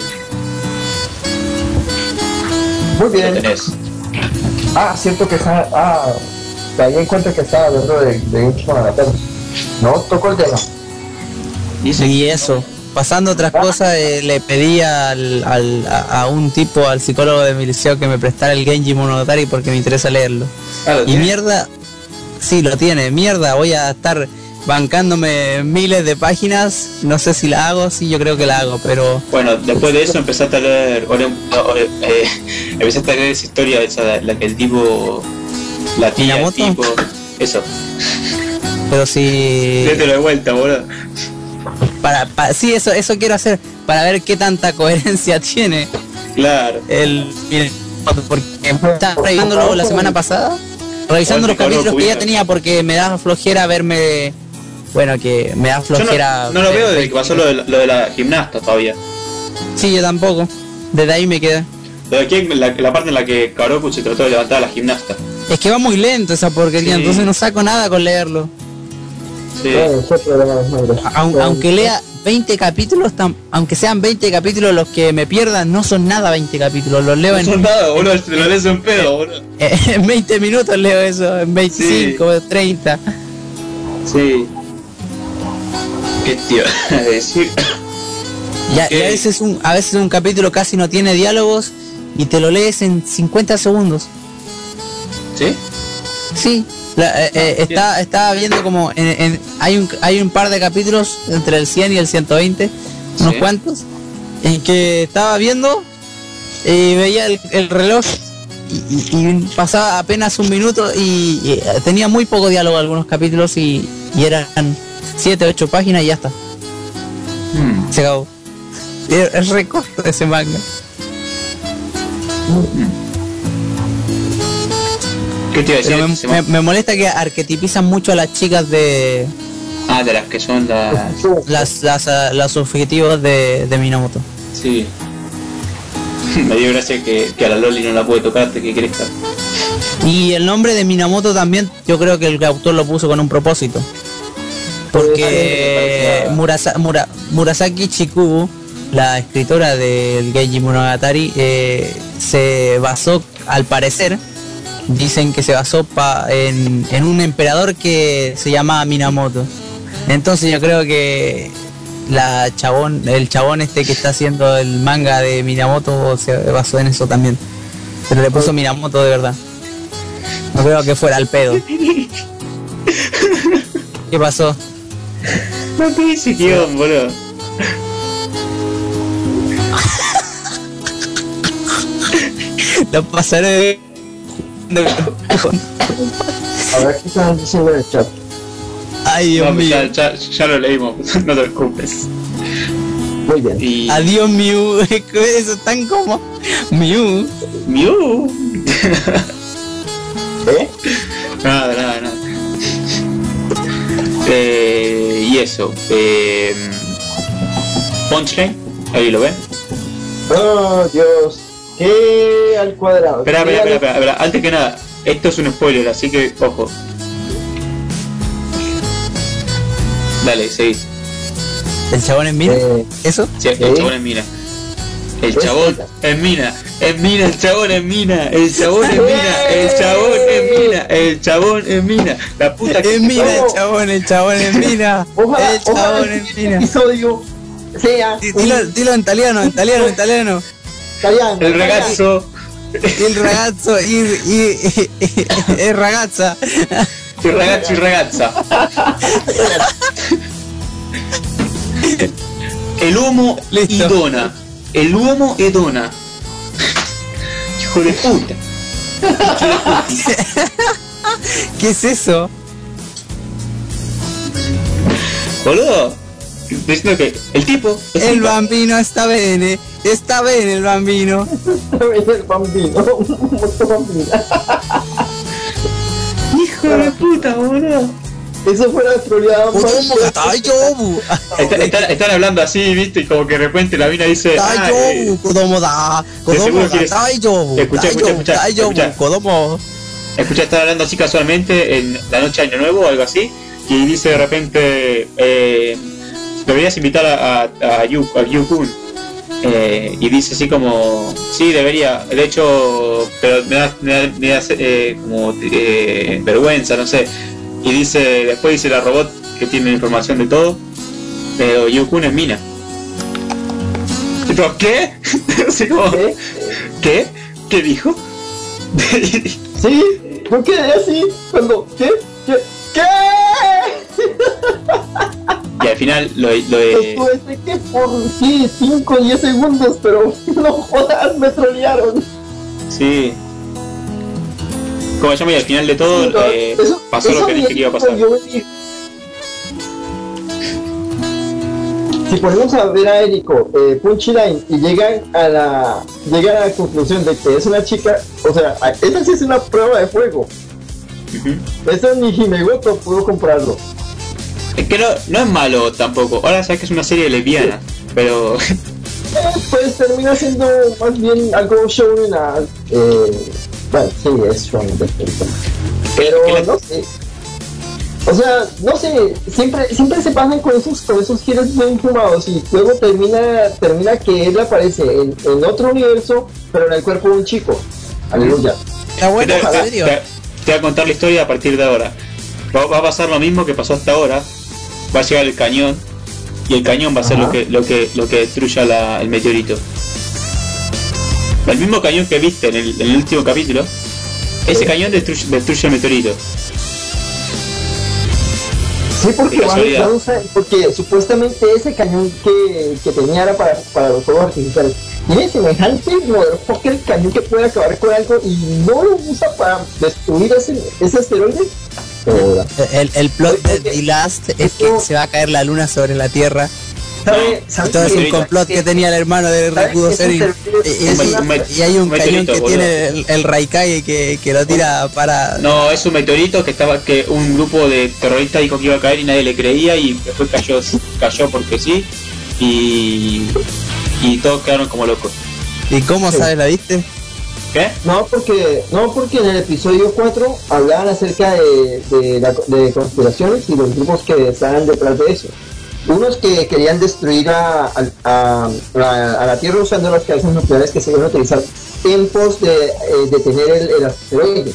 Muy bien. Lo tenés. Cierto que caí en cuenta que estaba hablando de Genji Monogatari. No tocó el tema. Y eso. Pasando otras cosas, le pedí a un tipo, al psicólogo de mi liceo, que me prestara el Genji Monogatari porque me interesa leerlo. Y mierda, sí, lo tiene. Mierda, voy a estar bancándome miles de páginas. No sé si la hago, sí, yo creo que la hago, pero... Bueno, después de eso empezaste a leer... empezaste a leer esa historia, la que el tipo... La tía, el tipo... Eso. Pero si... Léetelo de vuelta, boludo. Sí, eso quiero hacer, para ver qué tanta coherencia tiene. Claro. Porque estaba revisándolo la semana pasada, revisando los capítulos que ya tenía, porque me da flojera verme. Bueno, que me da flojera. Yo no lo veo desde que pasó lo de la gimnasta todavía. Sí, yo tampoco. Desde ahí me quedé. Lo de aquí, la parte en la que Karoku se trató de levantar a la gimnasta. Es que va muy lento esa porquería, sí. Entonces no saco nada con leerlo. Sí. Aunque lea 20 capítulos, aunque sean 20 capítulos los que me pierdan, no son nada 20 capítulos, los leo no son nada, boludo, te lo lees en pedo, boludo. En 20 minutos leo eso, en 25, sí. 30. Sí. ¿Qué te iba a decir? Y a veces un capítulo casi no tiene diálogos y te lo lees en 50 segundos. ¿Sí? Sí. Estaba viendo como hay un par de capítulos entre el 100 y el 120, unos cuantos, en que estaba viendo y veía el reloj y pasaba apenas un minuto y tenía muy poco diálogo algunos capítulos y eran 7, 8 páginas y ya está. Se acabó. Es re corto ese manga. ¿Qué te iba a decir? Pero me molesta que arquetipizan mucho a las chicas de... de las que son las objetivos de Minamoto. Sí. Me dio gracia que a la Loli no la puede tocarte, que crezca. Y el nombre de Minamoto también, yo creo que el autor lo puso con un propósito. Porque Murasaki Chikubu, la escritora del Genji Monogatari, se basó, al parecer, dicen que se basó en un emperador que se llamaba Minamoto. Entonces yo creo que el chabón este que está haciendo el manga de Minamoto se basó en eso también. Pero le puso Minamoto de verdad. No creo que fuera al pedo. ¿Qué pasó? No te dice guión, boludo. Lo pasaré. A ver qué están diciendo en el chat. Ay, Dios No, pues mío. ya lo leímos, no te preocupes. Muy bien. Y... Adiós, Mew. Eso es tan como Mew. Mew. ¿Eh? Nada. Y eso. Punchline, ahí lo ven. Oh, Dios. ¿Qué al cuadrado? Espera. Antes que nada, esto es un spoiler, así que ojo. Dale, seguí. ¿El chabón es mina? ¿Eso? Sí, el chabón es mina. El chabón es mina. El chabón es mina. El chabón es mina. La puta que Es mina el chabón es mina. Ojalá, El chabón es este mina. episodio sea Dilo en italiano. italiano. el ragazzo. Il ragazzo e ragazza. Il ragazzo y ragazza. El uomo Listo. y dona. El uomo e dona. Hijo de puta. ¿Qué es eso? Boludo. Diciendo que el tipo es El un- bambino está bene el bambino. el bambino. Molto bambina. Hijo de puta, boludo. Eso fue la troleada más. Dayobu. Están hablando así, viste, y como que de repente la mina dice. Dayobu, kodomo da. de seguro quieres- Dayobu. Escucha. Kodomo. Escucha, están hablando así casualmente en la noche de Año Nuevo o algo así, y dice de repente, deberías invitar a Yu-kun. Y dice así como, sí, debería, de hecho, pero me da como vergüenza, no sé. Y después dice la robot que tiene información de todo, pero Yu-kun es mina. Tipo, ¿qué? Así como, ¿Qué? ¿Qué dijo? Sí, yo quedé así cuando. ¿Qué? Y al final lo Estuve que por 5 o 10 segundos, pero no jodas, me trolearon. sí. Como se llama, y al final de todo pasó lo que dije que iba a pasar. Si ponemos a ver a Eriko, Punchline, y llegan a la conclusión de que es una chica, o sea, esa sí es una prueba de fuego. Esa ni Himegoto pudo comprarlo. Es que no es malo tampoco. Ahora sabes que es una serie lesbiana, pero Pues termina siendo más bien algo shonen bueno, sí, es shonen de cierto. Pero no sé. O sea, no sé, siempre se pasan con esos giros bien fumados y luego termina que él aparece en otro universo, pero en el cuerpo de un chico. Aleluya. Está bueno, en serio. te voy a contar la historia a partir de ahora. Va a pasar lo mismo que pasó hasta ahora. Va a llegar el cañón y el cañón va a ser lo que destruya el meteorito. El mismo cañón que viste en el último capítulo, ese cañón destruye el meteorito. Sí, porque supuestamente ese cañón que tenía era para los fuegos artificiales. Tiene semejante poder el cañón que puede acabar con algo y no lo usa para destruir ese asteroide. El plot de The Last es que se va a caer la luna sobre la Tierra. Todo es un complot que tenía el hermano de Rikudo Serin. Y hay un cañón que tiene el Raikai que lo tira para... No, es un meteorito que un grupo de terroristas dijo que iba a caer y nadie le creía y después cayó porque sí y todos quedaron como locos. ¿Y cómo sabes? ¿La viste? ¿Qué? No, porque en el episodio 4 hablaban acerca de conspiraciones y los grupos que estaban detrás de eso. Unos que querían destruir a la Tierra usando las cabezas nucleares que se iban a utilizar en pos de detener el asteroide.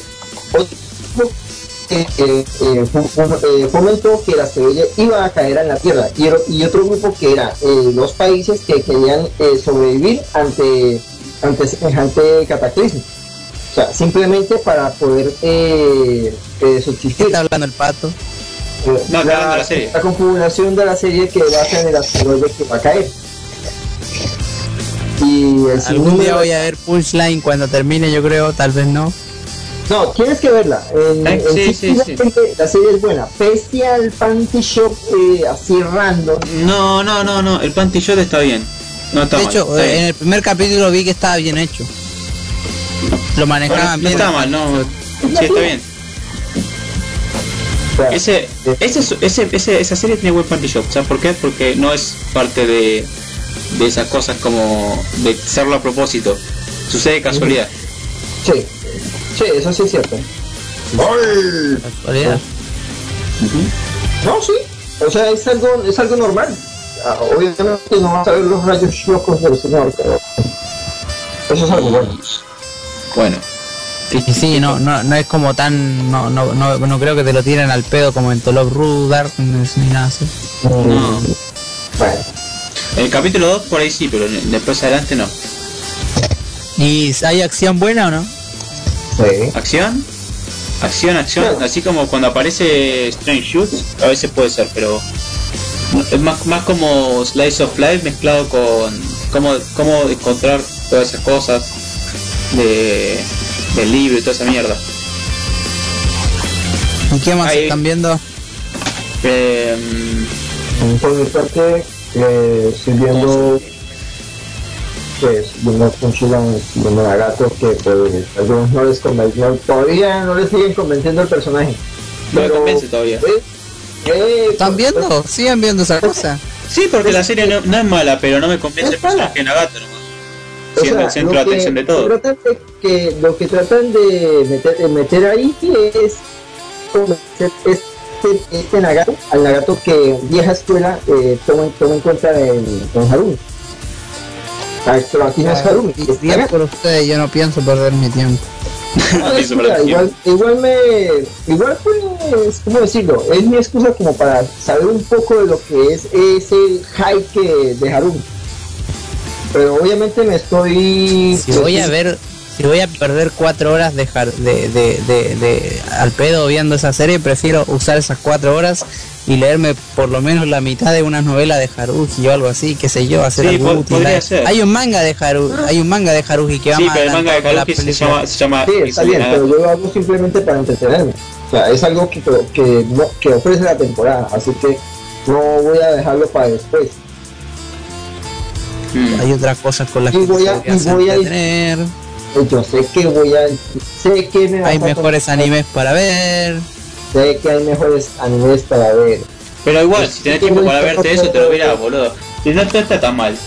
Otro fomentó que el asteroide iba a caer en la Tierra y otro grupo que era los países que querían sobrevivir ante semejante cataclismo. O sea, simplemente para poder subsistir. ¿Qué está hablando el pato? No, está hablando de la serie. La configuración de la serie que basa en el asteroide que va a caer. Y el algún día voy a ver Punchline cuando termine, yo creo, tal vez no. No, tienes que verla. Sí. La serie es buena. Pese al Panty Shop así random. No, el Panty Shop está bien. No está de mal, hecho, está en bien. el primer capítulo vi que estaba bien hecho. Lo manejaban No bien. está mal, no. Sí, está bien. O sea, Esa serie tiene buen Panty Shop. ¿Sabes por qué? Porque no es parte de esas cosas como de hacerlo a propósito. Sucede de casualidad. sí, eso sí es cierto. Casualidad. No, sí. O sea, es algo normal. Obviamente no vas a ver los rayos locos del señor, pero eso es algo bueno. Bueno. Y sí, no es como tan, no creo que te lo tiren al pedo como en Tolop Ru, Darkness ni nada así. No. Bueno. El capítulo 2 por ahí sí, pero después adelante no. ¿Y hay acción buena o no? Sí. ¿Acción? Claro. Así como cuando aparece Strange Shoots, a veces puede ser, pero es más como Slice of Life mezclado con cómo encontrar todas esas cosas del libro y toda esa mierda. ¿Y qué más Ahí. están viendo? Por mi parte, estoy viendo Punchline de Monagato, que pues algunos no les convencen, todavía no les siguen convenciendo el personaje. No me convence todavía. ¿Están viendo? ¿Siguen viendo esa cosa? Sí, porque la serie no es mala, pero no me convence el personaje de Nagato nomás. Siendo el centro de atención de todo. Lo que tratan de meter ahí es convencer este Nagato, al Nagato que vieja escuela toma en cuenta en Harumi. Pero aquí no es Harumi. Bien por ustedes, yo no pienso perder mi tiempo. Igual pues, ¿cómo decirlo? Es mi excusa como para saber un poco de lo que es ese hype de Harumi. Pero obviamente me estoy... Si voy a perder 4 horas de al pedo viendo esa serie, prefiero usar esas 4 horas y leerme por lo menos la mitad de una novela de Haruhi o algo así, qué sé yo, hacer Sí, algo útil. podría ser. Hay un manga de Haruhi que va Sí, más pero el manga de adelantado Haruhi que la se película. llama Sí, está bien, pero yo lo hago simplemente para entretenerme. O sea, es algo que ofrece la temporada, así que no voy a dejarlo para después. Hay otras cosas con las Y que voy a tener. Yo sé que me vas Hay a mejores animes para ver. Sé que hay mejores animes para ver. Pero igual, si tenés tiempo para verte eso, te lo mirás, boludo. Y no está tan mal.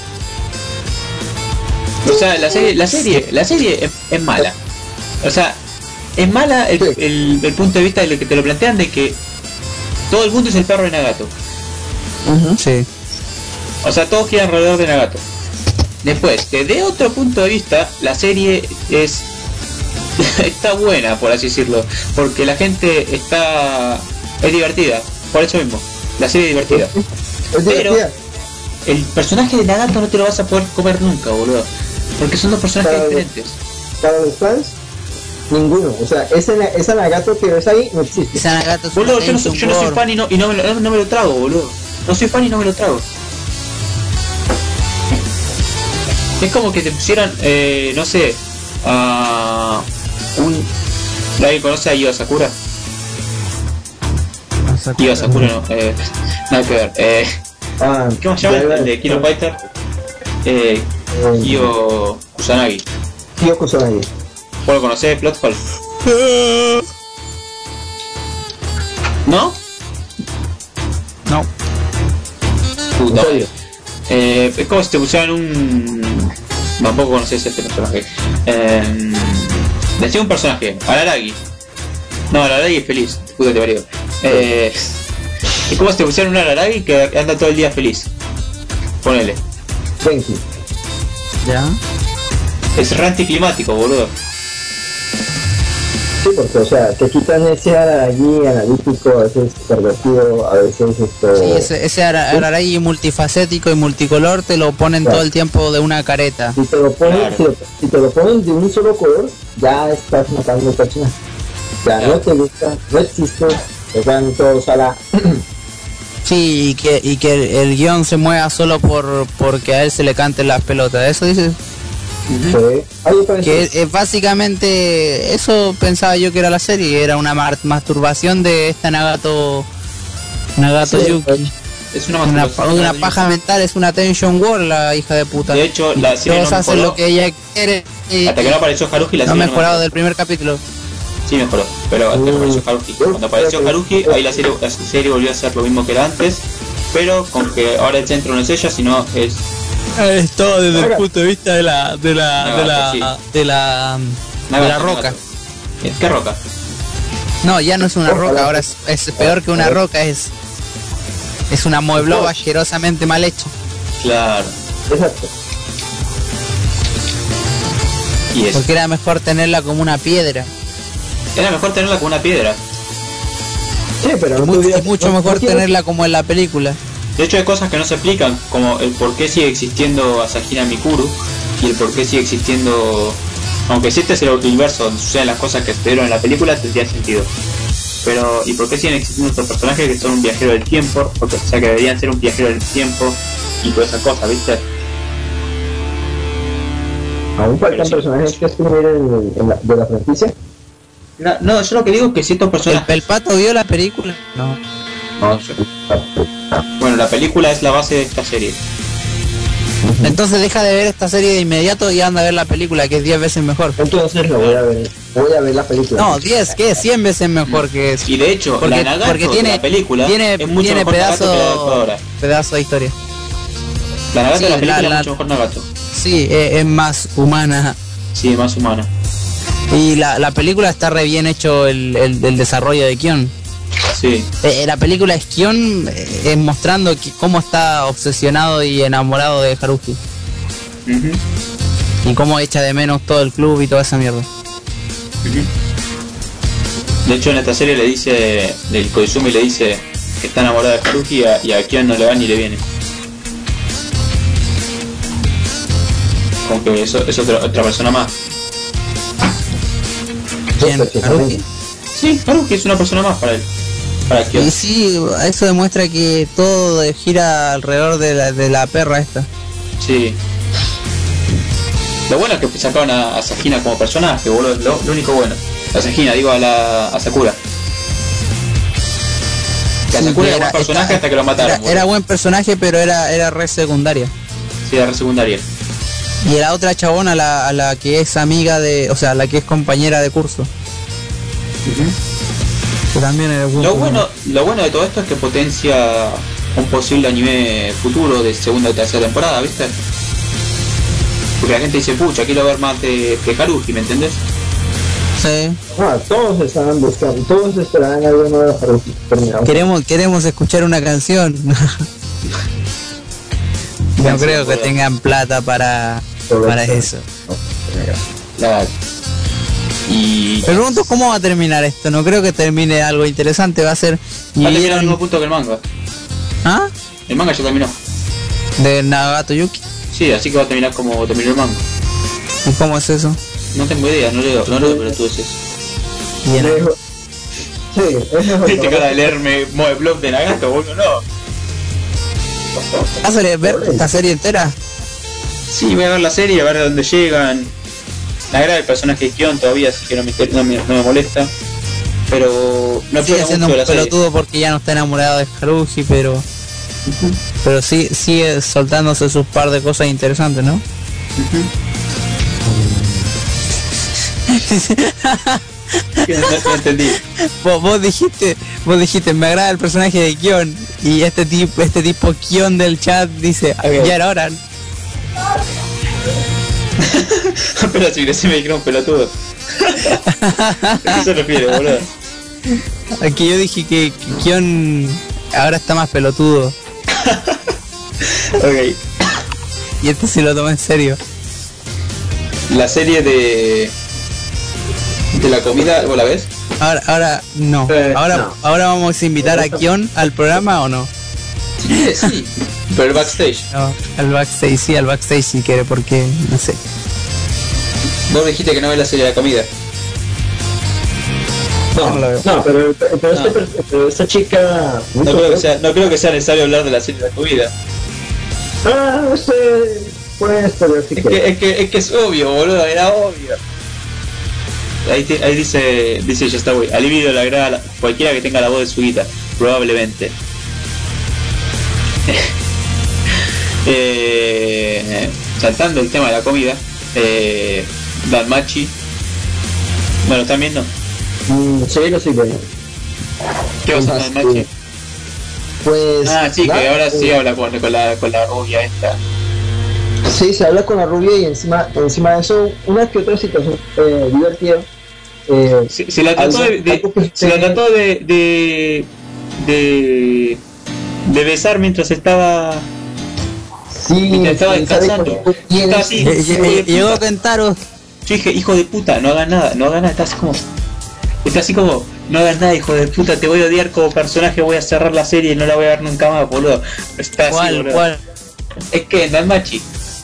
O sea, la serie es mala. O sea, es mala el punto de vista de lo que te lo plantean de que todo el mundo es el perro de Nagato. Sí. O sea, todos quieren alrededor de Nagato. Después, desde otro punto de vista, la serie está buena, por así decirlo, porque la gente es divertida, por eso mismo, la serie es divertida. Pero el personaje de Nagato no te lo vas a poder comer nunca, boludo, porque son dos personajes diferentes. Para los fans, ninguno. O sea, ese Nagato que ves ahí no existe. Ese Nagato es boludo, yo no soy fan y no me lo trago, boludo. No soy fan y no me lo trago. Es como que te pusieran, no sé, ¿alguien conoce a Io Sakura? Io Sakura no, nada que ver. ¿Cómo se llama el de Kino Fighter? Io Kusanagi. Io Kusanagi. ¿Vos lo conocés, Plothole? ¿No? No. Puta madre. Es como si te pusieran tampoco conocés este personaje. Decía un personaje, Araragi. No, Araragi es feliz, puta te parió. Es como si te pusieran un Araragi que anda todo el día feliz. Ponele. Genki. Ya. Es re anticlimático, boludo. Sí, porque, o sea, te quitan ese Araragi analítico, a veces pervertido, a veces Sí, ese Araragi multifacético y multicolor te lo ponen todo el tiempo de una careta. Si te lo ponen, si te lo ponen de un solo color, ya estás matando al personaje. Ya no te gusta, no existe, te dan todos a la... Sí, y que el guión se mueva solo porque a él se le canten las pelotas, ¿eso dices? Que es básicamente eso pensaba yo que era la serie, era una masturbación de esta Nagato Yuki. Es una paja mental, es una tension war la hija de puta. De hecho, la serie todos hacen lo que ella quiere hasta que no apareció Haruhi, la serie no ha mejorado del primer capítulo. Sí mejoró, pero hasta que apareció Haruhi. Cuando apareció Haruhi, ahí la serie volvió a ser lo mismo que era antes, pero con que ahora el centro no es ella, sino es todo desde el punto de vista de la roca. ¿Qué roca? No, ya no es una roca, ahora es peor que una roca, es una muebloba asquerosamente mal hecha. Claro. Exacto. Y eso. Porque era mejor tenerla como una piedra. Era mejor tenerla como una piedra. Sí, pero es mucho mejor tenerla como en la película. De hecho hay cosas que no se explican, como el por qué sigue existiendo Asahina Mikuru y el por qué sigue existiendo... Aunque si este es el universo donde suceden las cosas que se dieron en la película, tendría sentido. Pero, ¿y por qué siguen existiendo estos personajes que son un viajero del tiempo? Porque, o sea, que deberían ser un viajero del tiempo y toda esa cosa, ¿viste? ¿Aún faltan personajes que estuvieron de la franquicia? No, yo lo que digo es que si estos personajes... ¿El pato vio la película? No. Bueno, la película es la base de esta serie. Entonces deja de ver esta serie de inmediato y anda a ver la película, que es 10 veces mejor. Entonces lo voy a ver la película. No, 10, ¿qué? 100 veces mejor que eso. Y de hecho, porque, la Nagato de la película es mucho mejor Nagato que la de ahora. Pedazo de historia. La Nagato de la película es mucho mejor Nagato. Sí, es más humana. Sí, más humana. Y la película está re bien hecho el desarrollo de Kion. Sí. La película es Kion mostrando cómo está obsesionado y enamorado de Haruhi. Y cómo echa de menos todo el club y toda esa mierda. De hecho en esta serie le dice, el Koizumi le dice que está enamorado de Haruhi y a Kion no le va ni le viene. Como que eso es otra persona más. ¿Quién? ¿Haruhi? Sí, Haruhi es una persona más para él. Para Kion. Y sí, eso demuestra que todo gira alrededor de la perra esta. Sí. Lo bueno es que sacaron a Asahina como personaje, boludo, lo único bueno. A Asahina, digo a Sakura. Que a Sakura era buen personaje hasta que lo mataron. Era buen personaje, pero era re secundaria. Sí, era re secundaria. Y la otra chabona, a la que es amiga de... O sea, la que es compañera de curso. Que también era lo bueno de todo esto es que potencia un posible anime futuro de segunda o tercera temporada, ¿viste? Porque la gente dice, pucha, quiero ver más de Haruhi, ¿me entendés? Sí. Todos estaban buscando, todos esperaban algo nuevo de Haruhi. Queremos escuchar una canción. No creo que tengan plata para eso. Y me pregunto cómo va a terminar esto. No creo que termine algo interesante. Va a ser... Va a terminar al mismo punto que el manga. ¿Ah? El manga ya terminó. ¿De Nagato Yuki? Sí, así que va a terminar como terminó el manga. ¿Y cómo es eso? No tengo idea, no leo, pero tú es eso. Bien. Sí, es mejor. Viste cara de leerme blog de Nagato, boludo, no. ¿Vas a ver esta serie entera? Sí, voy a ver la serie, a ver de dónde llegan. Me agrada el personaje de Kion todavía, así que no me molesta. Pero no sigue siendo un pelotudo porque ya no está enamorado de Haruhi, pero sí sigue soltándose sus par de cosas interesantes, ¿no? No entendí. Vos dijiste, me agrada el personaje de Kion, y este tipo Kion del chat dice, ya era hora. Pero si me dijeron pelotudo. ¿A qué se refiere, boludo? Aquí yo dije que Kion ahora está más pelotudo. Ok. Y esto sí lo tomé en serio. La serie de la comida, ¿vos la ves? Ahora no. Ahora vamos a invitar a Kion al programa, ¿o no? Sí. Pero el backstage. No, al backstage si quiere, porque no sé. Vos dijiste que no ves la serie de la comida. Pero esta chica... No creo que sea necesario hablar de la serie de la comida. puedes spoiler si quieres. Es que es obvio, boludo, era obvio. Ahí dice ya está, güey. Alivio le agrada cualquiera que tenga la voz de Sugita, probablemente. Saltando el tema de la comida, Danmachi. Bueno, ¿están viendo? Sí, lo estoy viendo. ¿Qué pasa con Danmachi? Pues... sí, que ahora sí habla con la rubia esta. Sí, se habla con la rubia y encima de eso, una que otra situación divertida. Se la trató de besar mientras estaba descansando. Y está así, llegó Kentaro. yo dije, hijo de puta, no hagas nada, está así como, no hagas nada, hijo de puta, te voy a odiar como personaje, voy a cerrar la serie y no la voy a ver nunca más, boludo. Está así, boludo. ¿Cuál? Es que en Danmachi,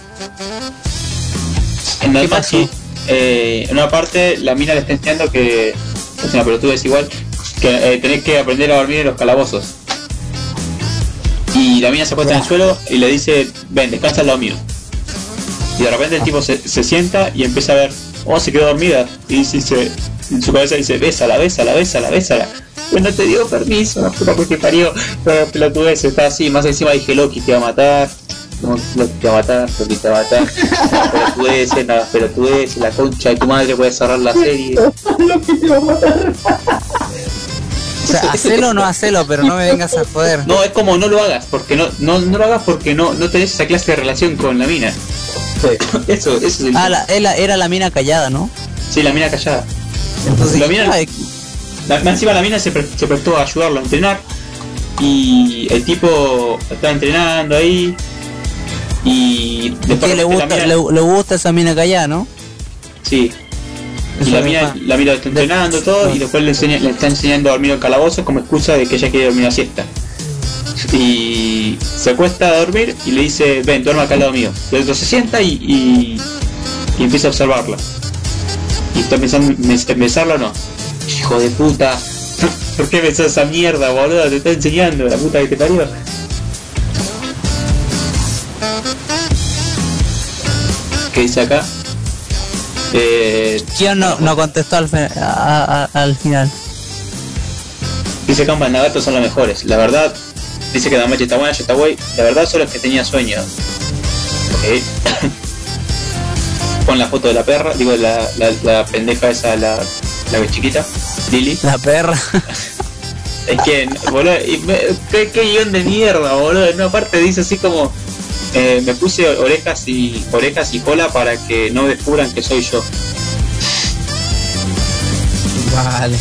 en una parte la mina le está enseñando que es una pelotudez igual, que tenés que aprender a dormir en los calabozos. Y la mina se acuesta en el suelo y le dice, ven, descansa al lado mío. Y de repente el tipo se sienta y empieza a ver, se quedó dormida. Y dice, en su cabeza dice, bésala. Pues no te dio permiso, la puta que parió. Pero pelotudez, está así, más encima dije, Loki te va a matar. No, Loki te va a matar. Pelotudez, la concha de tu madre, voy a cerrar la serie. Loki te va a matar. O sea, hacelo o no hacelo, pero no me vengas a joder. No, es como no lo hagas, porque no lo hagas porque no tenés esa clase de relación con la mina. Sí. Eso es el... Era la mina callada, ¿no? Sí, la mina callada. Entonces, la mina... encima la mina se prestó a ayudarlo a entrenar. Y el tipo estaba entrenando ahí. Y después le gusta esa mina callada, ¿no? Sí. Y la mina está entrenando todo y después le está enseñando a dormir en calabozo como excusa de que ella quiere dormir una siesta. Y se acuesta a dormir y le dice, ven, duerme acá al lado mío. Y el otro se sienta y empieza a observarla. Y está pensando en besarla o no. Hijo de puta, ¿por qué besas esa mierda, boludo? Te está enseñando, la puta que te parió. ¿Qué dice acá? ¿Quién no contestó al final? Dice que ambas Nagato son las mejores. La verdad, dice que Danmachi está buena, yo está guay. La verdad solo es que tenía sueño. Okay. Pon la foto de la perra, digo la pendeja esa, la que es chiquita, Lily. La perra. Es que, boludo, qué guión de mierda, boludo. En una parte dice así como me puse orejas y cola para que no descubran que soy yo. Vale.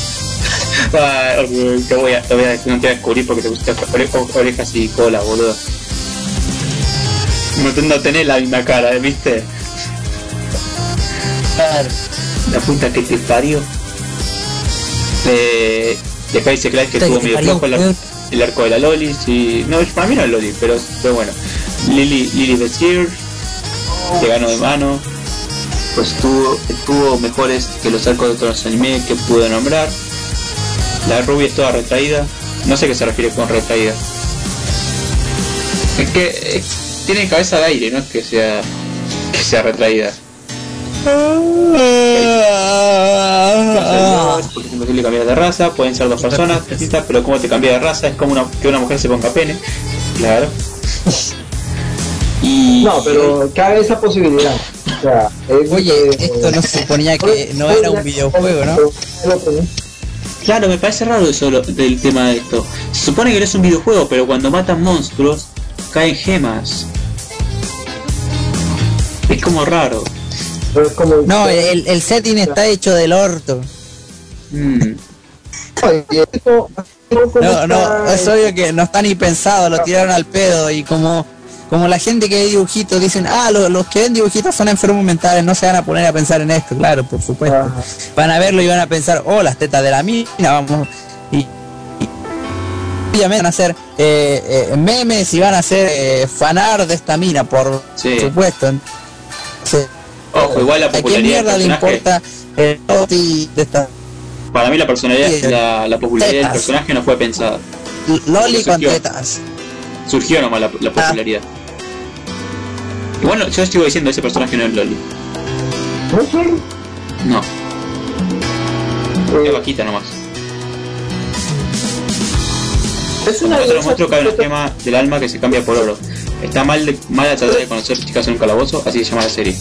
No voy a descubrir porque te pusiste orejas y cola, boludo. No tenés la misma cara, ¿viste? La puta que te parió. Después dice Clive que estuvo medio flojo el arco de la Loli. Sí, no, para mí no es Loli, pero bueno. Lily Vesir, que ganó de mano. Pues estuvo mejores que los arcos de otros anime que pude nombrar. La rubia es toda retraída. No sé qué se refiere con retraída. Es que tiene cabeza de aire, no es que sea retraída. Porque es imposible cambiar de raza. Pueden ser dos personas distintas, pero como te cambia de raza es como que una mujer se ponga pene. Claro. No, pero cabe esa posibilidad. O sea, oye, esto no se suponía que no era un videojuego, ¿no? Claro, me parece raro eso del tema de esto. Se supone que no es un videojuego, pero cuando matan monstruos caen gemas. Es como raro. No, el setting está hecho del orto. No, es obvio que no está ni pensado, lo tiraron al pedo y como la gente que ve dibujitos dicen, los que ven dibujitos son enfermos mentales, no se van a poner a pensar en esto, claro, por supuesto. Van a verlo y van a pensar, las tetas de la mina, vamos. Y obviamente van a hacer memes y van a hacer fanar de esta mina, por supuesto. Entonces, ojo, igual la popularidad del personaje. ¿Qué mierda le importa el de esta? Para mí la personalidad, la popularidad del personaje no fue pensada. Loli con tetas. Surgió nomás la popularidad. Y bueno, yo sigo diciendo, ese personaje no es Loli. ¿No es Loli? No. Es bajita nomás. Es una Nosotros diosa muestro que hay un completa- esquema del alma que se cambia por oro. Está mal a tratar de conocer chicas en un calabozo, así se llama la serie.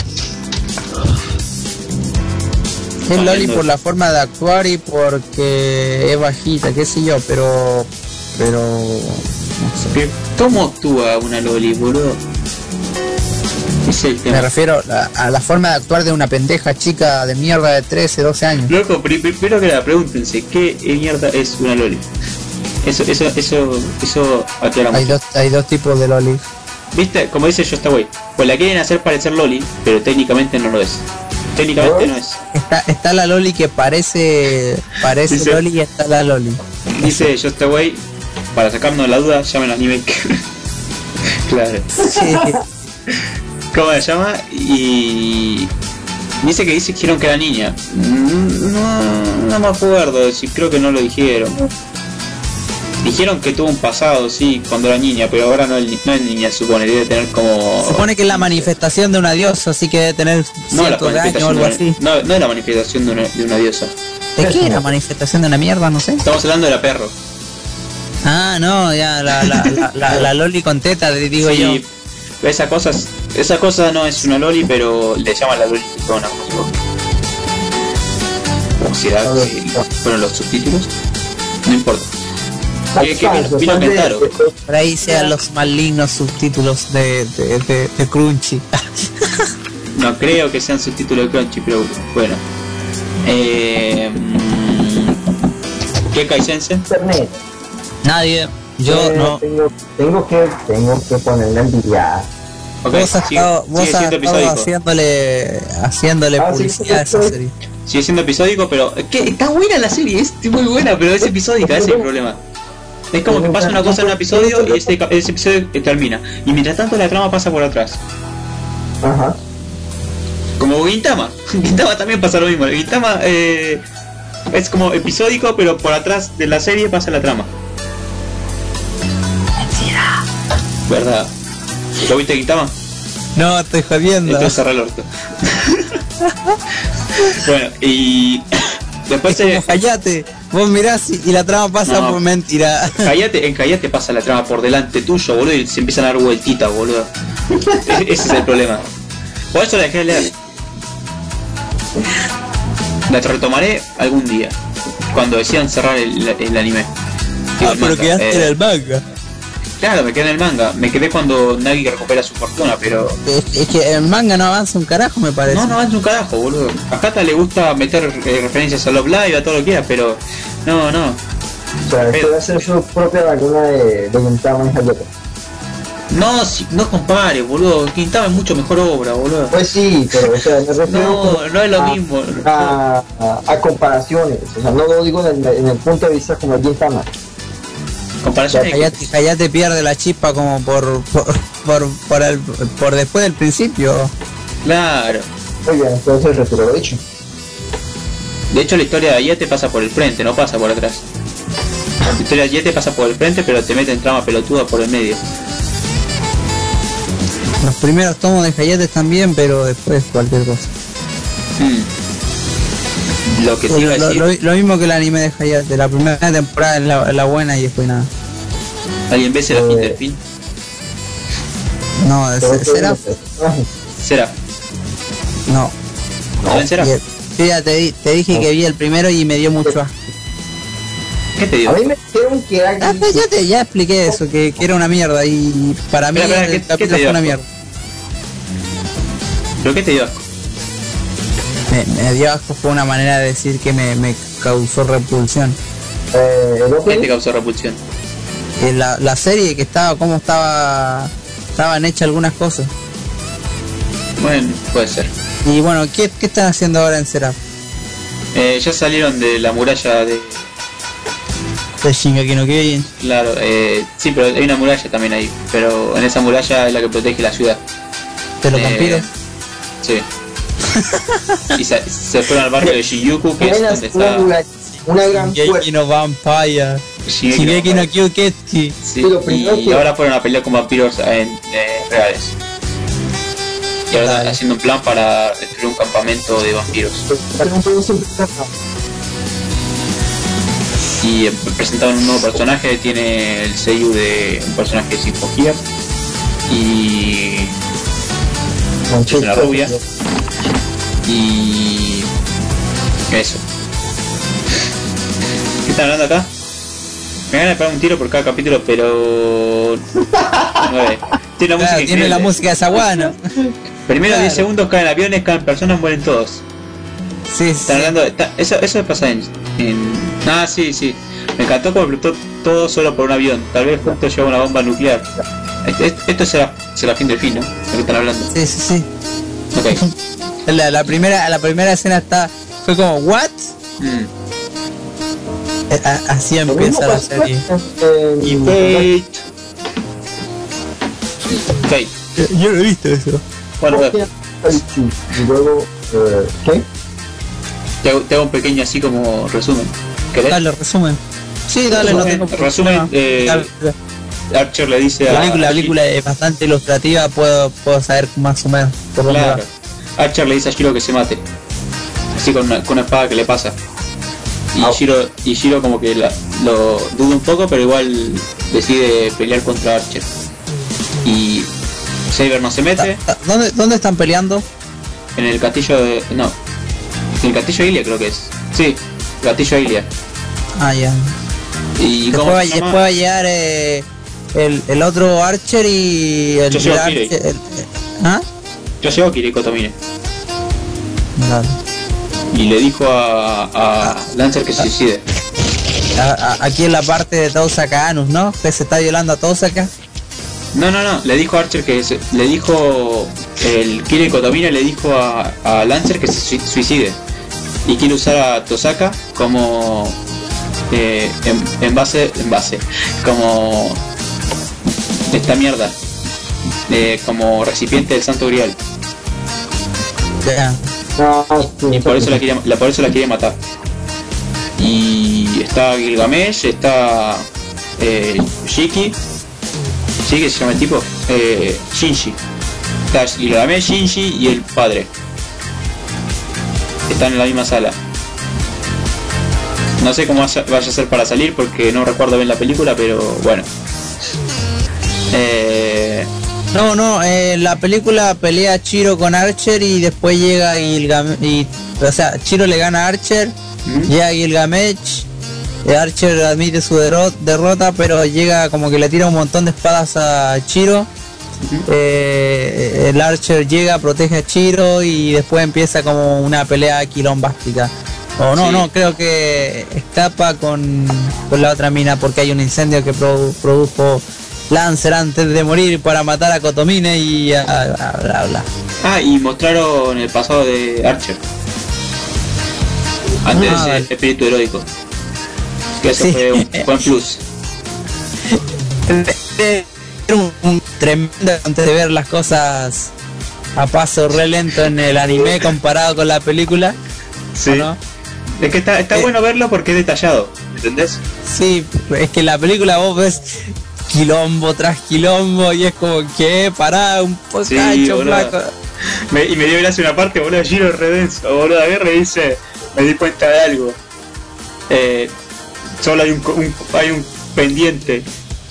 Es Loli por la forma de actuar y porque es bajita, qué sé yo, pero no sé. ¿Cómo actúa una Loli, boludo? Es el tema. Me refiero a la forma de actuar de una pendeja chica de mierda de 13, 12 años. Loco, primero que nada, pregúntense, ¿qué mierda es una Loli? Eso aclara mucho. Hay dos tipos de Loli. ¿Viste? Como dice Just Away, pues la quieren hacer parecer Loli, pero técnicamente no lo es. Técnicamente no es. Está la Loli que parece Dice- Loli y está la Loli. Dice Just Away, para sacarnos la duda, llamen a anime. Claro. Sí. ¿Cómo se llama? Y dice que dijeron que era niña. No me acuerdo, si creo que no lo dijeron. Dijeron que tuvo un pasado, sí, cuando era niña, pero ahora no es niña, supone, debe tener como... Supone que es la manifestación de una diosa, así que debe tener No, la cientos de años o manifestación algo así. no es la manifestación de una diosa. ¿De qué era manifestación de una mierda? No sé. Estamos hablando de la perro. Ah, no, ya, la Loli con teta, digo Sí, yo. esa cosa no es una Loli, pero le llaman la Loli Titona, como será que fueron los subtítulos. No importa. ¿Qué vino Kentaro? Por ahí sean los malignos subtítulos de Crunchy. No creo que sean subtítulos de Crunchy, pero bueno. ¿Qué Kaisense? Internet. Nadie, yo no. Tengo que ponerle a envidiar. Ok, Vos has sigue estado siendo episódico. haciéndole Ah, sí, publicidad a esa sí. serie. Sigue siendo episódico, pero está buena la serie, es muy buena, pero es episódica, ese es el problema. Es como que pasa una cosa en un episodio y ese episodio termina. Y mientras tanto la trama pasa por atrás. Ajá. Como Gintama. Gintama también pasa lo mismo. Gintama es como episódico, pero por atrás de la serie pasa la trama. Mentira. ¿Verdad? ¿Lo viste Gintama? No, estoy jodiendo. Entonces cerrá el orto. Bueno, y después Es como Hayate. Vos mirás y la trama pasa No. por mentira. en Callate pasa la trama por delante tuyo, boludo, y se empiezan a dar vueltitas, boludo. Ese es el problema. Por eso la dejé de leer. La retomaré algún día, cuando decidan cerrar el anime. Digo, el Pero manga. quedaste en el manga. Claro, me quedé en el manga. Me quedé cuando Nagi recupera su fortuna, pero... Es que el manga no avanza un carajo, me parece. No avanza un carajo, boludo. A Kata le gusta meter referencias a Love Live, a todo lo que quiera, pero... No. O sea, quiere hacer su propia laguna de Gintama y Hayate. No compare, boludo. Gintama es mucho mejor obra, boludo. Pues sí, pero o sea, me refiero No es lo mismo. a comparaciones. O sea, no lo digo en el punto de vista como el Gintama. Comparación Hayate pierde la chispa como por después del principio. Claro. Muy bien, entonces retiro lo dicho. De hecho, la historia de Ayete pasa por el frente, no pasa por atrás. La historia de Ayete pasa por el frente, pero te mete en trama pelotuda por el medio. Los primeros tomos de Hayate están bien, pero después cualquier cosa. Lo que te iba a decir... Lo mismo que el anime de Hayate. La primera temporada es la buena y después nada. ¿Alguien ve Serafín Delfín? No, ¿será? Será. No. ¿No será? Yo ya te dije que vi el primero y me dio mucho asco. ¿Qué te A dio? mí me dijeron que era Ya expliqué eso, que era una mierda y para mí Espera, el ¿qué capítulo te dio fue una asco? mierda. ¿Pero qué te dio asco? Me dio asco, fue una manera de decir que me causó repulsión. el ¿Qué te opening. causó repulsión? La serie que estaba, cómo estaban hechas algunas cosas. Bueno, puede ser. Y bueno, ¿qué están haciendo ahora en Seraph? Ya salieron de la muralla de... De Shingeki no Kyojin. Claro, sí, pero hay una muralla también ahí. Pero en esa muralla es la que protege la ciudad. De los Eh, vampiros. Sí. Y se fueron al barrio de Shinjuku, que es Apenas donde está... una gran Shingeki fuerza. no Vampire. Shingeki no Kyojin. Sí, Y lo primero y que- ahora fueron a pelear con vampiros reales. y ahora está haciendo un plan para destruir un campamento de vampiros. Y presentaron un nuevo personaje, tiene el sello de un personaje sin Gear y es una rubia y eso. ¿Qué están hablando acá? Me van a pegar un tiro por cada capítulo, pero tiene la música, tiene la música de Saguano. Primero 10 segundos caen aviones, caen personas, mueren todos. Sí, están hablando eso pasa en sí. Me encantó como explotó todo solo por un avión. Tal vez justo lleva una bomba nuclear. Esto será fin del fin, ¿no? Lo que están hablando. Sí. Okay. La primera escena fue como ¿what? Así empieza la serie. Y Fate. Yo no he visto eso. Bueno, y luego ¿qué? Te hago un pequeño así como resumen. ¿Querés? Dale, resumen. Sí, dale, no tengo resumen. Archer le dice la película es bastante ilustrativa, puedo saber más o menos por dónde va. Archer le dice a Shiro que se mate, así con una espada que le pasa, y Shiro como que lo duda un poco, pero igual decide pelear contra Archer, y Saber no se mete. ¿Dónde están peleando? En el castillo en el castillo Ilia, creo que es. Sí, el castillo Ilia. Ah, ya. Y después va a llegar el otro Archer y el Archer. Ya llegó Kiriko Tomine. Vale. Y le dijo a Lancer que se suicide. Aquí en la parte de Tosaka Anus, ¿no? Que se está violando a Tosaka. No, le dijo a Archer le dijo el Kiriko Tomine le dijo a Lancer que se suicide y quiere usar a Tosaka como en base como esta mierda, como recipiente del Santo Grial. Yeah. Y por eso la quiere matar. Y está Gilgamesh, está Shiki que se llama el tipo, Shinji. Está Gilgamesh, Shinji y el padre. Están en la misma sala. No sé cómo vaya a ser para salir porque no recuerdo bien la película, pero bueno. La película pelea Chiro con Archer y después llega Gilgamesh, o sea, Chiro le gana a Archer, llega Gilgamesh, Archer admite su derrota, pero llega como que le tira un montón de espadas a Chiro. El Archer llega, protege a Chiro y después empieza como una pelea quilombástica. Creo que escapa con la otra mina porque hay un incendio que produjo Lancer antes de morir para matar a Kotomine y bla. Y mostraron el pasado de Archer antes de ser espíritu heroico, que eso fue un plus. Un tremendo antes de ver las cosas a paso re lento en el anime comparado con la película. Sí. ¿No? Es que está bueno verlo porque es detallado, ¿entendés? Sí, es que la película vos ves quilombo tras quilombo y es como que pará un pocacho, flaco. Y me dio gracia una parte, boludo, Giro redenso, boludo, agarra y dice, me di cuenta de algo. Solo hay un pendiente.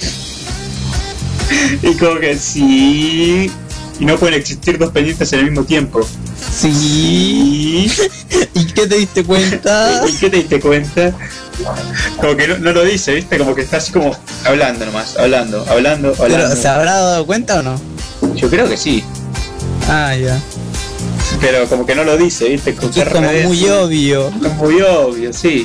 Y como que sí. Y no pueden existir dos pendientes en el mismo tiempo. Sí. ¿Y qué te diste cuenta? ¿Y qué te diste cuenta? Como que no lo dice, ¿viste? Como que está así como hablando nomás, hablando. ¿Pero se habrá dado cuenta o no? Yo creo que sí. Ya. Pero como que no lo dice, ¿viste? Como muy obvio. Muy obvio, sí.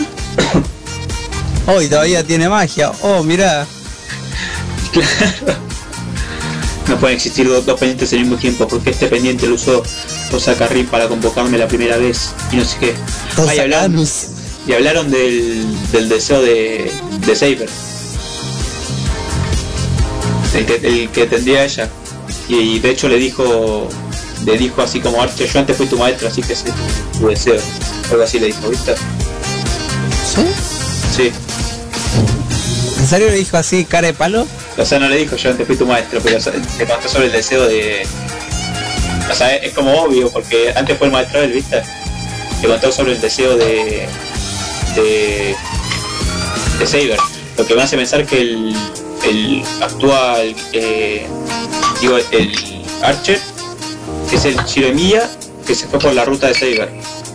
Y todavía tiene magia. Mirá. Claro. No pueden existir dos pendientes al mismo tiempo porque este pendiente lo usó Tosaka Rin para convocarme la primera vez y no sé qué. Y hablaron del deseo de Saber, el que tendría ella, y de hecho le dijo así como Archer, yo antes fui tu maestro, así que ese es tu deseo, algo así le dijo, ¿viste? Sí. ¿En serio le dijo así, cara de palo? O sea, no le dijo yo antes fui tu maestro, pero le contó sobre el deseo o sea, es como obvio, porque antes fue el maestro del ¿viste? Que contó sobre el deseo de Saber, lo que me hace pensar que el actual el Archer es el Shiremiya que se fue por la ruta de Saber.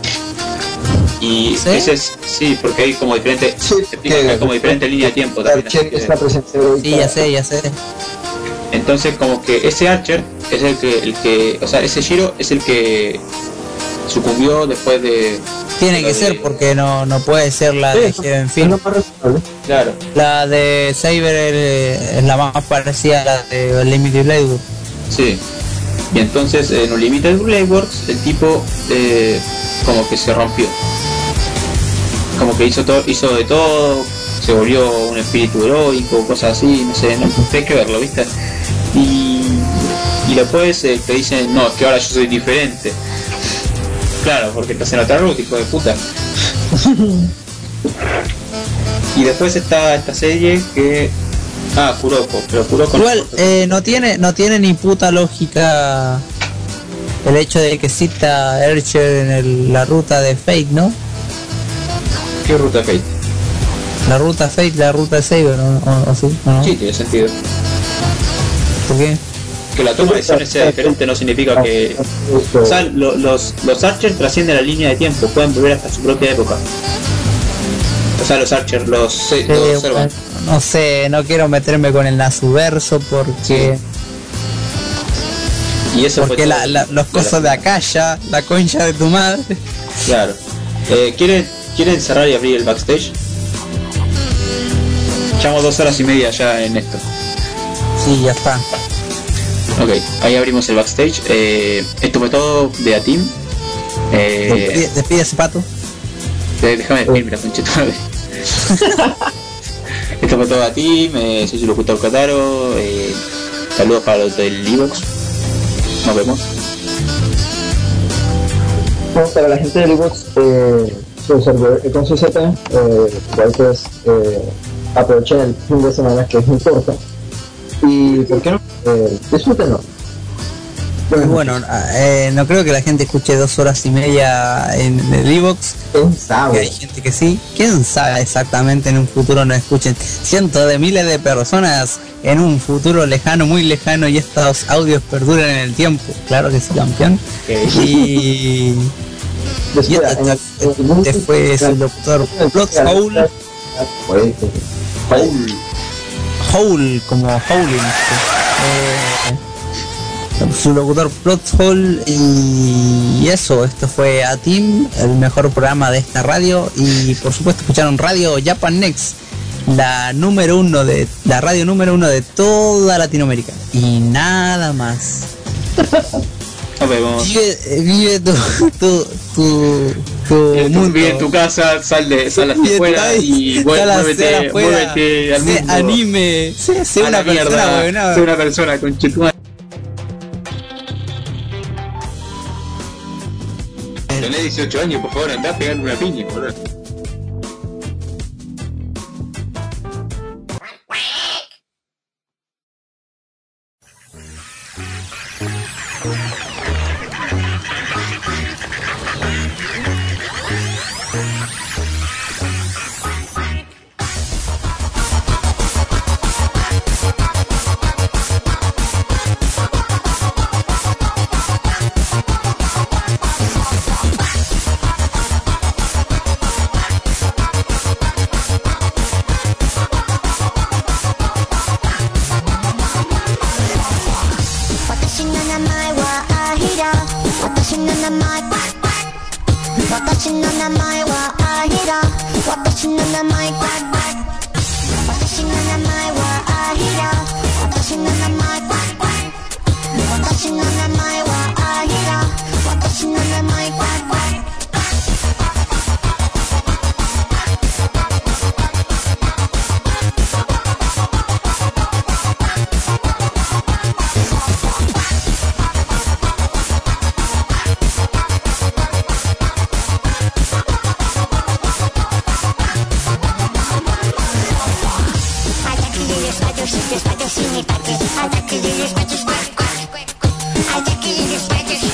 Y ¿sí? Ese es, sí, porque hay como diferentes, líneas de tiempo también. Archer está presente sí, ya sé. Entonces como que ese Archer es el que, o sea, ese Shiro es el que sucumbió después de... Tiene que ser, porque no puede ser la de Heaven Film. Claro. La de Saber es la más parecida a la de Unlimited Blade Works. Sí. Y entonces en Unlimited Blade Works el tipo como que se rompió. Como que hizo de todo, se volvió un espíritu heroico, cosas así, no sé, no hay que verlo, ¿viste? Y después te dicen, no, es que ahora yo soy diferente. Claro, porque estás en otra ruta, hijo de puta. Y después está esta serie que... Kuroko, pero Kuroko... Igual, no tiene ni puta lógica el hecho de que cita Archer en la ruta de Fate, ¿no? ¿Qué ruta Fate? La ruta Fate, la ruta de Saber, ¿o sí? ¿No? Sí, tiene sentido. ¿Por qué? Que la toma de decisiones sea diferente no significa que... O sea, los Archers trascienden la línea de tiempo, pueden volver hasta su propia época. O sea, los Archers, los Servants. No sé, no quiero meterme con el Nasuverso porque... Sí. Y eso porque los cosas de Akasha, la concha de tu madre. Claro. ¿Quieren cerrar y abrir el backstage? Echamos 2 horas y media ya en esto. Sí, ya está. Ok, ahí abrimos el backstage. Esto fue todo de A Team. Despide ese pato. Déjame despedirme la conchita. Esto fue todo A Team. Soy su locutor Kataro. Saludos para los del Evox. Nos vemos. Bueno, para la gente del Evox, su servidor con su Z, pues aprovechen el fin de semana que es muy corto. Y ¿por qué no? Disfrútenlo. Bueno, no creo que la gente escuche 2 horas y media en el Evox. ¿Quién sabe? Hay gente que sí. ¿Quién sabe exactamente en un futuro no escuchen cientos de miles de personas en un futuro lejano, muy lejano, y estos audios perduren en el tiempo? Claro que sí, campeón. Okay. Este fue su locutor Plothole. Hole, como Howling. Su locutor Plothole, y eso, esto fue A Team, el mejor programa de esta radio, y por supuesto escucharon Radio Japan Next, la radio número uno de toda Latinoamérica, y nada más. Nos vemos. Vive tu mundo. Vive en tu casa, sal hacia afuera y muévete al mundo. Anime, sé una persona, sé una persona con chitumar. Tenés 18 años, por favor, andá a pegarle una piña, boludo. Ataque de los machos,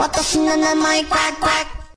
私の名前クワクワク